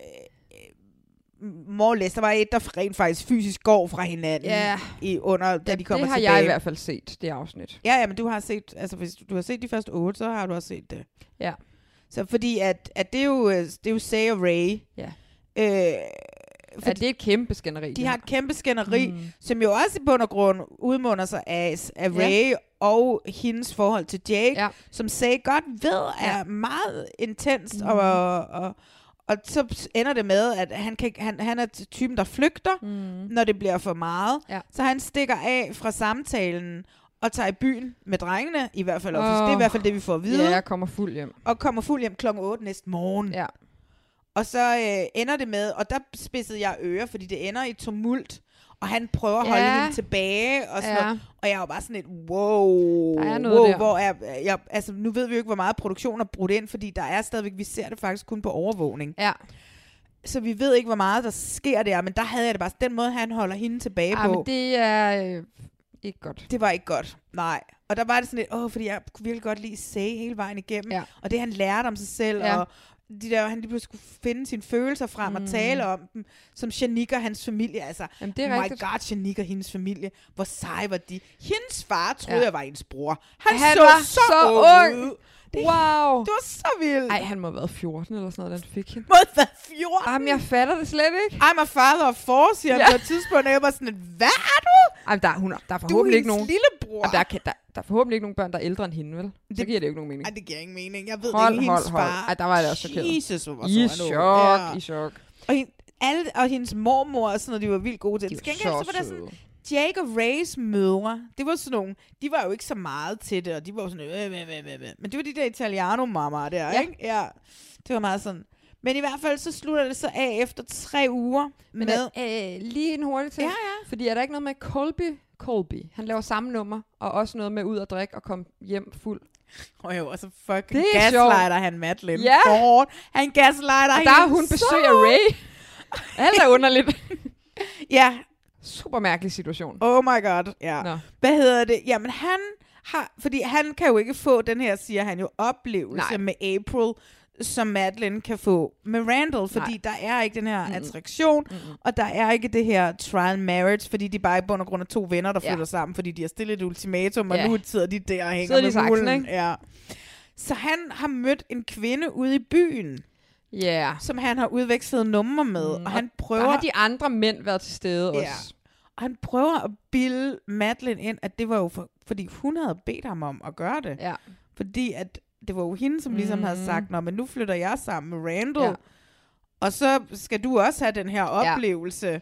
Der var et, der rent faktisk fysisk går fra hinanden da de kommer tilbage. Det har jeg i hvert fald set, det afsnit. Ja, men du har set, altså hvis du har set de første 8, så har du også set det. Ja. Så fordi at det er jo Say og Ray. Ja. Det er et kæmpe skænderi. De har et kæmpe skænderi, som jo også i bund og grund udmunder sig af Ray og hendes forhold til Jake, som Say godt ved er meget intenst, og så ender det med, at han er typen, der flygter, når det bliver for meget. Ja. Så han stikker af fra samtalen og tager i byen med drengene, i hvert fald. Det er i hvert fald det, vi får at vide. Ja, jeg kommer fuld hjem. Og kommer fuld hjem kl. 8 næste morgen. Ja. Og så ender det med, og der spidsede jeg ører, fordi det ender i tumult, og han prøver at holde hende tilbage, og sådan noget. Og jeg var bare sådan et, der er noget der. Hvor altså nu ved vi jo ikke, hvor meget produktion er brudt ind, fordi der er stadigvæk, vi ser det faktisk kun på overvågning. Ja. Så vi ved ikke, hvor meget der sker der, men der havde jeg det bare, den måde, han holder hende tilbage på. Men det er ikke godt. Det var ikke godt, nej. Og der var det sådan lidt, fordi jeg kunne virkelig godt lide Say hele vejen igennem, og det han lærte om sig selv, og de der, han lige pludselig skulle finde sine følelser frem og tale om dem, som Shanique og hans familie. Altså, jamen, det er rigtigt. God, Shanique og hendes familie. Hvor seje var de. Hendes far troede, jeg var hendes bror. Han så ung. Wow. Det var så vildt. Ej, han må have været 14 eller sådan noget, den fik hende. Må have været 14? Jamen, jeg fatter det slet ikke. I'm a father of 4, siger han på et tidspunkt, og jeg var sådan, hvad er du? Ej, der er forhåbentlig ikke nogen. Du er hendes lillebror. Der er forhåbentlig ikke nogen børn, der er ældre end hende, vel? Så giver det jo ikke nogen mening. Ej, det giver ingen mening. Jeg ved det ikke, hendes far. Ej, der var jeg også chokeret. Jesus, hvor var så I chok. Og hendes mormor og sådan noget, de var vildt gode til. De var så søde. Jake og Rays mødre, det var sådan nogle, de var jo ikke så meget til det, og de var jo sådan, men det var de der Italiano-mammaer der, ikke? Ja, det var meget sådan. Men i hvert fald, så slutter det så af efter 3 uger men med... lige en hurtig ting, fordi er der ikke noget med Colby? Han laver samme nummer, og også noget med ud at drikke og komme hjem fuld. Jo, og så fucking gaslighter han Madeline. Ja. Han gaslighter hende. Og der er hun besøg af Ray. Alt er underligt. Ja. Super mærkelig situation. Oh my god, ja. No. Hvad hedder det? Jamen fordi han kan jo ikke få den her, siger han jo, oplevelse med April, som Madeline kan få med Randall, fordi der er ikke den her attraktion, og der er ikke det her trial marriage, fordi de bare i bund og grund er 2 venner, der flytter sammen, fordi de har stillet et ultimatum, og nu sidder de der og hænger med hulen. Ja. Så han har mødt en kvinde ude i byen, som han har udvekslet numre med, og han prøver... Der har de andre mænd været til stede også. Og han prøver at bilde Madeline ind, at det var jo fordi hun havde bedt ham om at gøre det. Ja. Fordi at det var jo hende, som ligesom havde sagt, men nu flytter jeg sammen med Randall, og så skal du også have den her oplevelse.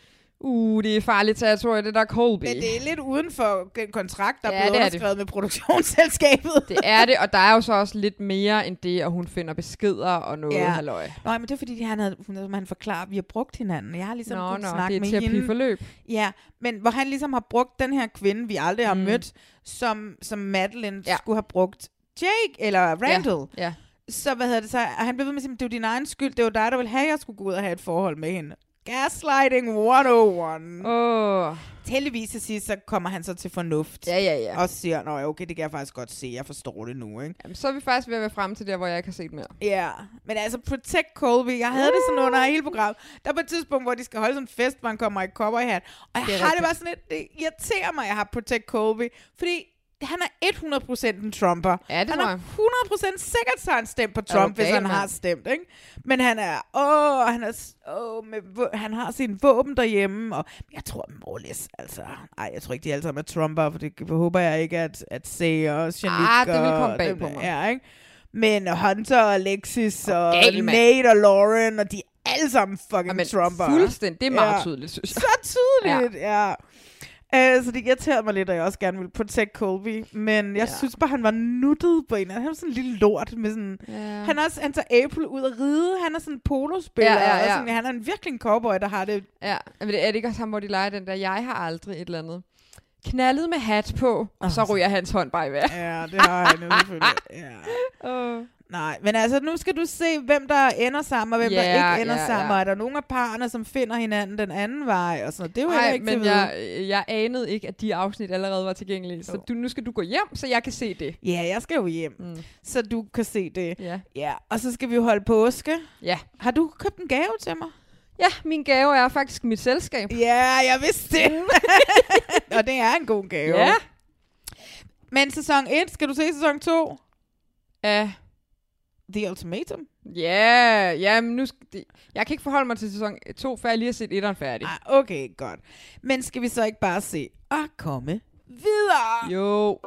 Det er farligt territorie, det der Colby. Men det er lidt uden for den kontrakt, der er blevet underskrevet med produktionsselskabet. Det er det, og der er jo så også lidt mere end det, og hun finder beskeder og noget halløj. Nej, men det er fordi, han forklarer, at vi har brugt hinanden. Jeg har ligesom kunnet snakke med hende. Det er et terapiforløb. Ja, men hvor han ligesom har brugt den her kvinde, vi aldrig har mødt, som Madeline skulle have brugt Jake eller Randall. Ja. Så hvad hedder det så? Han blev ved med at sige, det var din egen skyld. Det var dig, der ville have, at jeg skulle gå ud og have et forhold med hende. Gaslighting 101. Heldigvis til sidst, så kommer han så til fornuft. Ja. Og siger, okay, det kan jeg faktisk godt se. Jeg forstår det nu, ikke? Jamen, så er vi faktisk ved at være frem til der, hvor jeg ikke har set mere. Ja, men altså, Protect Colby. Jeg havde det sådan under hele programmet. Der er på et tidspunkt, hvor de skal holde sådan en fest, hvor han kommer i cowboyhat. Og jeg har det bare sådan lidt, det irriterer mig, at jeg har Protect Colby. Fordi han er 100% en Trumper. Ja, det han tror er jeg. 100% sikkert, så han stemt på Trump, hvis han har stemt, ikke? Men han han har sin våben derhjemme, og jeg tror, Morlis, altså, jeg tror ikke, de alle sammen er Trumper, for det håber jeg ikke, at Se og Janik det vil komme bag på mig. Er, ikke? Men Hunter og Alexis og Nate og Lauren, og de er alle sammen fucking Trumper. Fuldstændig, det er meget tydeligt, synes jeg. Så tydeligt, ja. Så det irriterede mig lidt, at jeg også gerne ville protect Colby. Men jeg synes bare, han var nuttet på en. Han var sådan en lille lort. Med sådan, han tager April ud at ride. Han er sådan en polospiller. Og sådan, han er virkelig en cowboy, der har det. Ja, men er det ikke også ham, hvor de leger den der, jeg har aldrig et eller andet knaldet med hat på, og så ryger hans hånd bare i vejr. Ja, det har han jo selvfølgelig. Ja. Nej, men altså nu skal du se, hvem der ender sammen, og hvem der ikke ender sammen. Og er der nogle af parerne, som finder hinanden den anden vej, og sådan noget. Det er jo heller ikke men til jeg anede ikke, at de afsnit allerede var tilgængelige. Så nu skal du gå hjem, så jeg kan se det. Ja, jeg skal jo hjem, så du kan se det. Ja. Og så skal vi jo holde påske. Ja. Har du købt en gave til mig? Ja, min gave er faktisk mit selskab. Ja, jeg vidste det. Og det er en god gave. Ja. Men sæson 1, skal du se sæson 2? Ja. The Ultimatum? Ja, men jeg kan ikke forholde mig til sæson 2, før jeg lige har set 1'eren færdig. Okay, godt. Men skal vi så ikke bare se og komme videre? Jo.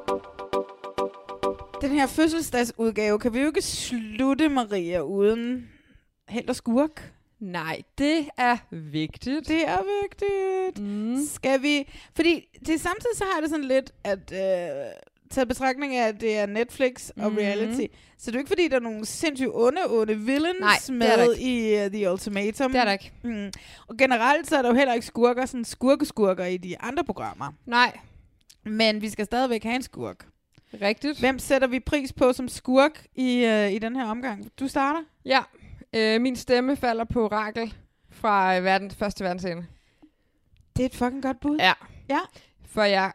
Den her fødselsdagsudgave kan vi jo ikke slutte, Maria, uden held og skurk. Nej, det er vigtigt. Det er vigtigt. Skal vi... Fordi det samtidig så har det sådan lidt, at taget betragtning af, at det er Netflix og reality, så det er jo ikke fordi, der er nogle sindssygt onde villains med i The Ultimatum. Det er der ikke. Og generelt så er der jo heller ikke skurker, sådan skurker i de andre programmer. Nej. Men vi skal stadigvæk have en skurk. Rigtigt. Hvem sætter vi pris på som skurk i den her omgang? Du starter? Ja. Min stemme falder på Rakel fra første verdensscene. Det er et fucking godt bud. Ja. For jeg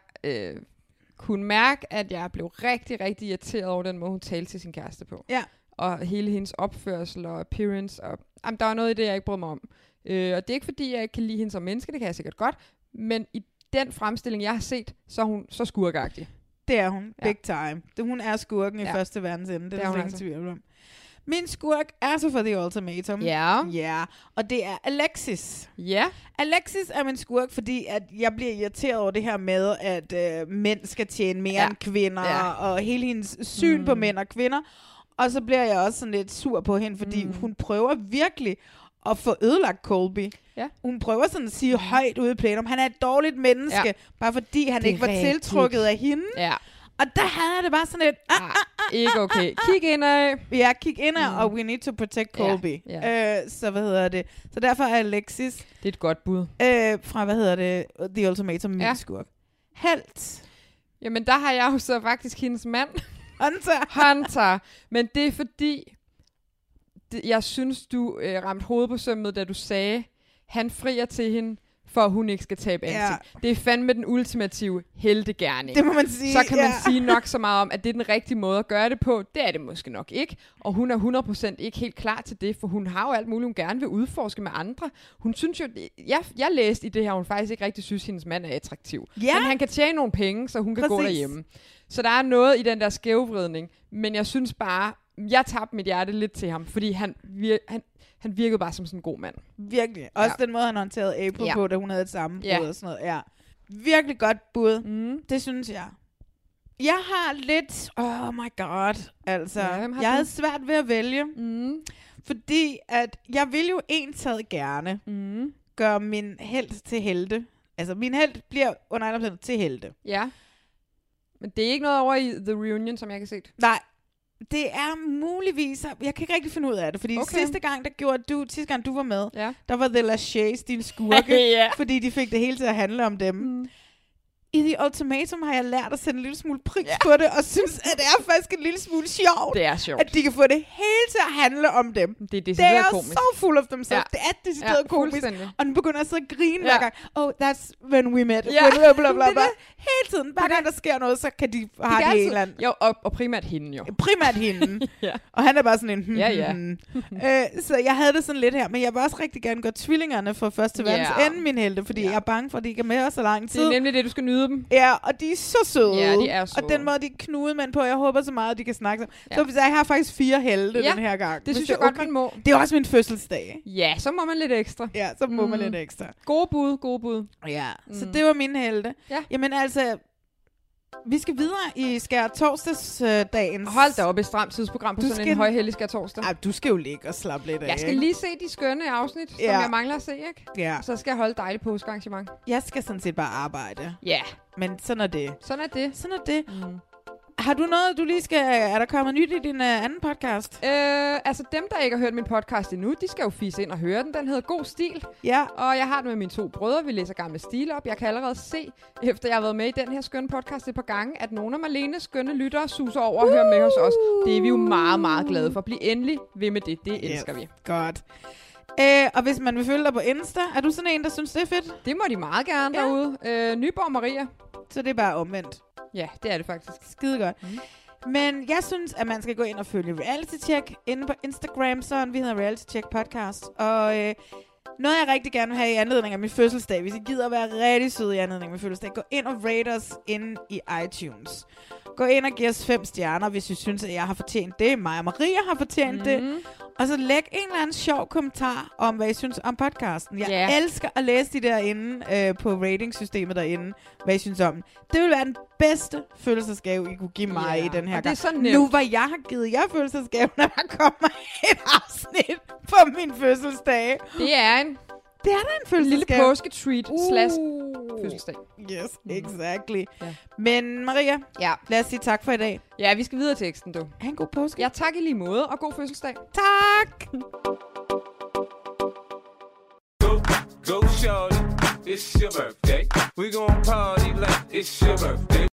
kunne mærke, at jeg blev rigtig, rigtig irriteret over den måde, hun talte til sin kæreste på. Ja. Og hele hendes opførsel og appearance. Og, der var noget i det, jeg ikke brød mig om. Og det er ikke fordi, jeg ikke kan lide hende som menneske, det kan jeg sikkert godt. Men i den fremstilling, jeg har set, så er hun så skurkagtig. Det er hun. Big time. Hun er skurken i første verdensende. Det er der ingen tvivl om. Min skurk er så for The Ultimatum. Ja. Og det er Alexis. Ja. Alexis er min skurk, fordi at jeg bliver irriteret over det her med, at mænd skal tjene mere end kvinder, og hele hendes syn på mænd og kvinder. Og så bliver jeg også sådan lidt sur på hende, fordi hun prøver virkelig at få ødelagt Colby. Ja. Hun prøver sådan at sige højt ude i plenum, han er et dårligt menneske, bare fordi han ikke var tiltrukket af hende. Ja. Og der havde jeg det bare sådan lidt... Ikke okay. Kig indad. Ja, kig indad, og we need to protect Colby. Så Så derfor er Alexis... Det er et godt bud. Fra, The Ultimatum, min skurk. Helt. Jamen, der har jeg jo så faktisk hendes mand. Hunter. Men det er fordi... Jeg synes, du ramte hovedet på sømmet, da du sagde, han frier til hende, for at hun ikke skal tabe ansigt. Ja. Det er fandme den ultimative heltegerning. Det må man sige. Så kan man sige nok så meget om, at det er den rigtige måde at gøre det på. Det er det måske nok ikke. Og hun er 100% ikke helt klar til det, for hun har jo alt muligt, hun gerne vil udforske med andre. Hun synes jo, jeg læste i det her, hun faktisk ikke rigtig synes, hendes mand er attraktiv. Ja. Men han kan tjene nogle penge, så hun kan gå derhjemme. Så der er noget i den der skævvridning. Men jeg synes bare, jeg tabte mit hjerte lidt til ham, fordi han virkede bare som sådan en god mand. Virkelig. Også den måde, han håndterede April på, da hun havde et sammenbrud og sådan noget. Ja. Virkelig godt bud. Det synes jeg. Jeg har lidt... Oh my god. Altså, jeg havde svært ved at vælge. Fordi at jeg vil jo enstaget gerne gøre min helt til helte. Altså, min helt bliver under andre omstændigheder til helte. Ja. Men det er ikke noget over i The Reunion, som jeg kan se. Nej. Det er muligvis... Jeg kan ikke rigtig finde ud af det, fordi sidste gang du var med, der var The Lachey's din skurke, fordi de fik det hele til at handle om dem. I The Ultimatum har jeg lært at sætte en lille smule pris på det, og synes, at det er faktisk en lille smule sjovt, det er sjovt, at de kan få det hele til at handle om dem. Det er komisk. Så full of themselves. Det er decideret komisk. Og den begynder at sidde og grine hver gang. Oh, that's when we met. Blablabla. Hele tiden. Hver gang der sker noget, så kan de have det en eller anden. Jo, og primært hende jo. Primært hende. Og han er bare sådan en... Så jeg havde det sådan lidt her, men jeg vil også rigtig gerne gøre tvillingerne for første verdens ende, min helte, fordi jeg er bange for, at de ikke er med os så lang tid. Det er nemlig det, du skal nyde knude dem. Ja, og de er så søde. Ja, de er søde. Og den måde, de knude mænd på, jeg håber så meget, at de kan snakke sammen. Ja. Så jeg har faktisk 4 helte den her gang. Det synes jeg godt, man må. Det er også min fødselsdag. Ja, så må man lidt ekstra. Ja, så må man lidt ekstra. Gode bud. Ja, så det var mine helte. Ja. Jamen altså, vi skal videre i Skær Torsdagsdagens. Hold da op, et stramt tidsprogram på sådan en højhellig Skær Torsdag. Ja, du skal jo ligge og slappe lidt af. Jeg skal lige se de skønne afsnit, som jeg mangler at se, ikke? Ja. Så skal jeg holde dejligt påskearrangement. Jeg skal sådan set bare arbejde. Ja. Men sådan er det. Sådan er det. Har du noget, du lige skal... Er der kommet nyt i din anden podcast? Altså dem, der ikke har hørt min podcast endnu, de skal jo fisse ind og høre den. Den hedder God Stil. Ja. Og jeg har den med mine 2 brødre. Vi læser gamle stil op. Jeg kan allerede se, efter jeg har været med i den her skønne podcast et par gange, at nogle af Marlenes skønne lyttere suser over og hører med hos os. Det er vi jo meget, meget glade for. Bliv endelig ved med det. Det elsker vi. Godt. Og hvis man vil følge dig på Insta, er du sådan en, der synes, det er fedt? Det må de meget gerne derude. Nyborg Maria. Så det er bare omvendt. Ja, det er det faktisk. Skide godt. Men jeg synes, at man skal gå ind og følge Reality Check inde på Instagram, sådan vi hedder Reality Check Podcast. Og noget, jeg rigtig gerne vil have i anledning af min fødselsdag, hvis I gider at være rigtig søde i anledning af min fødselsdag, gå ind og rate os inde i iTunes. Gå ind og giv os 5 stjerner, hvis I synes, at jeg har fortjent det. Mig og Maria har fortjent det. Og så læg en eller anden sjov kommentar om, hvad I synes om podcasten. Jeg elsker at læse de derinde på ratingsystemet derinde, hvad I synes om den. Det vil være den bedste fødselsdagsgave, I kunne give mig i den her gang. Nu hvor jeg har givet jer fødselsdagsgave, når der kommer et afsnit på min fødselsdag. Det er en fødselsdagsgave. En lille påsketreat slash fødselsdag. Yes, exactly. Ja. Men Maria, lad os sige tak for i dag. Ja, vi skal videre til teksten, du. Ha' en god påske. Ja, tak i lige måde, og god fødselsdag. Tak! Go shorty, it's your birthday. We gon' party like it's your birthday.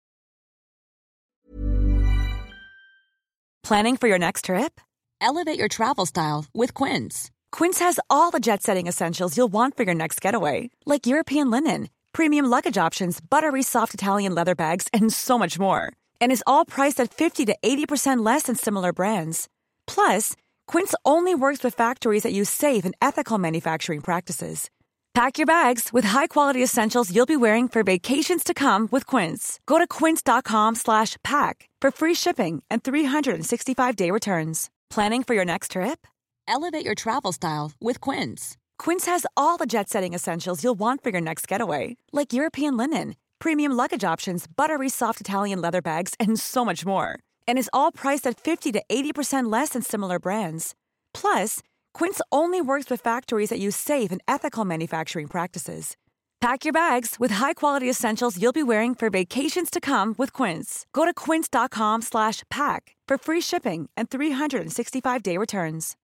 Planning for your next trip? Elevate your travel style with Quince. Quince has all the jet-setting essentials you'll want for your next getaway, like European linen, premium luggage options, buttery soft Italian leather bags, and so much more. And is all priced at 50 to 80% less than similar brands. Plus, Quince only works with factories that use safe and ethical manufacturing practices. Pack your bags with high-quality essentials you'll be wearing for vacations to come with Quince. Go to quince.com/pack for free shipping and 365-day returns. Planning for your next trip? Elevate your travel style with Quince. Quince has all the jet-setting essentials you'll want for your next getaway, like European linen, premium luggage options, buttery soft Italian leather bags, and so much more. And is all priced at 50 to 80% less than similar brands. Plus, Quince only works with factories that use safe and ethical manufacturing practices. Pack your bags with high-quality essentials you'll be wearing for vacations to come with Quince. Go to quince.com/pack for free shipping and 365-day returns.